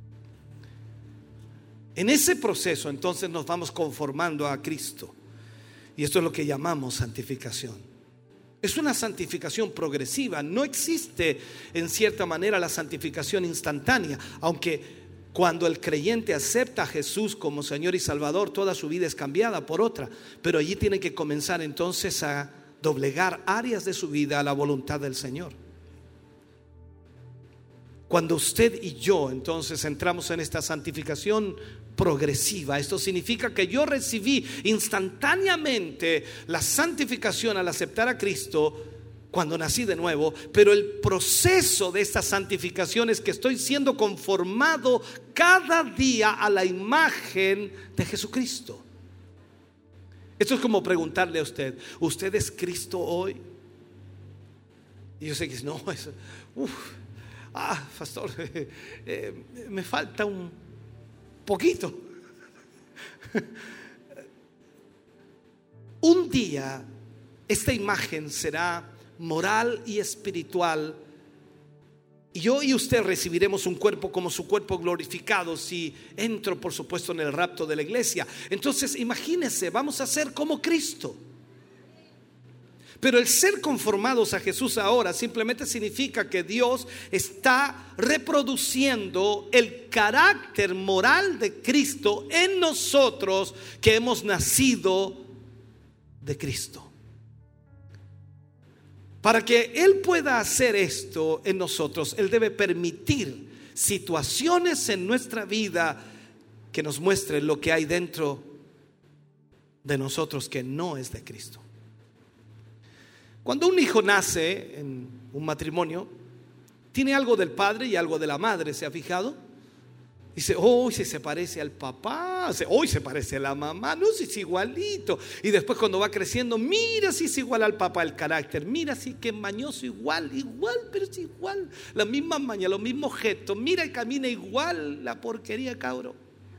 En ese proceso entonces nos vamos conformando a Cristo. Y esto es lo que llamamos santificación. Es una santificación progresiva. No existe en cierta manera la santificación instantánea, aunque cuando el creyente acepta a Jesús como Señor y Salvador, toda su vida es cambiada por otra. Pero allí tiene que comenzar entonces a doblegar áreas de su vida a la voluntad del Señor. Cuando usted y yo entonces entramos en esta santificación progresiva, esto significa que yo recibí instantáneamente la santificación al aceptar a Cristo cuando nací de nuevo, pero el proceso de esta santificación es que estoy siendo conformado cada día a la imagen de Jesucristo. Esto es como preguntarle a usted: ¿usted es Cristo hoy? Y yo sé que no, es, uf, ah, pastor, eh, eh, me falta un poquito. Un día esta imagen será moral y espiritual, y yo y usted recibiremos un cuerpo como su cuerpo glorificado si entro, por supuesto, en el rapto de la iglesia. Entonces imagínese, vamos a ser como Cristo. Pero el ser conformados a Jesús ahora simplemente significa que Dios está reproduciendo el carácter moral de Cristo en nosotros, que hemos nacido de Cristo. Para que Él pueda hacer esto en nosotros, Él debe permitir situaciones en nuestra vida que nos muestren lo que hay dentro de nosotros que no es de Cristo. Cuando un hijo nace en un matrimonio, Tiene algo del padre y algo de la madre, ¿se ha fijado? Dice, hoy oh, se parece al papá, hoy se parece a la mamá, no, si es igualito. Y después cuando va creciendo, mira si es igual al papá el carácter, mira si que mañoso, igual, igual, pero es igual. La misma maña, los mismos gestos, mira y camina igual, la porquería, cabro.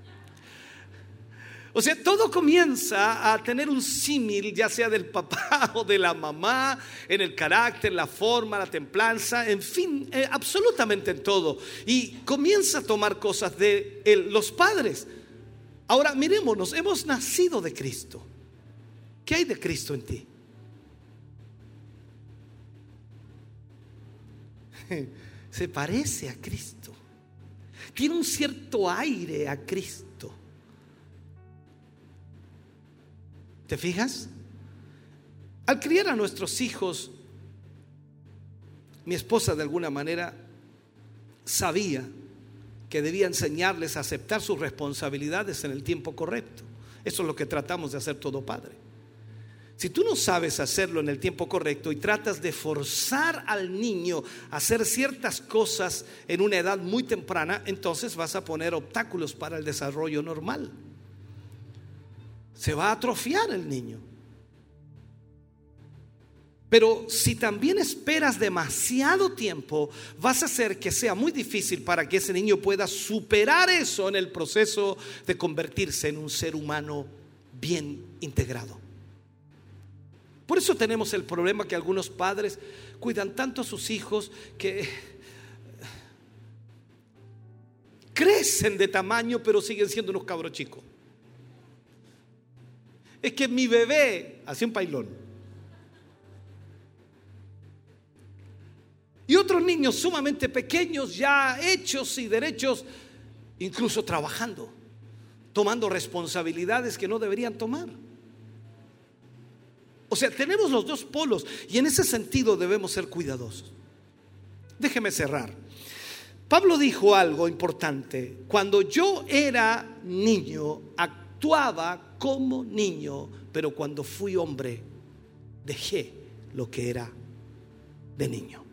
O sea, todo comienza a tener un símil, ya sea del papá o de la mamá, en el carácter, la forma, la templanza, en fin, eh, absolutamente en todo. Y comienza a tomar cosas de él, los padres. Ahora, mirémonos, hemos nacido de Cristo. ¿Qué hay de Cristo en ti? Se parece a Cristo. Tiene un cierto aire a Cristo. ¿Te fijas? Al criar a nuestros hijos, mi esposa de alguna manera sabía que debía enseñarles a aceptar sus responsabilidades en el tiempo correcto. Eso es lo que tratamos de hacer todo padre. Si tú no sabes hacerlo en el tiempo correcto y tratas de forzar al niño a hacer ciertas cosas en una edad muy temprana, entonces vas a poner obstáculos para el desarrollo normal. Se va a atrofiar el niño. Pero si también esperas demasiado tiempo, vas a hacer que sea muy difícil para que ese niño pueda superar eso en el proceso de convertirse en un ser humano bien integrado. Por eso tenemos el problema que algunos padres cuidan tanto a sus hijos que crecen de tamaño pero siguen siendo unos cabros chicos. Es que mi bebé hacía un pailón. Y otros niños sumamente pequeños, ya hechos y derechos, incluso trabajando, tomando responsabilidades que no deberían tomar. O sea, tenemos los dos polos y en ese sentido debemos ser cuidadosos. Déjeme cerrar. Pablo dijo algo importante. Cuando yo era niño, actuaba como niño, pero cuando fui hombre, dejé lo que era de niño.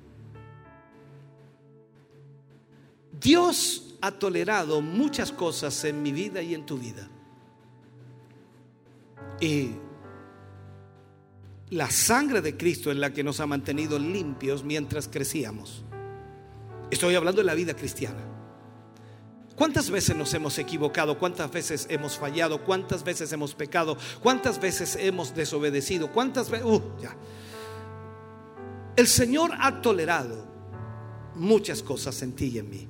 Dios ha tolerado muchas cosas en mi vida y en tu vida. Y la sangre de Cristo es la que nos ha mantenido limpios mientras crecíamos. Estoy hablando de la vida cristiana. ¿Cuántas veces nos hemos equivocado? ¿Cuántas veces hemos fallado? ¿Cuántas veces hemos pecado? ¿Cuántas veces hemos desobedecido? ¿Cuántas veces? Uh, ya. El Señor ha tolerado muchas cosas en ti y en mí.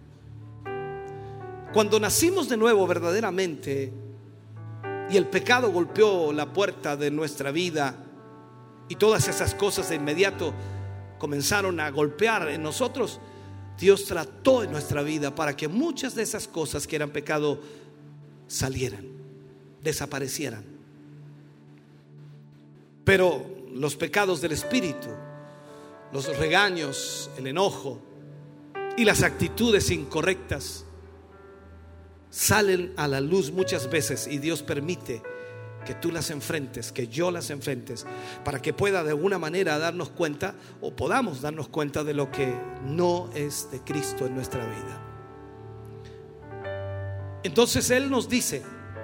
Cuando nacimos de nuevo verdaderamente y el pecado golpeó la puerta de nuestra vida y todas esas cosas de inmediato comenzaron a golpear en nosotros, Dios trató en nuestra vida para que muchas de esas cosas que eran pecado salieran, desaparecieran. Pero los pecados del espíritu, los regaños, el enojo y las actitudes incorrectas salen a la luz muchas veces y Dios permite que tú las enfrentes, que yo las enfrentes, para que pueda de alguna manera darnos cuenta o podamos darnos cuenta de lo que no es de Cristo en nuestra vida. Entonces Él nos dice: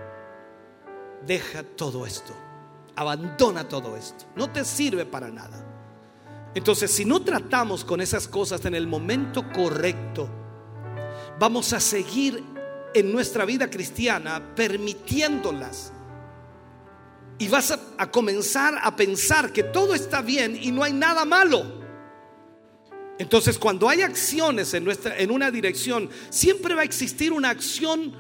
deja todo esto, abandona todo esto, no te sirve para nada. Entonces, si no tratamos con esas cosas en el momento correcto, vamos a seguir en nuestra vida cristiana permitiéndolas. Y vas a, a comenzar a pensar que todo está bien y no hay nada malo. Entonces, cuando hay acciones en, nuestra, en una dirección, siempre va a existir una acción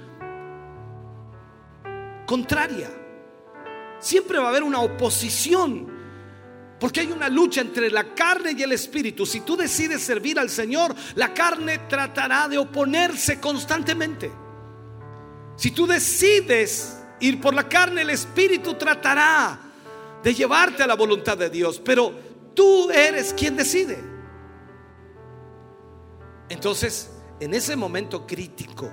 contraria. Siempre va a haber una oposición, porque hay una lucha entre la carne y el espíritu. Si tú decides servir al Señor, la carne tratará de oponerse constantemente. Si tú decides ir por la carne, el espíritu tratará de llevarte a la voluntad de Dios, pero tú eres quien decide. Entonces, en ese momento crítico,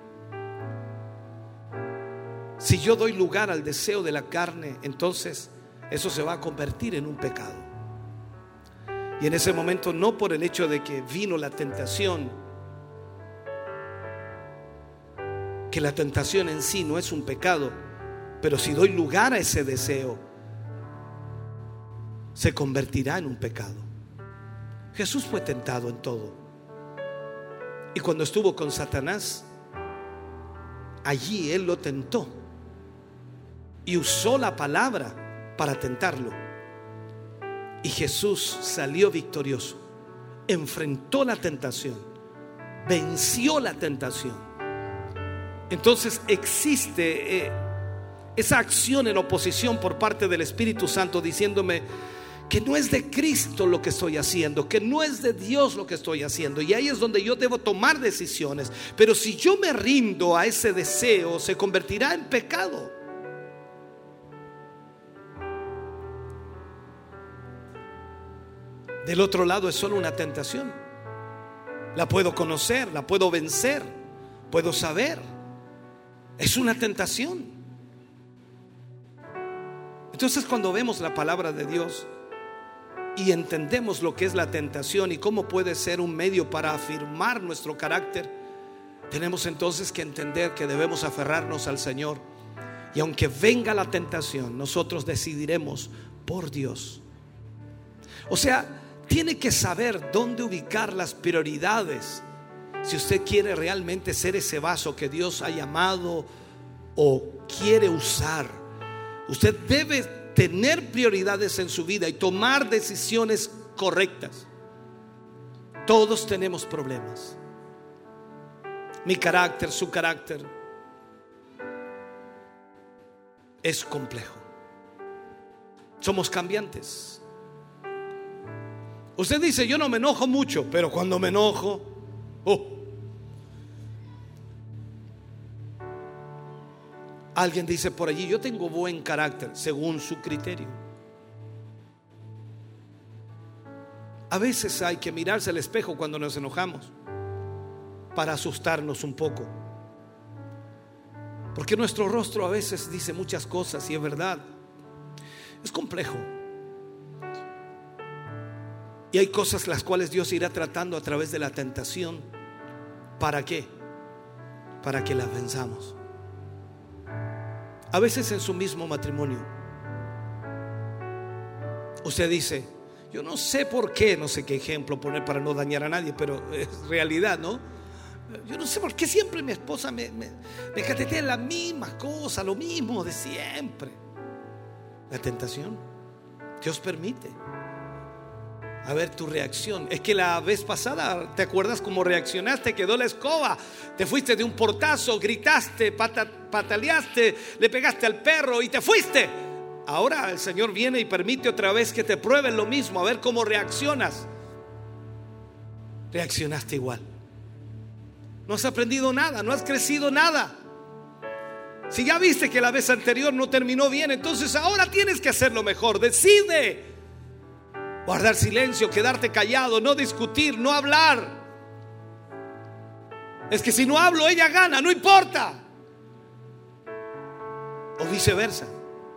si yo doy lugar al deseo de la carne, entonces eso se va a convertir en un pecado. Y en ese momento, no por el hecho de que vino la tentación, que la tentación en sí no es un pecado, pero si doy lugar a ese deseo, se convertirá en un pecado. Jesús fue tentado en todo. Y cuando estuvo con Satanás, allí él lo tentó y usó la palabra para tentarlo. Y Jesús salió victorioso, enfrentó la tentación, venció la tentación. Entonces existe eh, esa acción en oposición por parte del Espíritu Santo diciéndome que no es de Cristo lo que estoy haciendo, que no es de Dios lo que estoy haciendo. Y ahí es donde yo debo tomar decisiones. Pero si yo me rindo a ese deseo, se convertirá en pecado. Del otro lado es solo una tentación. La puedo conocer, la puedo vencer, puedo saber. Es una tentación. Entonces, cuando vemos la palabra de Dios y entendemos lo que es la tentación y cómo puede ser un medio para afirmar nuestro carácter, tenemos entonces que entender que debemos aferrarnos al Señor. Y aunque venga la tentación, nosotros decidiremos por Dios. O sea, tiene que saber dónde ubicar las prioridades si usted quiere realmente ser ese vaso que Dios ha llamado o quiere usar. Usted debe tener prioridades en su vida y tomar decisiones correctas. Todos tenemos problemas. Mi carácter, su carácter es complejo. Somos cambiantes. Usted dice, yo no me enojo mucho, pero cuando me enojo, oh. Alguien dice por allí, yo tengo buen carácter, según su criterio. A veces hay que mirarse al espejo cuando nos enojamos para asustarnos un poco, porque nuestro rostro a veces dice muchas cosas y es verdad. Es complejo. Y hay cosas las cuales Dios irá tratando a través de la tentación. ¿Para qué? Para que las venzamos. A veces en su mismo matrimonio usted dice, yo no sé por qué, no sé qué ejemplo poner para no dañar a nadie, pero es realidad, ¿no? Yo no sé por qué siempre mi esposa me, me, me catetea las mismas cosas, lo mismo de siempre. La tentación, Dios permite. A ver tu reacción. Es que la vez pasada, ¿te acuerdas cómo reaccionaste? Quedó la escoba, te fuiste de un portazo, gritaste, pata, pataleaste, le pegaste al perro y te fuiste. Ahora el Señor viene y permite otra vez que te prueben lo mismo, a ver cómo reaccionas. Reaccionaste igual. No has aprendido nada, no has crecido nada. Si ya viste que la vez anterior no terminó bien, entonces ahora tienes que hacerlo mejor. Decide guardar silencio, quedarte callado, no discutir, no hablar. Es que si no hablo, ella gana, no importa. O viceversa.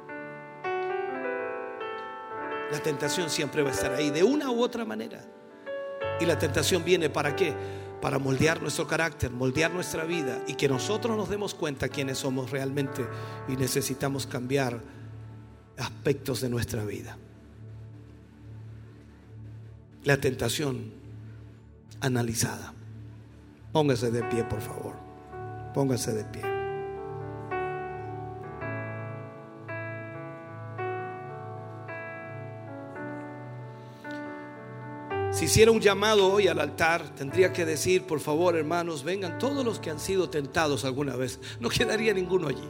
La tentación siempre va a estar ahí, de una u otra manera. Y la tentación viene ¿para qué? Para moldear nuestro carácter, moldear nuestra vida y que nosotros nos demos cuenta quiénes somos realmente y necesitamos cambiar aspectos de nuestra vida. La tentación analizada. Póngase de pie, por favor. Póngase de pie. Si hiciera un llamado hoy al altar, tendría que decir, por favor, hermanos, vengan todos los que han sido tentados alguna vez. No quedaría ninguno allí.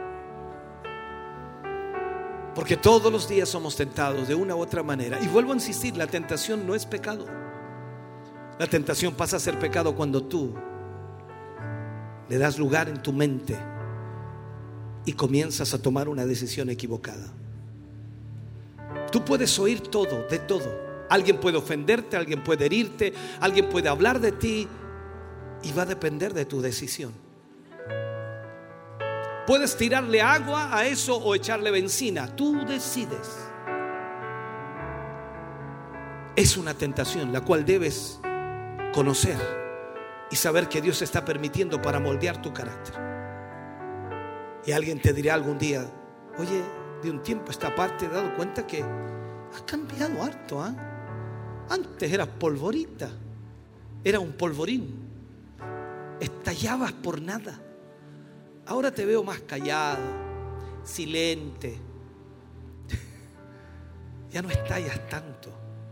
Porque todos los días somos tentados de una u otra manera. Y vuelvo a insistir, la tentación no es pecado. La tentación pasa a ser pecado cuando tú le das lugar en tu mente y comienzas a tomar una decisión equivocada. Tú puedes oír todo, de todo. Alguien puede ofenderte, alguien puede herirte, alguien puede hablar de ti y va a depender de tu decisión. Puedes tirarle agua a eso o echarle benzina. Tú decides. es una tentación, la cual debes conocer y saber que Dios está permitiendo para moldear tu carácter. Y alguien te dirá algún día: oye, de un tiempo a esta parte he dado cuenta que has cambiado harto, ¿eh? Antes eras polvorita, era un polvorín, estallabas por nada. Ahora te veo más callado, silente. Ya no estallas tanto.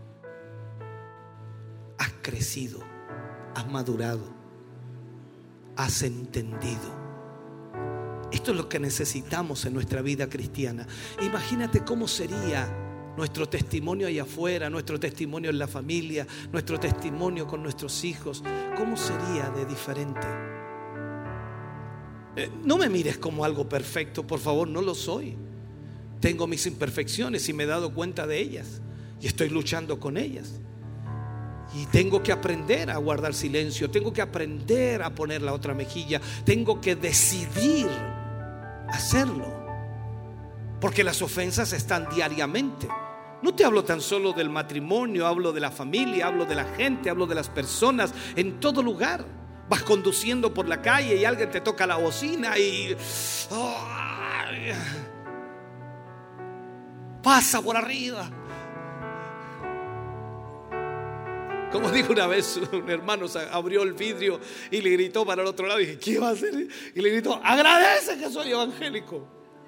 Has crecido, has madurado, has entendido. Esto es lo que necesitamos en nuestra vida cristiana. Imagínate cómo sería nuestro testimonio allá afuera, nuestro testimonio en la familia, nuestro testimonio con nuestros hijos. ¿Cómo sería de diferente? Eh, no me mires como algo perfecto, por favor, no lo soy. Tengo mis imperfecciones y me he dado cuenta de ellas y estoy luchando con ellas. Y tengo que aprender a guardar silencio, tengo que aprender a poner la otra mejilla, tengo que decidir hacerlo, porque las ofensas están diariamente. No te hablo tan solo del matrimonio, hablo de la familia, hablo de la gente, hablo de las personas, en todo lugar. Vas conduciendo por la calle y alguien te toca la bocina y oh, pasa por arriba. Como dijo una vez un hermano, abrió el vidrio y le gritó para el otro lado. Y dije: ¿qué va a hacer? Y le gritó: agradece que soy evangélico.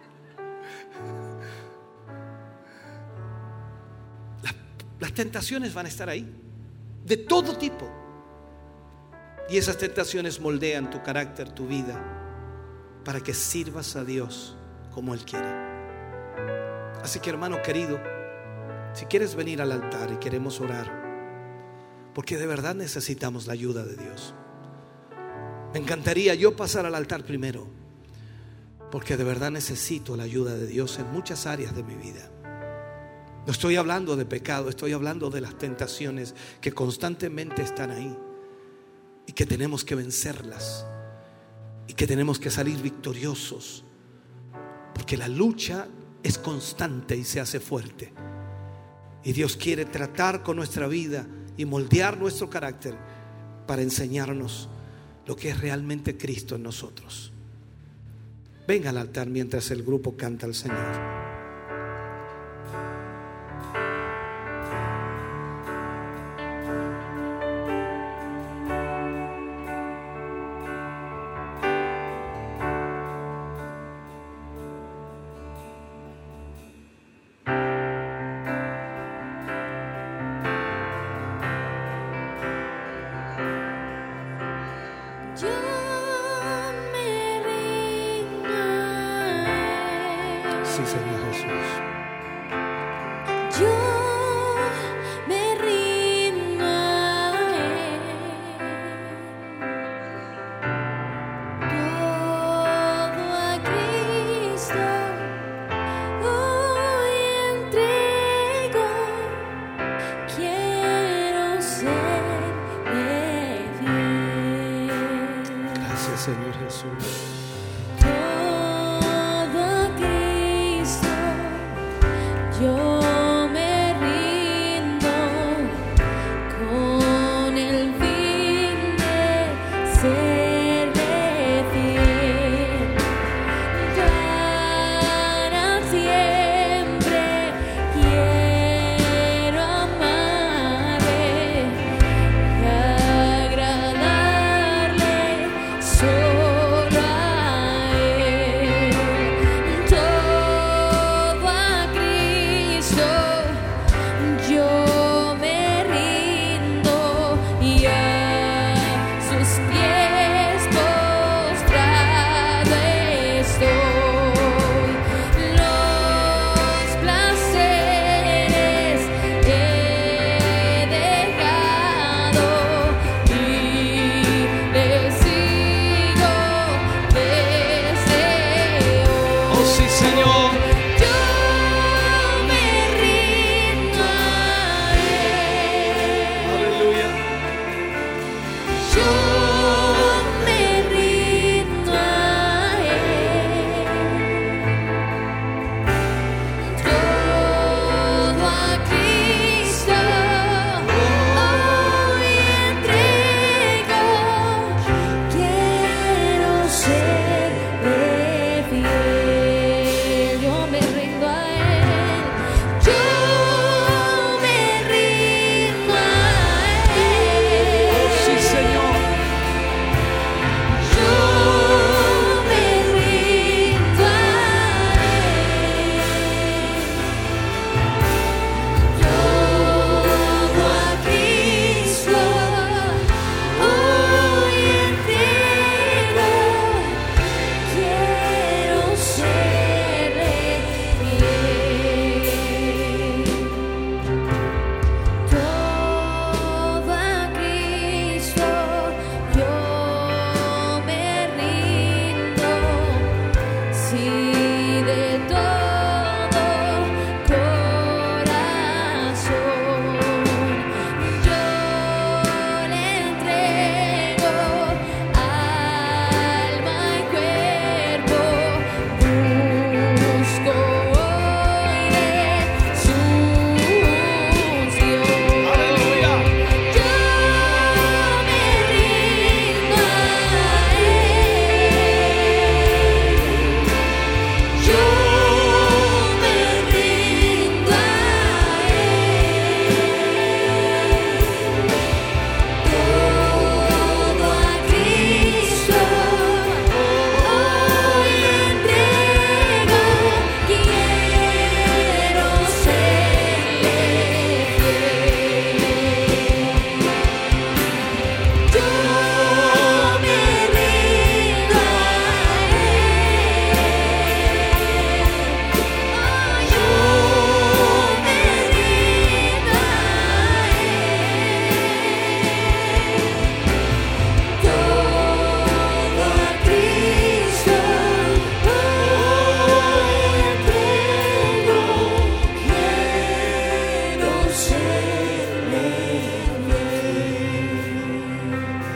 Las, las tentaciones van a estar ahí, de todo tipo. Y esas tentaciones moldean tu carácter, tu vida, para que sirvas a Dios como Él quiere. Así que, hermano querido, si quieres venir al altar y queremos orar, porque de verdad necesitamos la ayuda de Dios. Me encantaría yo pasar al altar primero, porque de verdad necesito la ayuda de Dios en muchas áreas de mi vida. No estoy hablando de pecado, estoy hablando de las tentaciones que constantemente están ahí y que tenemos que vencerlas y que tenemos que salir victoriosos, porque la lucha es constante y se hace fuerte. Y Dios quiere tratar con nuestra vida y moldear nuestro carácter para enseñarnos lo que es realmente Cristo en nosotros. Venga al altar mientras el grupo canta al Señor. Sí, Señor Jesús. Yo me rindo a Él. Todo a Cristo hoy entrego. Quiero serle fiel. Gracias, Señor Jesús. Yo me rindo con el fin de serle fiel para siempre. Quiero amarle y agradarle solo a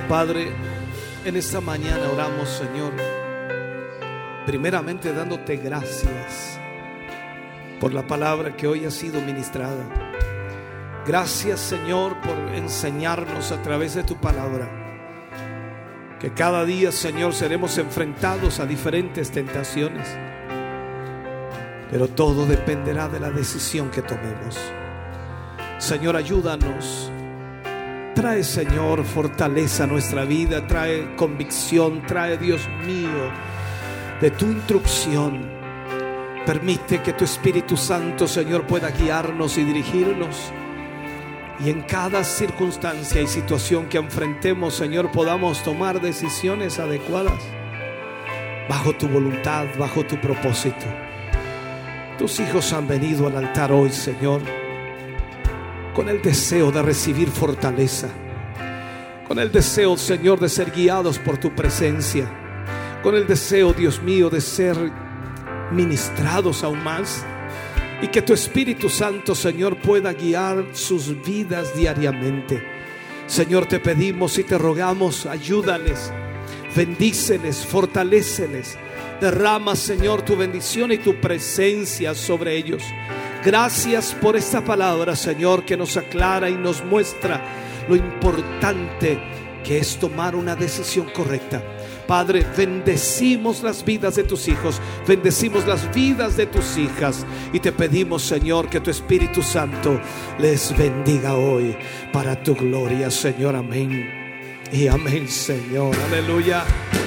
Padre, en esta mañana oramos, Señor, primeramente dándote gracias por la palabra que hoy ha sido ministrada. Gracias, Señor, por enseñarnos a través de tu palabra que cada día, Señor, seremos enfrentados a diferentes tentaciones, pero todo dependerá de la decisión que tomemos. Señor, ayúdanos. Trae, Señor, fortaleza a nuestra vida. Trae convicción. Trae, Dios mío, de tu instrucción. Permite que tu Espíritu Santo, Señor, pueda guiarnos y dirigirnos. Y en cada circunstancia y situación que enfrentemos, Señor, podamos tomar decisiones adecuadas bajo tu voluntad, bajo tu propósito. Tus hijos han venido al altar hoy, Señor, con el deseo de recibir fortaleza, con el deseo, Señor, de ser guiados por tu presencia, con el deseo, Dios mío, de ser ministrados aún más, y que tu Espíritu Santo, Señor, pueda guiar sus vidas diariamente. Señor, te pedimos y te rogamos, ayúdales, bendíceles, fortaléceles. Derrama, Señor, tu bendición y tu presencia sobre ellos. Gracias por esta palabra, Señor, que nos aclara y nos muestra lo importante que es tomar una decisión correcta. Padre, bendecimos las vidas de tus hijos, bendecimos las vidas de tus hijas, y te pedimos, Señor, que tu Espíritu Santo les bendiga hoy para tu gloria, Señor. Amén y amén, Señor. Aleluya.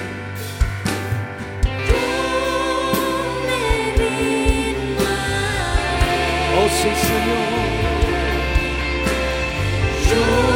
Oh, sí, Señor. Yo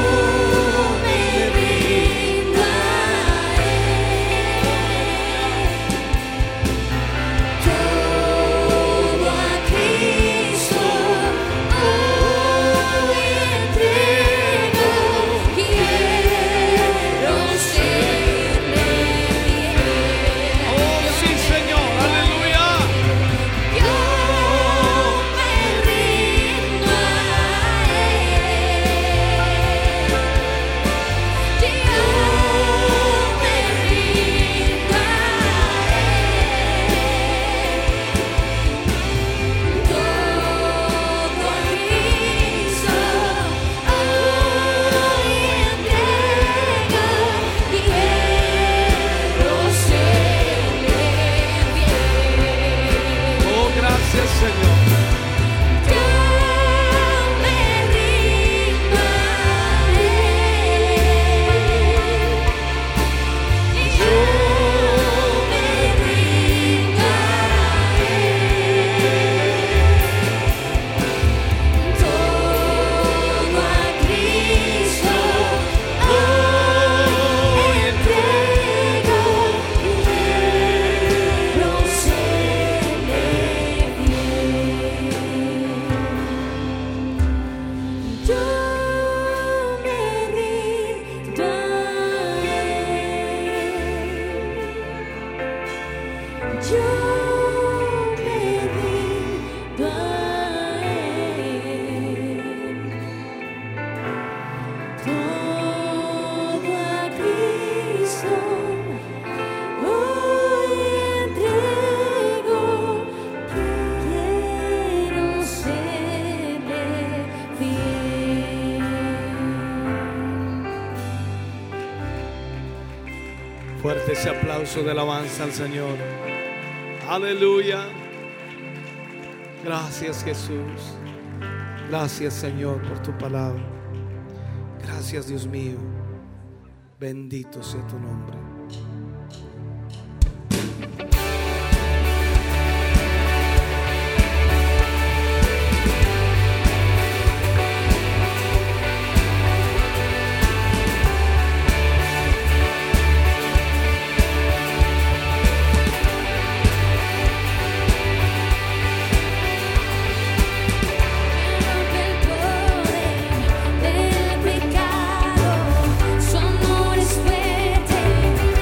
fuerte ese aplauso de alabanza al Señor. Aleluya. Gracias, Jesús. Gracias, Señor, por tu palabra. Gracias, Dios mío. Bendito sea tu nombre. Su amor es fuerte.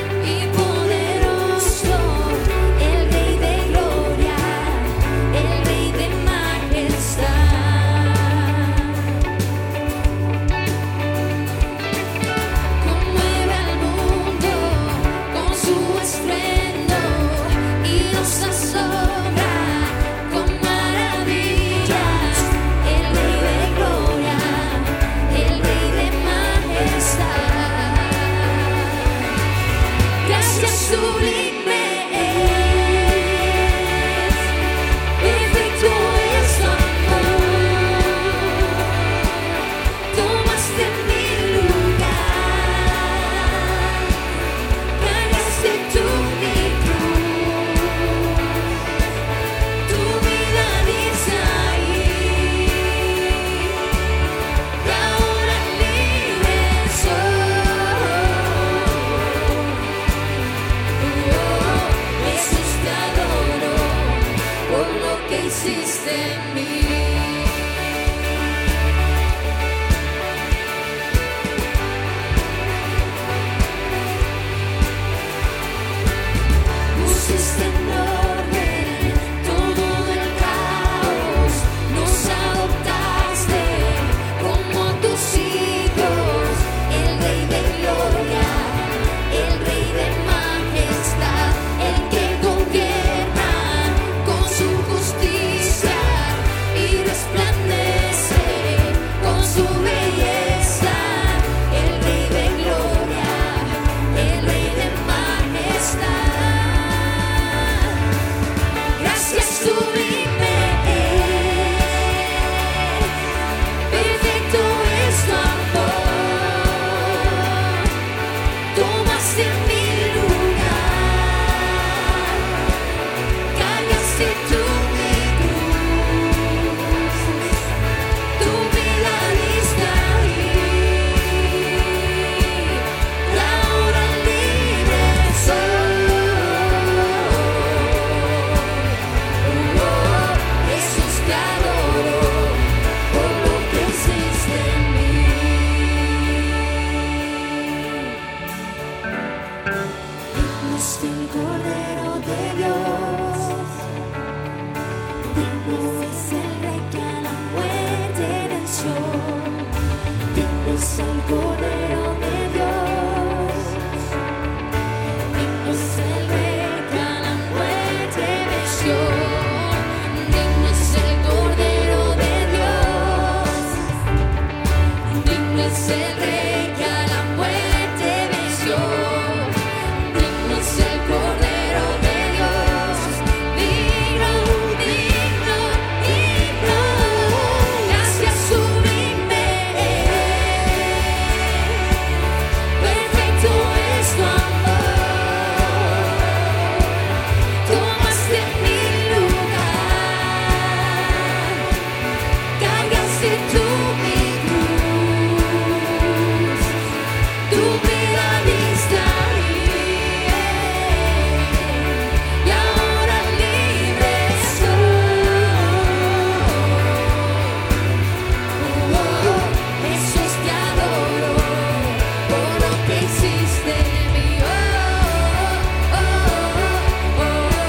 es el Cordero de Dios, digno es el Rey que a la muerte venció, digno es el Cordero de Dios, digno es el Rey que a la muerte venció, digno es el Cordero de Dios, digno, digno, digno, gracias sublime, perfecto es tu amor, tomaste mi lugar, cargaste tú mi cruz, tu vida diste ahí, y ahora libre soy. Oh, Jesús, te adoro por lo que hiciste en mí. Oh, oh, oh, oh,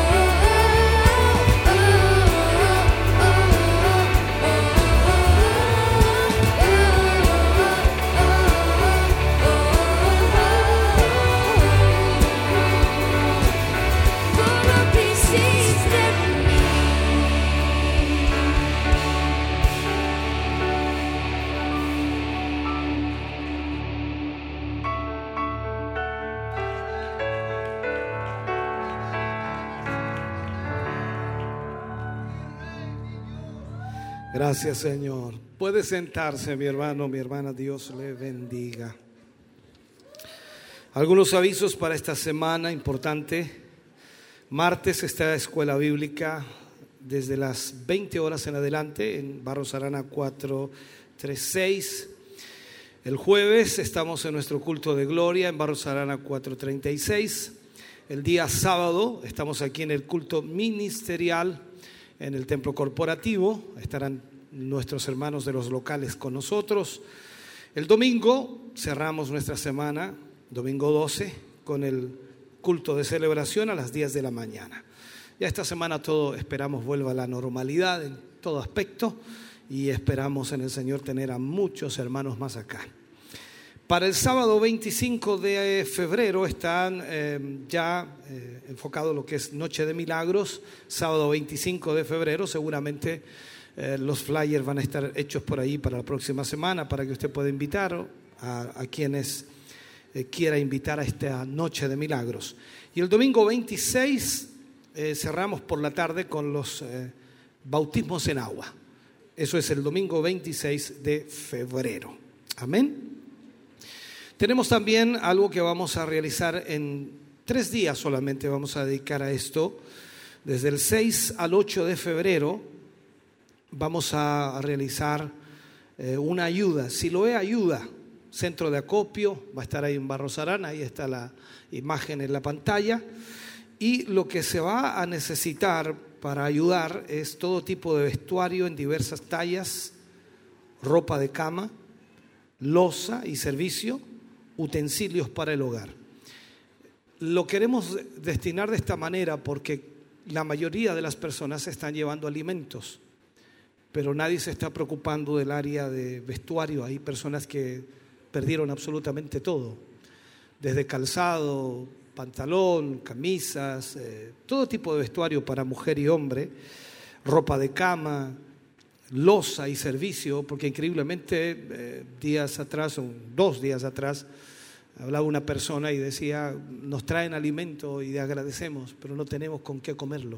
por lo que hiciste en mí. Gracias, Señor. Puede sentarse, mi hermano, mi hermana. Dios le bendiga. Algunos avisos para esta semana importante. Martes está escuela bíblica desde las veinte horas en adelante en Barros Arana cuatrocientos treinta y seis. El jueves estamos en nuestro culto de gloria en Barros Arana cuatrocientos treinta y seis. El día sábado estamos aquí en el culto ministerial en el templo corporativo. Estarán nuestros hermanos de los locales con nosotros. El domingo cerramos nuestra semana, domingo doce, con el culto de celebración a las diez de la mañana. Ya esta semana todo esperamos vuelva a la normalidad en todo aspecto y esperamos en el Señor tener a muchos hermanos más acá. Para el sábado veinticinco de febrero están eh, ya eh, enfocado lo que es Noche de Milagros. Sábado veinticinco de febrero seguramente eh, los flyers van a estar hechos por ahí para la próxima semana para que usted pueda invitar a, a quienes eh, quiera invitar a esta Noche de Milagros. Y el domingo veintiséis eh, cerramos por la tarde con los eh, bautismos en agua. Eso es el domingo veintiséis de febrero. Amén. Tenemos también algo que vamos a realizar en tres días solamente, vamos a dedicar a esto. Desde el seis al ocho de febrero vamos a realizar eh, una ayuda. Siloé Ayuda, centro de acopio, va a estar ahí en Barros Arana, ahí está la imagen en la pantalla. Y lo que se va a necesitar para ayudar es todo tipo de vestuario en diversas tallas, ropa de cama, loza y servicio, utensilios para el hogar. Lo queremos destinar de esta manera porque la mayoría de las personas están llevando alimentos, pero nadie se está preocupando del área de vestuario. Hay personas que perdieron absolutamente todo, desde calzado, pantalón, camisas, eh, todo tipo de vestuario para mujer y hombre, ropa de cama, loza y servicio, porque increíblemente eh, días atrás, o dos días atrás, hablaba una persona y decía, nos traen alimento y le agradecemos, pero no tenemos con qué comerlo.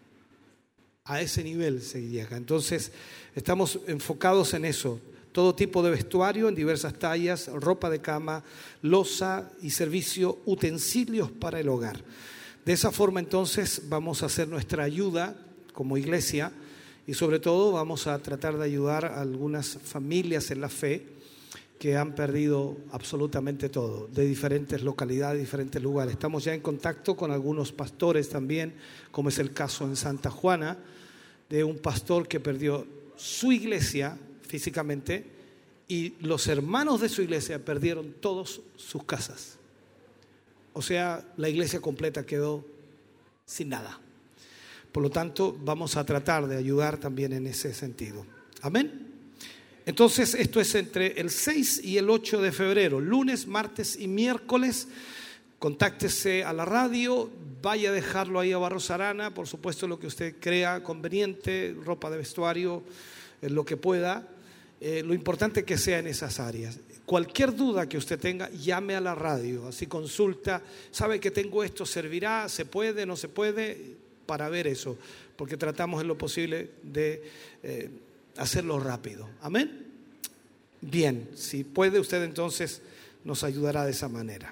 A ese nivel se llega. Entonces, estamos enfocados en eso. Todo tipo de vestuario en diversas tallas, ropa de cama, loza y servicio, utensilios para el hogar. De esa forma, entonces, vamos a hacer nuestra ayuda como iglesia y sobre todo vamos a tratar de ayudar a algunas familias en la fe que han perdido absolutamente todo, de diferentes localidades, diferentes lugares. Estamos ya en contacto con algunos pastores también, como es el caso en Santa Juana, de un pastor que perdió su iglesia físicamente y los hermanos de su iglesia perdieron todas sus casas. O sea, la iglesia completa quedó sin nada. Por lo tanto, vamos a tratar de ayudar también en ese sentido. Amén. Entonces esto es entre el seis y el ocho de febrero, lunes, martes y miércoles. Contáctese a la radio, vaya a dejarlo ahí a Barros Arana, por supuesto lo que usted crea conveniente, ropa de vestuario, eh, lo que pueda. Eh, lo importante es que sea en esas áreas. Cualquier duda que usted tenga, llame a la radio, así consulta, sabe que tengo esto, servirá, se puede, no se puede, para ver eso, porque tratamos en lo posible de eh, hacerlo rápido. Amén. Bien, si puede usted entonces nos ayudará de esa manera.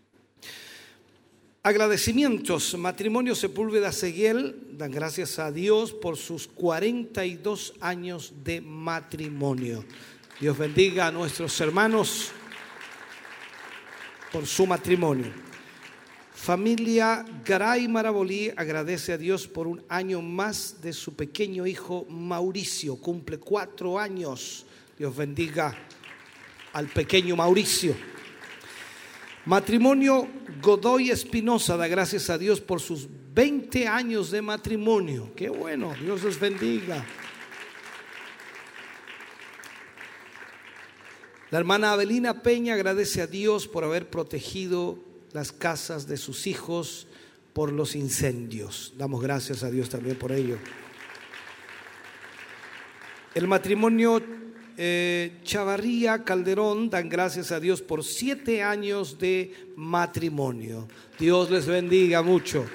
Agradecimientos. Matrimonio Sepúlveda Seguiel dan gracias a Dios por sus cuarenta y dos años de matrimonio. Dios bendiga a nuestros hermanos por su matrimonio. Familia Garay Marabolí agradece a Dios por un año más de su pequeño hijo Mauricio. Cumple cuatro años. Dios bendiga al pequeño Mauricio. Matrimonio Godoy Espinosa da gracias a Dios por sus veinte años de matrimonio. Qué bueno, Dios los bendiga. La hermana Avelina Peña agradece a Dios por haber protegido las casas de sus hijos por los incendios. Damos gracias a Dios también por ello. El matrimonio Eh, Chavarría Calderón dan gracias a Dios por siete años de matrimonio. Dios les bendiga mucho.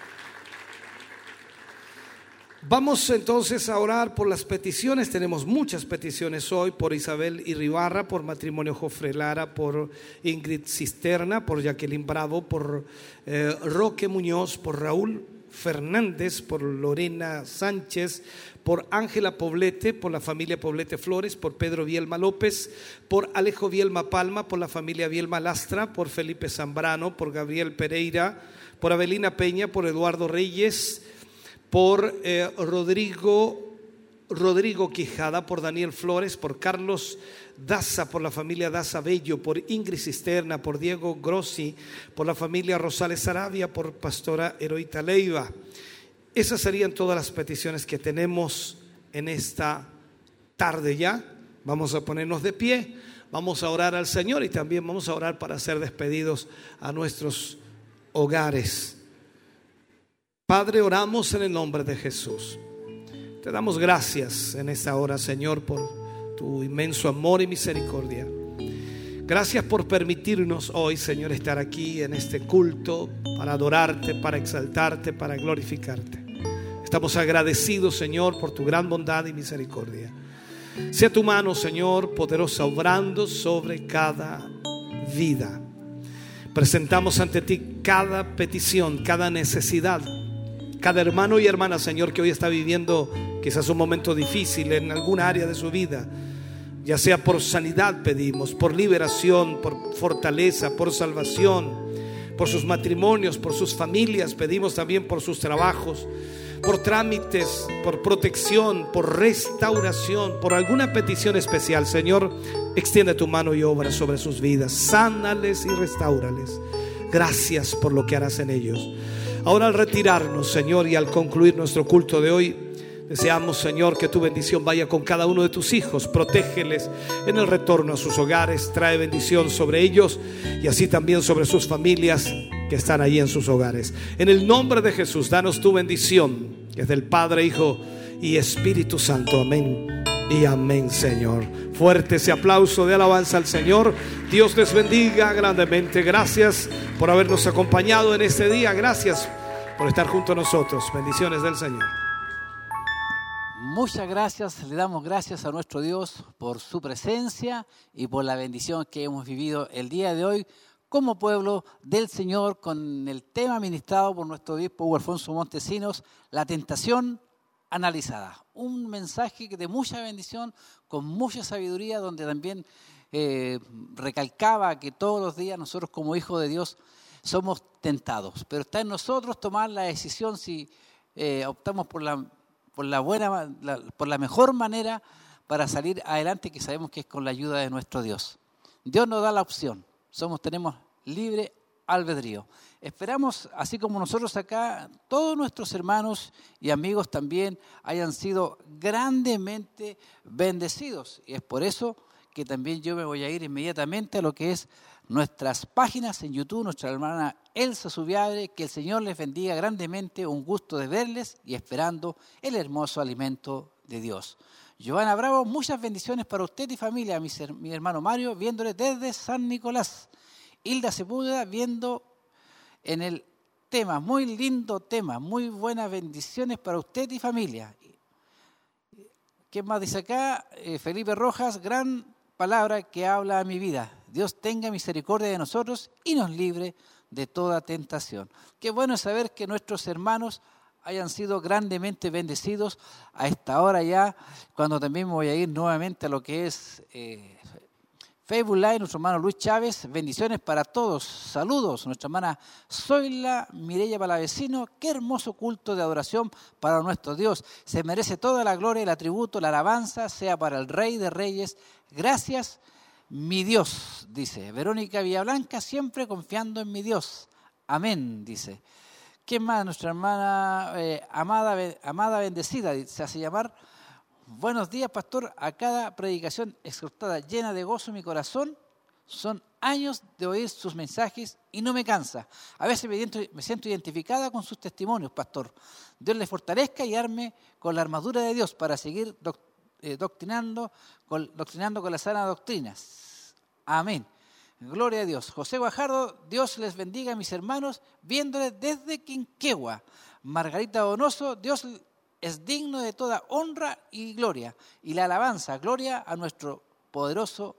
Vamos entonces a orar por las peticiones. Tenemos muchas peticiones hoy: por Isabel Irribarra, por matrimonio Jofre Lara, por Ingrid Cisterna, por Jacqueline Bravo, por eh, Roque Muñoz, por Raúl Fernández, por Lorena Sánchez, por Ángela Poblete, por la familia Poblete Flores, por Pedro Vielma López, por Alejo Vielma Palma, por la familia Vielma Lastra, por Felipe Zambrano, por Gabriel Pereira, por Avelina Peña, por Eduardo Reyes, por eh, Rodrigo, Rodrigo Quijada, por Daniel Flores, por Carlos Daza, por la familia Daza Bello, por Ingrid Cisterna, por Diego Grossi, por la familia Rosales Sarabia, por Pastora Heroíta Leiva. Esas serían todas las peticiones que tenemos en esta tarde ya. Vamos a ponernos de pie, vamos a orar al Señor y también vamos a orar para ser despedidos a nuestros hogares. Padre, oramos en el nombre de Jesús. Te damos gracias en esta hora, Señor, por tu inmenso amor y misericordia. Gracias por permitirnos hoy, Señor, estar aquí en este culto para adorarte, para exaltarte, para glorificarte. Estamos agradecidos, Señor, por tu gran bondad y misericordia. Sea tu mano, Señor, poderosa, obrando sobre cada vida. Presentamos ante ti cada petición, cada necesidad, cada hermano y hermana, Señor, que hoy está viviendo quizás un momento difícil en alguna área de su vida. Ya sea por sanidad pedimos, por liberación, por fortaleza, por salvación, por sus matrimonios, por sus familias. Pedimos también por sus trabajos, por trámites, por protección, por restauración, por alguna petición especial. Señor, extiende tu mano y obra sobre sus vidas. Sánales y restáurales. Gracias por lo que harás en ellos. Ahora, al retirarnos, Señor, y al concluir nuestro culto de hoy, deseamos, Señor, que tu bendición vaya con cada uno de tus hijos. Protégeles en el retorno a sus hogares. Trae bendición sobre ellos y así también sobre sus familias que están allí en sus hogares. En el nombre de Jesús, danos tu bendición, que es del Padre, Hijo y Espíritu Santo. Amén y amén, Señor. Fuerte ese aplauso de alabanza al Señor. Dios les bendiga grandemente. Gracias por habernos acompañado en este día. Gracias por estar junto a nosotros. Bendiciones del Señor. Muchas gracias, le damos gracias a nuestro Dios por su presencia y por la bendición que hemos vivido el día de hoy como pueblo del Señor, con el tema ministrado por nuestro obispo Hugo Alfonso Montesinos, la tentación analizada. Un mensaje de mucha bendición, con mucha sabiduría, donde también eh, recalcaba que todos los días nosotros como hijos de Dios somos tentados, pero está en nosotros tomar la decisión si eh, optamos por la por la buena, la, por la mejor manera para salir adelante, que sabemos que es con la ayuda de nuestro Dios. Dios nos da la opción. Somos, tenemos libre albedrío. Esperamos, así como nosotros acá, todos nuestros hermanos y amigos también hayan sido grandemente bendecidos. Y es por eso que también yo me voy a ir inmediatamente a lo que es nuestras páginas en YouTube, nuestra hermana Elsa Subiabre, que el Señor les bendiga grandemente, un gusto de verles y esperando el hermoso alimento de Dios. Giovanna Bravo, muchas bendiciones para usted y familia, mi, mi hermano Mario, viéndole desde San Nicolás. Hilda Sepúlveda, viendo en el tema, muy lindo tema, muy buenas bendiciones para usted y familia. ¿Qué más dice acá? Eh, Felipe Rojas, gran palabra que habla a mi vida. Dios tenga misericordia de nosotros y nos libre de toda tentación. Qué bueno es saber que nuestros hermanos hayan sido grandemente bendecidos a esta hora ya, cuando también me voy a ir nuevamente a lo que es eh, Facebook Live, nuestro hermano Luis Chávez. Bendiciones para todos. Saludos, nuestra hermana Zoila Mireya Palavecino. Qué hermoso culto de adoración para nuestro Dios. Se merece toda la gloria, el atributo, la alabanza, sea para el Rey de Reyes. Gracias, mi Dios, dice. Verónica Villablanca, siempre confiando en mi Dios. Amén, dice. ¿Quién más? Nuestra hermana eh, amada, amada bendecida, se hace llamar. Buenos días, pastor. A cada predicación exhortada llena de gozo mi corazón. Son años de oír sus mensajes y no me cansa. A veces me, me siento identificada con sus testimonios, pastor. Dios les fortalezca y arme con la armadura de Dios para seguir doc, eh, doctrinando, con, doctrinando con las sanas doctrinas. Amén. Gloria a Dios. José Guajardo, Dios les bendiga a mis hermanos, viéndoles desde Quinquegua. Margarita Donoso, Dios es digno de toda honra y gloria. Y la alabanza, gloria a nuestro poderoso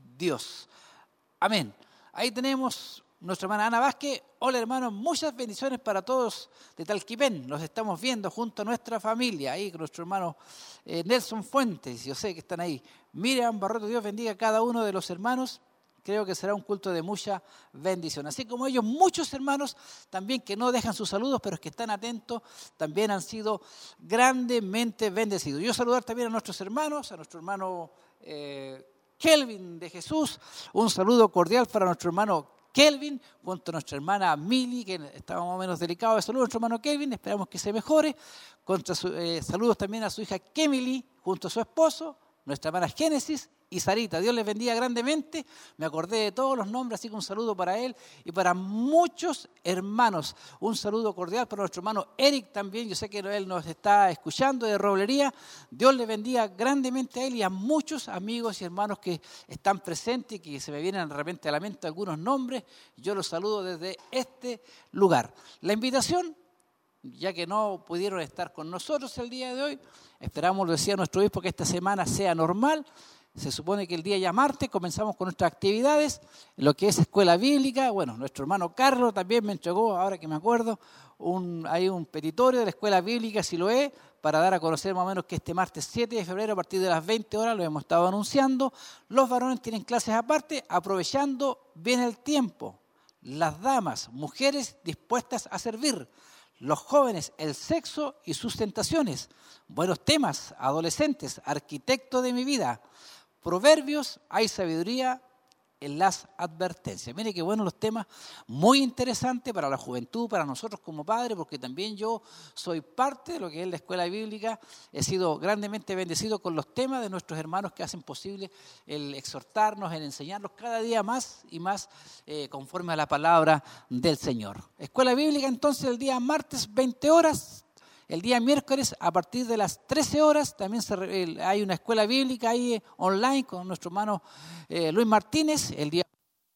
Dios. Amén. Ahí tenemos nuestra hermana Ana Vázquez. Hola hermanos, muchas bendiciones para todos de Talquipén. Los estamos viendo junto a nuestra familia. Ahí con nuestro hermano eh, Nelson Fuentes, yo sé que están ahí. Miriam Barroto, Dios bendiga a cada uno de los hermanos. Creo que será un culto de mucha bendición. Así como ellos, muchos hermanos también que no dejan sus saludos, pero que están atentos, también han sido grandemente bendecidos. Yo saludar también a nuestros hermanos, a nuestro hermano eh, Kelvin de Jesús. Un saludo cordial para nuestro hermano Kelvin, junto a nuestra hermana Mili, que estaba más o menos delicado de salud, nuestro hermano Kelvin, esperamos que se mejore. Contra su, eh, saludos también a su hija Kemily, junto a su esposo, nuestra hermana Génesis y Sarita. Dios les bendiga grandemente. Me acordé de todos los nombres, así que un saludo para él y para muchos hermanos. Un saludo cordial para nuestro hermano Eric también. Yo sé que él nos está escuchando de Roblería. Dios les bendiga grandemente a él y a muchos amigos y hermanos que están presentes y que se me vienen de repente a la mente algunos nombres. Yo los saludo desde este lugar. La invitación, ya que no pudieron estar con nosotros el día de hoy, esperamos, lo decía nuestro obispo, que esta semana sea normal. Se supone que el día ya martes comenzamos con nuestras actividades, lo que es escuela bíblica. Bueno, nuestro hermano Carlos también me entregó, ahora que me acuerdo, un, hay un petitorio de la escuela bíblica Siloé para dar a conocer más o menos que este martes siete de febrero a partir de las veinte horas, lo hemos estado anunciando. Los varones tienen clases aparte, aprovechando bien el tiempo. Las damas, mujeres dispuestas a servir. Los jóvenes, el sexo y sus tentaciones. Buenos temas, adolescentes, arquitecto de mi vida. Proverbios, hay sabiduría en las advertencias. Mire qué buenos los temas, muy interesantes para la juventud, para nosotros como padres, porque también yo soy parte de lo que es la escuela bíblica. He sido grandemente bendecido con los temas de nuestros hermanos que hacen posible el exhortarnos, el enseñarnos cada día más y más eh, conforme a la palabra del Señor. Escuela bíblica entonces el día martes veinte horas. El día miércoles, a partir de las trece horas, también se, eh, hay una escuela bíblica ahí eh, online con nuestro hermano eh, Luis Martínez. El día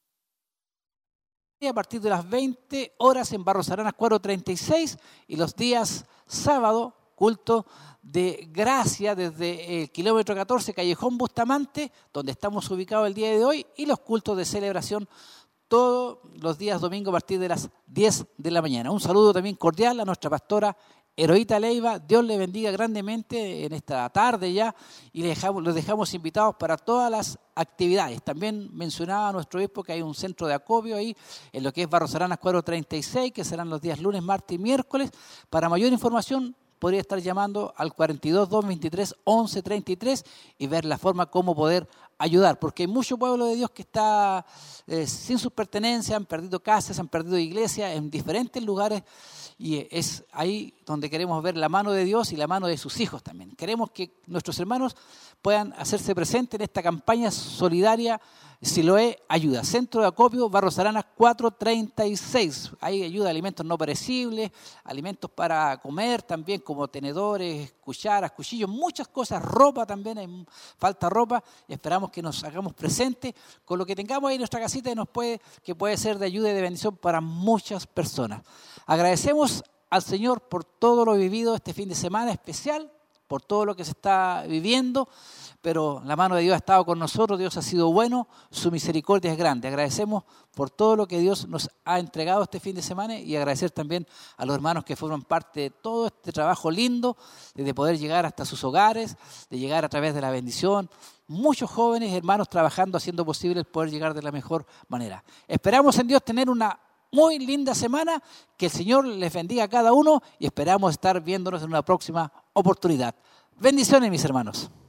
a partir de las veinte horas en Barros Aranas cuatrocientos treinta y seis. Y los días sábado, culto de gracia desde el kilómetro catorce, Callejón Bustamante, donde estamos ubicados el día de hoy. Y los cultos de celebración todos los días domingo a partir de las diez de la mañana. Un saludo también cordial a nuestra pastora Heroíta Leiva. Dios le bendiga grandemente en esta tarde ya y les dejamos, los dejamos invitados para todas las actividades. También mencionaba a nuestro obispo que hay un centro de acopio ahí en lo que es Barros Aranas cuatrocientos treinta y seis, que serán los días lunes, martes y miércoles. Para mayor información podría estar llamando al cuarenta y dos, doscientos veintitrés, once treinta y tres y ver la forma cómo poder ayudar, porque hay mucho pueblo de Dios que está eh, sin sus pertenencias, han perdido casas, han perdido iglesias en diferentes lugares, y es ahí donde queremos ver la mano de Dios y la mano de sus hijos también. Queremos que nuestros hermanos puedan hacerse presentes en esta campaña solidaria Siloé Ayuda. Centro de Acopio, Barros Aranas cuatrocientos treinta y seis. Hay ayuda de alimentos no perecibles, alimentos para comer también, como tenedores, cucharas, cuchillos, muchas cosas, ropa también, hay falta ropa, y esperamos que nos hagamos presentes con lo que tengamos ahí en nuestra casita y nos puede, que puede ser de ayuda y de bendición para muchas personas. Agradecemos al Señor por todo lo vivido este fin de semana especial, por todo lo que se está viviendo, pero la mano de Dios ha estado con nosotros, Dios ha sido bueno, su misericordia es grande. Agradecemos por todo lo que Dios nos ha entregado este fin de semana y agradecer también a los hermanos que forman parte de todo este trabajo lindo, de poder llegar hasta sus hogares, de llegar a través de la bendición. Muchos jóvenes hermanos trabajando, haciendo posible el poder llegar de la mejor manera. Esperamos en Dios tener una muy linda semana, que el Señor les bendiga a cada uno y esperamos estar viéndonos en una próxima oportunidad. Bendiciones, mis hermanos.